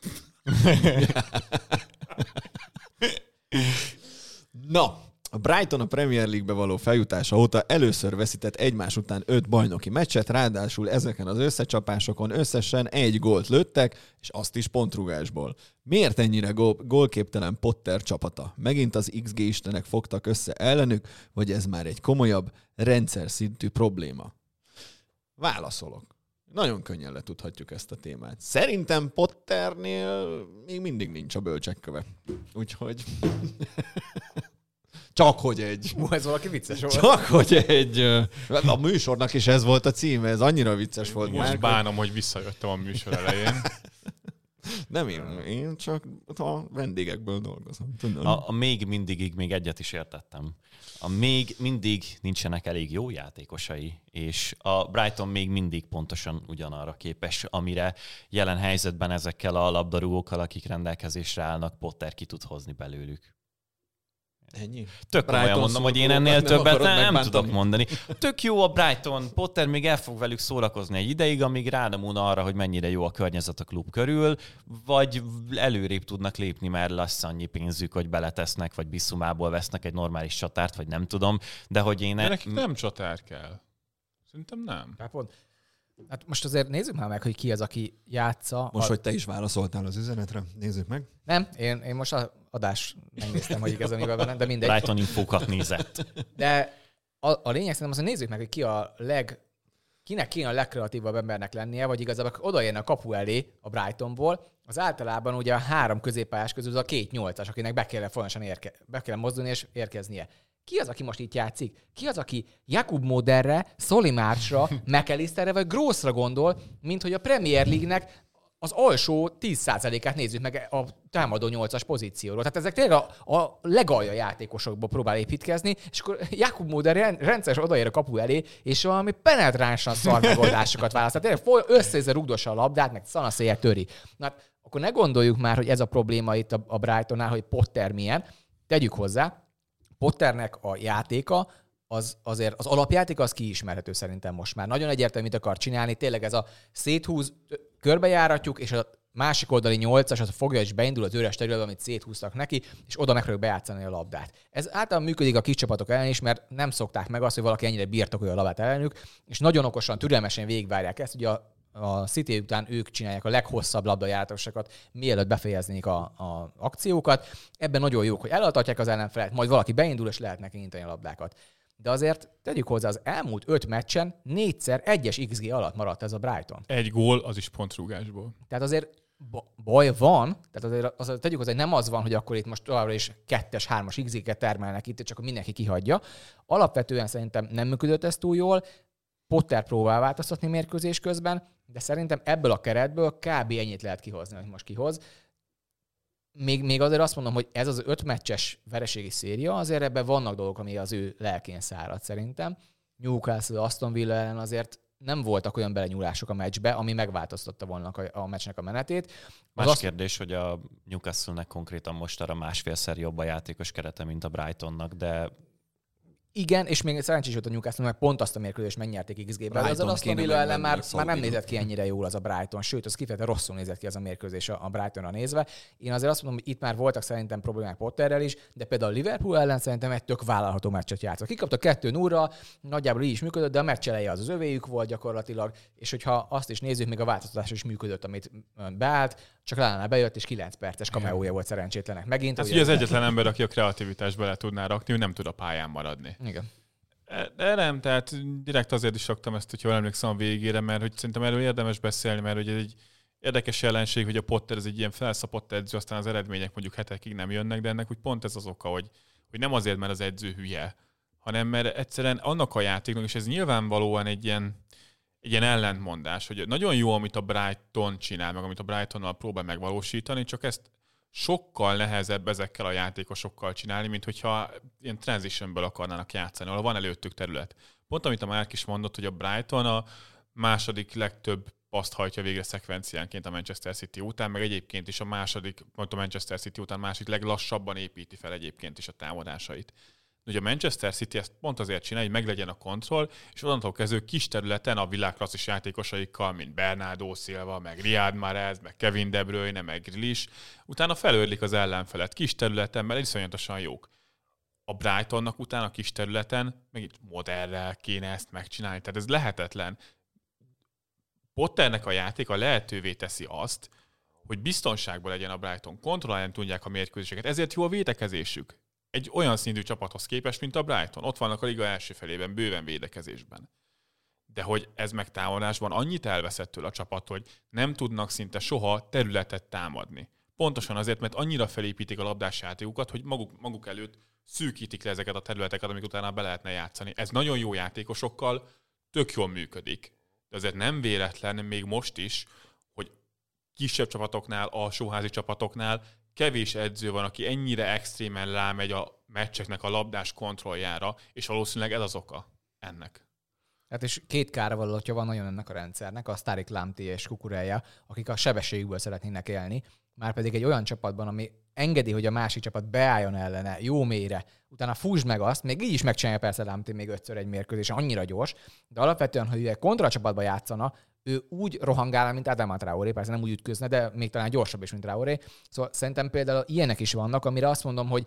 Na, a Brighton a Premier League-be való feljutása óta először veszített egymás után 5 bajnoki meccset, ráadásul ezeken az összecsapásokon összesen 1 gólt lőttek, és azt is pontrugásból. Miért ennyire gólképtelen Potter csapata? Megint az XG istenek fogtak össze ellenük, vagy ez már egy komolyabb, rendszer szintű probléma? Válaszolok. Nagyon könnyen letudhatjuk ezt a témát. Szerintem Potternél még mindig nincs a bölcsekköve. Úgyhogy... Csak hogy egy... Ez valaki vicces volt. Csak hogy egy... A műsornak is ez volt a címe, ez annyira vicces volt. Most már, bánom, hogy visszajöttem a műsor elején. Nem én csak a vendégekből dolgozom. Tudom. A még mindigig még egyet is értettem. A még mindig nincsenek elég jó játékosai, és a Brighton még mindig pontosan ugyanarra képes, amire jelen helyzetben ezekkel a labdarúgókkal, akik rendelkezésre állnak, Potter ki tud hozni belőlük. Ennyi? Tök komolyan Brighton mondom, hogy én szurkolókat ennél nem többet akarod nem megbántani. tudok mondani. Tök jó a Brighton, Potter még el fog velük szórakozni egy ideig, amíg ránemúlna arra, hogy mennyire jó a környezet a klub körül, vagy előrébb tudnak lépni, mert lesz annyi pénzük, hogy beletesznek, vagy Bisszumából vesznek egy normális csatárt, vagy nem tudom, de hogy én... De nekik nem csatár kell. Szerintem nem. Hát most azért nézzük már meg, hogy ki az, aki játsza. Most, hogy te is válaszoltál az üzenetre, nézzük meg. Nem, én most az adás megnéztem, hogy igazán mivel van, de mindegy. Brighton infókat nézett. De a lényeg szerintem az, hogy nézzük meg, hogy kinek kéne a legkreatívabb embernek lennie, vagy igazából odaérne a kapu elé a Brightonból, az általában ugye a 3 középpályás közül az a 2 8-as, akinek be kell folyamatosan be kell mozdulni és érkeznie. Ki az, aki most itt játszik? Ki az, aki Jakub Moderre, Szoli Márcsra, McAllisterre vagy Grossra gondol, mint hogy a Premier League-nek az alsó 10%-át nézzük meg a támadó 8-as pozícióról. Tehát ezek tényleg a legalja játékosokból próbál építkezni, és akkor Jakub Móder rendszeresen odaér a kapu elé, és valami penetránsan szar megoldásokat választ. Tehát tényleg össze rugdossa a labdát, meg szanaszéjjel töri. Na, akkor ne gondoljuk már, hogy ez a probléma itt a Brightonnál, hogy Potter milyen. Tegyük hozzá, Potternek a játéka, azért az alapjáték az kiismerhető szerintem most már. Nagyon egyértelmű, mit akar csinálni. Tényleg ez a széthúz, körbejáratjuk, és a másik oldali 8-as az fogja és beindul az üres területbe, amit széthúztak neki, és oda meg fogjuk bejátszani a labdát. Ez általában működik a kis csapatok ellen is, mert nem szokták meg azt, hogy valaki ennyire birtokolja a labdát ellenük, és nagyon okosan, türelmesen végigvárják ezt. Ugye a City után ők csinálják a leghosszabb labdajáratosokat, mielőtt befejeznék a akciókat. Ebben nagyon jók, hogy elaltatják az ellenfelet, majd valaki beindul, és lehet neki inteni a labdákat. De azért tegyük hozzá, az elmúlt 5 meccsen 4-szer 1-es XG alatt maradt ez a Brighton. 1 gól, az is pontrúgásból. Tehát azért baj van, tehát azért tegyük hozzá, hogy nem az van, hogy akkor itt most továbbra is 2-es, 3-as XG-ket termelnek itt, csak mindenki kihagyja. Alapvetően szerintem nem működött ez túl jól, Potter próbál változtatni mérkőzés közben, de szerintem ebből a keretből kb. Ennyit lehet kihozni, hogy most kihoz. Még azért azt mondom, hogy ez az 5 meccses vereségi széria, azért ebben vannak dolgok, ami az ő lelkén szárad szerintem. Newcastle, Aston Villa ellen azért nem voltak olyan belenyúlások a meccsbe, ami megváltoztatta volna a meccsnek a menetét. Kérdés, hogy a Newcastle-nek konkrétan most arra másfélszer jobb a játékos kerete, mint a Brightonnak, de igen, és még szerencsés volt a Newcastle, mert pont azt a mérkőzést megnyerték XG-ben. Az Aston Villa ellen már nem nézett ki ennyire jól az a Brighton, sőt, az kifejezetten rosszul nézett ki az a mérkőzés a Brightonra nézve. Én azért azt mondom, hogy itt már voltak szerintem problémák Potterrel is, de például a Liverpool ellen szerintem egy tök vállalható meccset játszott. Kikapta 2-0-ra, nagyjából így is működött, de a meccs eleje az övéjük volt gyakorlatilag, és hogyha azt is nézzük, még a változtatás is működött, amit beállt, csak Lallana bejött, és 9 perces kameója volt szerencsétlenek megint. Hát ugye az egyetlen ember, aki a kreativitást bele tudná rakni, ő nem tud a pályán maradni. Igen. De nem, tehát direkt azért is raktam ezt, hogyha emlékszem a végére, mert hogy szerintem erről érdemes beszélni, mert hogy egy érdekes jelenség, hogy a Potter ez egy ilyen felszapott edző, aztán az eredmények mondjuk hetekig nem jönnek, de ennek úgy pont ez az oka, hogy nem azért, mert az edző hülye, hanem mert egyszerűen annak a játéknak, és ez nyilvánvalóan egy ilyen ellentmondás, hogy nagyon jó, amit a Brighton csinál, meg amit a Brightonnal próbál megvalósítani, csak ezt sokkal nehezebb ezekkel a játékosokkal csinálni, mint hogyha ilyen transitionből akarnának játszani, ahol van előttük terület. Pont amit a Márk is mondott, hogy a Brighton a második legtöbb paszt hajtja végre szekvenciánként a Manchester City után, meg egyébként is a Manchester City után másik leglassabban építi fel egyébként is a támadásait. Ugye a Manchester City ezt pont azért csinálja, hogy meglegyen a kontroll, és onnantól kezdő kis területen a világklasszis játékosaikkal, mint Bernardo Silva, meg Riyad Mahrez, meg Kevin De Bruyne, meg Grealish, utána felőrlik az ellenfelet kis területen, mert iszonyatosan jók. A Brightonnak utána kis területen meg itt modellel kéne ezt megcsinálni, tehát ez lehetetlen. Potternek a játéka lehetővé teszi azt, hogy biztonságban legyen a Brighton, kontrollálni tudják a mérkőzéseket, ezért jó a védekezésük. Egy olyan szintű csapathoz képest, mint a Brighton. Ott vannak a liga első felében, bőven védekezésben. De hogy ez meg támadásban annyit elveszett tőle a csapat, hogy nem tudnak szinte soha területet támadni. Pontosan azért, mert annyira felépítik a labdás játékokat, hogy maguk előtt szűkítik le ezeket a területeket, amik utána be lehetne játszani. Ez nagyon jó játékosokkal tök jól működik. De azért nem véletlen még most is, hogy kisebb csapatoknál, alsóházi csapatoknál kevés edző van, aki ennyire extrémen rámegy a meccseknek a labdás kontrolljára, és valószínűleg ez az oka ennek. Hát és két kárvalótja van nagyon ennek a rendszernek, a Tariq Lamptey és Cucurella, akik a sebességükből szeretnének élni, márpedig egy olyan csapatban, ami engedi, hogy a másik csapat beálljon ellene, jó mélyre, utána fúsd meg azt, még így is megcsinálja persze Lamptey még 5-ször egy mérkőzésen, annyira gyors, de alapvetően, hogy egy kontracsapatba játszana, ő úgy rohangál, mint Adama Traoré, persze nem úgy ütközne, de még talán gyorsabb is, mint Traoré. Szóval szerintem például ilyenek is vannak, amire azt mondom, hogy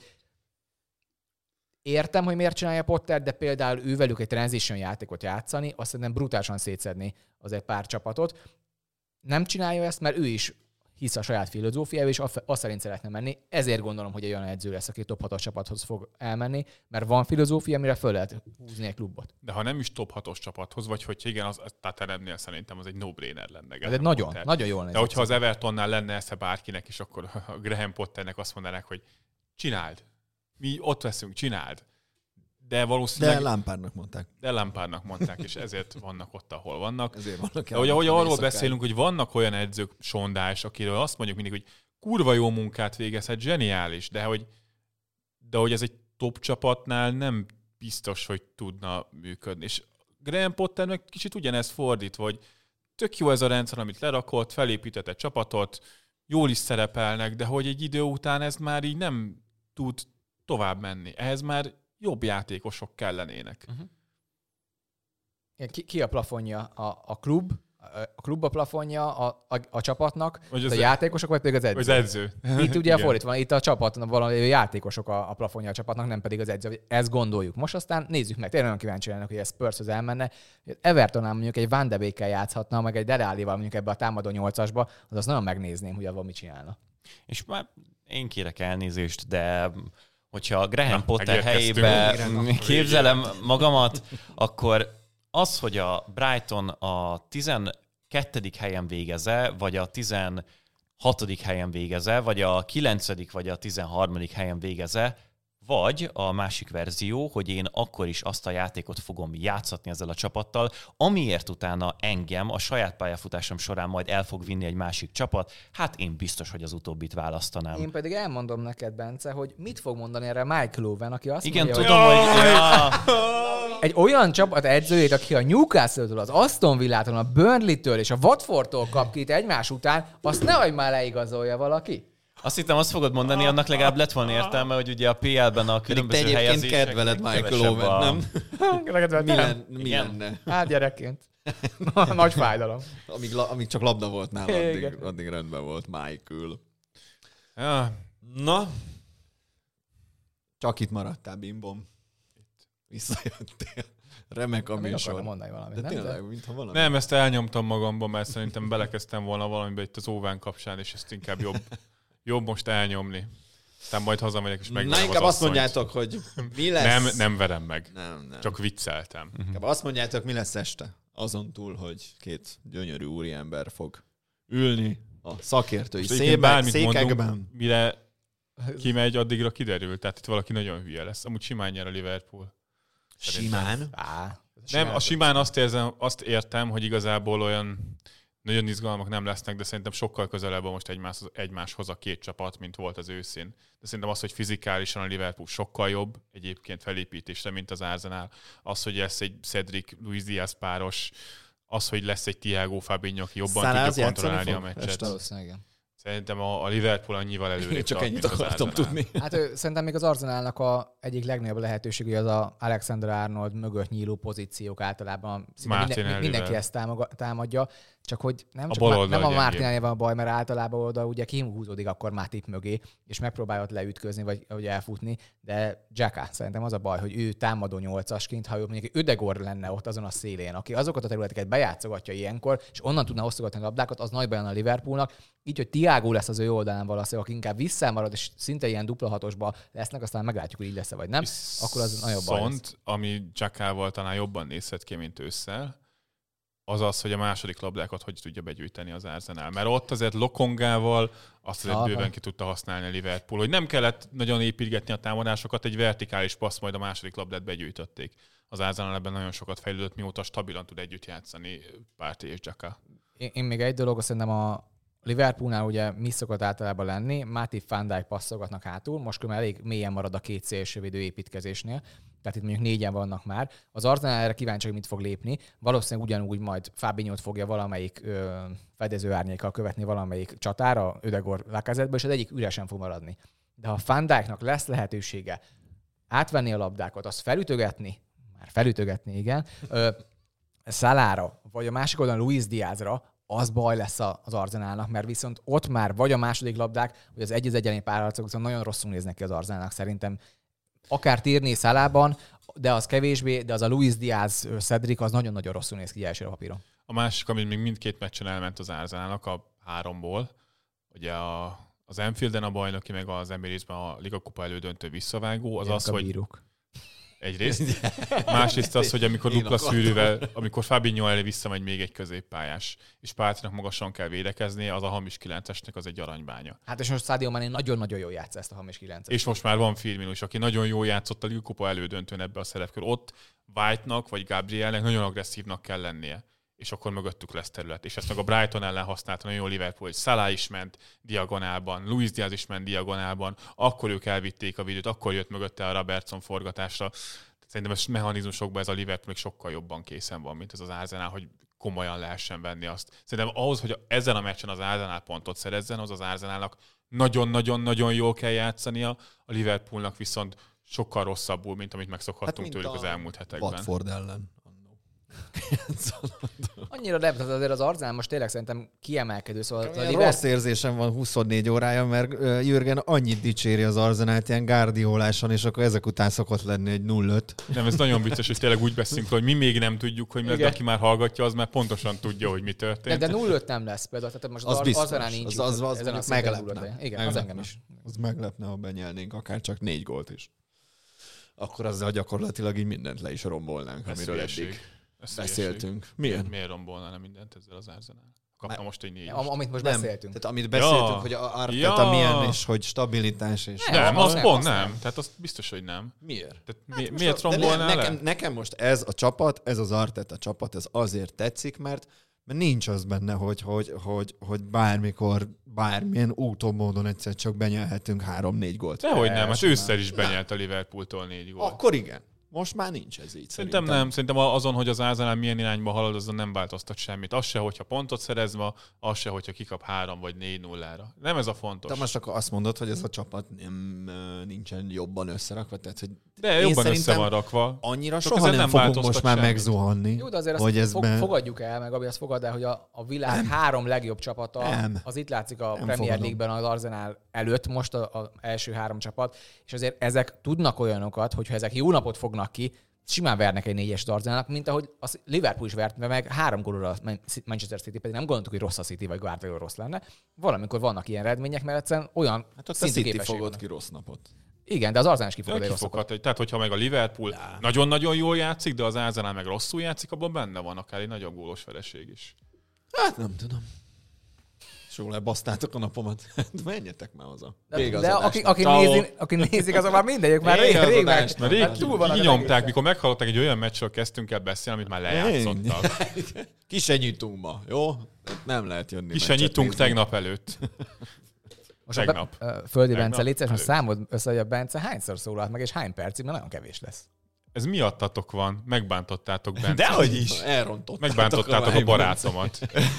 értem, hogy miért csinálja Potter, de például ő velük egy transition játékot játszani, azt szerintem brutálisan szétszedni az egy pár csapatot. Nem csinálja ezt, mert ő is hisz a saját filozófiájába, és azt szerint szeretne menni. Ezért gondolom, hogy egy olyan edző lesz, aki top 6-os csapathoz fog elmenni, mert van filozófia, amire föl lehet húzni egy klubot. De ha nem is top 6-os csapathoz, vagy hogy igen, az Tottenhamnél szerintem az egy no-brainer lenne. Ez egy nagyon jól néz. De hogyha az Evertonnál lenne esze bárkinek, és akkor a Graham Potternek azt mondanák, hogy csináld, mi ott veszünk, csináld. de valószínűleg... De Lampardnak mondták. De Lampardnak mondták, és ezért vannak ott, ahol vannak. Ezért vannak De ahogy arról beszélünk, hogy vannak olyan edzők, Sondás, akiről azt mondjuk mindig, hogy kurva jó munkát végezhet, zseniális, de hogy ez egy top csapatnál nem biztos, hogy tudna működni. És Graham Potter meg kicsit ugyanezt fordít, hogy tök jó ez a rendszer, amit lerakott, felépített egy csapatot, jól is szerepelnek, de hogy egy idő után ez már így nem tud tovább menni. Ehhez már jobb játékosok kellenének. Ki a plafonja? A klub? A klub a plafonja a csapatnak, Vagy a játékosok, vagy pedig az edző? Az edző. Itt ugye fordítva, itt a csapat, valami játékosok a plafonja a csapatnak, nem pedig az edző. Ezt gondoljuk. Most aztán nézzük meg, tényleg nagyon kíváncsi lennek, hogy ez Spurshoz elmenne. Evertonnál mondjuk egy Van de Beekkel játszhatna, meg egy Dele Allival mondjuk ebbe a támadó 8-asba, az azt nagyon megnézném, hogy abban mit csinálna. És már én kérek elnézést, de hogyha Graham Potter helyébe képzelem magamat, akkor az, hogy a Brighton a 12. helyen végeze, vagy a 16. helyen végeze, vagy a 9. vagy a 13. helyen végeze, vagy a másik verzió, hogy én akkor is azt a játékot fogom játszatni ezzel a csapattal, amiért utána engem a saját pályafutásom során majd el fog vinni egy másik csapat, hát én biztos, hogy az utóbbit választanám. Én pedig elmondom neked, Bence, hogy mit fog mondani erre Michael Owen, aki azt igen, mondja, tudom, hogy... Egy olyan csapat edzőjét, aki a Newcastle-től, az Aston Villától, a Burnley-től és a Watfordtól kap ki egymás után, azt nehogy már leigazolja valaki. Azt hittem, azt fogod mondani, annak legalább lett volna értelme, hogy ugye a PL-ben a különböző helyezések... Te kedveled Michael Owen, nem? Mi lenne? Hát gyerekként. Nagy fájdalom. Amíg csak labda volt nála, addig rendben volt Michael. Ja. Na? Csak itt maradtál, bimbom. Visszajöttél. Remek a műsor. Mondani valamit, de nem? tényleg, mintha valami. Nem, ezt elnyomtam magamban, mert szerintem belekezdtem volna valamibe itt az Óván kapcsán, és ezt inkább jobb most elnyomni. Aztán majd hazamegyek, és megverem Na, inkább az azt mondjátok, hogy mi lesz. Nem verem meg. Nem. Csak vicceltem. Inkább azt mondjátok, mi lesz este. Azon túl, hogy két gyönyörű úriember fog ülni a szakértői székekben. Mondunk, mire kimegy, addigra kiderül. Tehát itt valaki nagyon hülye lesz. Amúgy simán nyer a Liverpool. Simán? Nem, a simán azt értem, hogy igazából olyan nagyon izgalmak nem lesznek, de szerintem sokkal közelebb most egymáshoz a két csapat, mint volt az őszén. De szerintem az, hogy fizikálisan a Liverpool sokkal jobb egyébként felépítésre, mint az Arsenal. Az, hogy lesz egy Cedric Luis Diaz páros, az, hogy lesz egy Thiago Fabinho, aki jobban tudja kontrollálni a meccset. Szerintem a Liverpool annyival előrébb csak ennyit akartam tudni. Hát szerintem még az Arsenalnak egyik legnagyobb lehetősége az a Alexander-Arnold mögött nyíló pozíciók általában. Mindenki ezt támadja, csak hogy nem a Martinelli van a baj, mert általában oda ugye kihúzódik akkor Matip mögé, és megpróbálja ott leütközni, vagy elfutni, de Xhaka szerintem az a baj, hogy ő támadó 8-asként, ha ő mondjuk Ödegor lenne ott azon a szélén, aki azokat a területeket bejátszogatja ilyenkor, és onnan tudna osztogatni a labdákat, az nagy baján a Liverpoolnak. Így, hogy Thiago lesz az ő oldalán valószínűleg, aki inkább visszámarad, és szinte ilyen dupla hatosba lesznek, aztán meglátjuk, hogy így lesz vagy nem, akkor az nagyobb baj lesz. Viszont, ami Xhakával talán jobban nézhet ki, mint ősszel, az, hogy a második labdákat hogy tudja begyűjteni az Arsenal. Mert ott azért Lokongával azt azért bőven ki tudta használni a Liverpool, hogy nem kellett nagyon építgetni a támadásokat, egy vertikális passz, majd a második labdát begyűjtötték. Az Arsenal ebben nagyon sokat fejlődött, mióta stabilan tud együtt játszani Partey és Xhaka. Én még egy dolog, szerintem a Liverpoolnál ugye mi szokott általában lenni, Matip, Van Dijk passzolgatnak hátul, most különben elég mélyen marad a két szélsővédő építkezésnél, tehát itt mondjuk 4-en vannak már. Az Arsenal erre kíváncsi, hogy mit fog lépni. Valószínűleg ugyanúgy majd Fabinho-t fogja valamelyik fedezőárnyékkal követni valamelyik csatára, Ödegor Lacazetbe, és az egyik üresen fog maradni. De ha Van Dijknak lesz lehetősége átvenni a labdákat, azt felütögetni, igen, Salára, vagy a másik oldalon Luis Diazra, az baj lesz az Arsenalnak, mert viszont ott már vagy a második labdák, vagy az egy-1 párharcok, viszont nagyon rosszul néznek ki az Arsenalnak szerintem. Akár Tierney Salahban, de az kevésbé, de az a Luis Diaz, Cedric, az nagyon-nagyon rosszul néz ki elsőre a papíron. A másik, amit még mindkét meccsen elment az Arsenalnak a 3-ból, ugye az Anfielden a bajnoki, meg az Emiratesben a Liga Kupa elődöntő visszavágó, az az, hogy... Egyrészt. Másrészt az, hogy amikor dupla szűrővel, amikor Fabinho elé visszamegy még egy középpályás, és Pálcinak magasan kell védekeznie, az a hamis 9-esnek az egy aranybánya. Hát és most Sadio Mané nagyon-nagyon jól játsza ezt a hamis 9-est. És most már van Firmino is, aki nagyon jól játszott a Liga Kupa elődöntőn ebbe a szerepkör. Ott White-nak vagy Gabrielnek nagyon agresszívnak kell lennie, és akkor mögöttük lesz terület. És ezt meg a Brighton ellen használta nagyon jó Liverpool, hogy Salah is ment diagonálban, Luis Diaz is ment diagonálban, akkor ők elvitték a videót, akkor jött mögötte a Robertson forgatásra. Szerintem ez mechanizmusokban ez a Liverpool még sokkal jobban készen van, mint ez az Arsenal, hogy komolyan lehessen venni azt. Szerintem ahhoz, hogy ezen a meccsen az Arsenal pontot szerezzen, az Arsenalnak nagyon-nagyon-nagyon jól kell játszania, a Liverpoolnak viszont sokkal rosszabbul, mint amit megszokhattunk tőlük az elmúlt hetekben. Watford ellen. Annyira nem, azért az Arsenal most tényleg szerintem kiemelkedő. Szóval Rossz érzésem van 24 órája, mert Jürgen annyit dicséri az Arsenalt ilyen Guardioláson, és akkor ezek után szokott lenni egy 0-5. Nem, ez nagyon vicces, hogy tényleg úgy beszélünk, hogy mi még nem tudjuk, hogy mi, de aki már hallgatja, az már pontosan tudja, hogy mi történt. De 0-5 nem lesz például. Tehát most az az Arsenal nincs. Az ezen a meglepne. Igen, az engem is. Az meglepne, ha benyelnénk akár csak 4 gólt is. Akkor azzal gyakorlatilag így mindent le is rombolnánk, amiről eddig beszéltünk. Miért rombolna nem mindent ezzel az Arsenal? Kapna most egy 4. Amit most nem, beszéltünk. Tehát amit beszéltünk, hogy a Arteta milyen, és hogy stabilitás. És nem, az pont nem. Tehát azt biztos, hogy nem. Miért? Tehát miért rombolnál le? Nekem most ez a csapat, ez az Arteta csapat, ez azért tetszik, mert nincs az benne, hogy bármikor, bármilyen úton, módon egyszer csak benyelhetünk 3-4 gólt. Dehogy nem, hát ősszel is benyelt a Liverpooltól 4 gólt. Akkor igen. Most már nincs ez így. Szerintem nem. Szerintem azon, hogy az Arsenal milyen irányba halad, azon nem változtat semmit. Az se, hogyha pontot szerez ma, az se, hogyha kikap 3 vagy 4-0-ra. Nem ez a fontos. De most akkor azt mondod, hogy ez a csapat nincsen jobban összerakva? Tehát, hogy de jobban össze van rakva. Annyira soha nem fogunk most már megzuhanni. Jó, de azért azt fogadjuk el, meg Gabi, azt fogad el, hogy a világ 3 legjobb csapata, az itt látszik a Premier League-ben az Arsenal előtt, most az első 3 csapat, és azért ezek tudnak olyanokat, hogyha ezek jó napot fognak ki, simán vernek egy 4-es Arsenalnak, mint ahogy a Liverpool is vert meg 3 gólra a Manchester City, pedig nem gondoltuk, hogy rossz a City, vagy Guardiola rossz lenne. Valamikor vannak ilyen eredmények, mert egyszerűen olyan hát ott a City fogott ki rossz napot. Igen, de az Arsenal is kifogad egy rossz napot. Tehát, hogyha meg a Liverpool nagyon-nagyon jól játszik, de az Arsenal meg rosszul játszik, abban benne van akár egy nagyobb gólos vereség is. Hát nem tudom. Jól lebasztátok a napomat. Menjetek már haza. De aki nézik, azok már mindegyük már rég meg. Kinyomták, mikor meghallották, egy olyan meccsről kezdtünk el beszélni, amit már lejátszottak. Ki se nyitunk ma, jó? Nem lehet jönni. Ki se nyitunk tegnap előtt. Most tegnap. Földi Bence, légy most számold össze, hogy a Bence hányszor szólalt meg, és hány percig, mert nagyon kevés lesz. Ez miattatok van, megbántottátok Bence. Dehogy is. Elrontottátok. Megbántottátok a barátomat.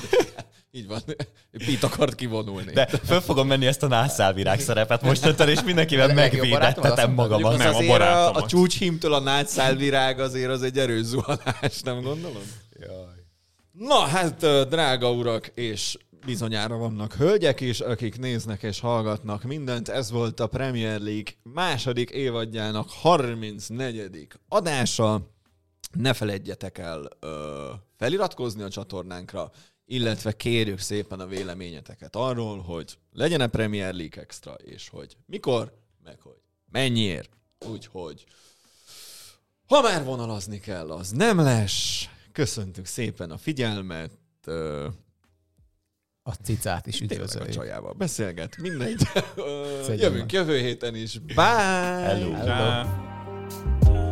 Így van. Pete akart kivonulni. De föl fogom menni ezt a nászszálvirág szerepet mostantól, és mindenkivel megvédettetem magamat. Nem, a barátomat. A csúcshímtől a nászszálvirág azért az egy erős zuhanás, nem gondolod? Jaj. Na hát, drága urak, és bizonyára vannak hölgyek is, akik néznek és hallgatnak mindent. Ez volt a Premier League második évadjának 34. adása. Ne feledjetek el feliratkozni a csatornánkra, illetve kérjük szépen a véleményeteket arról, hogy legyen-e Premier League Extra, és hogy mikor, meg hogy mennyiért. Úgyhogy, ha már vonalazni kell, az nem lesz. Köszöntük szépen a figyelmet. A cicát is üdvözöljük. A csajával beszélget, mindegy. Jövünk jövő héten is. Bye! Hello. Hello.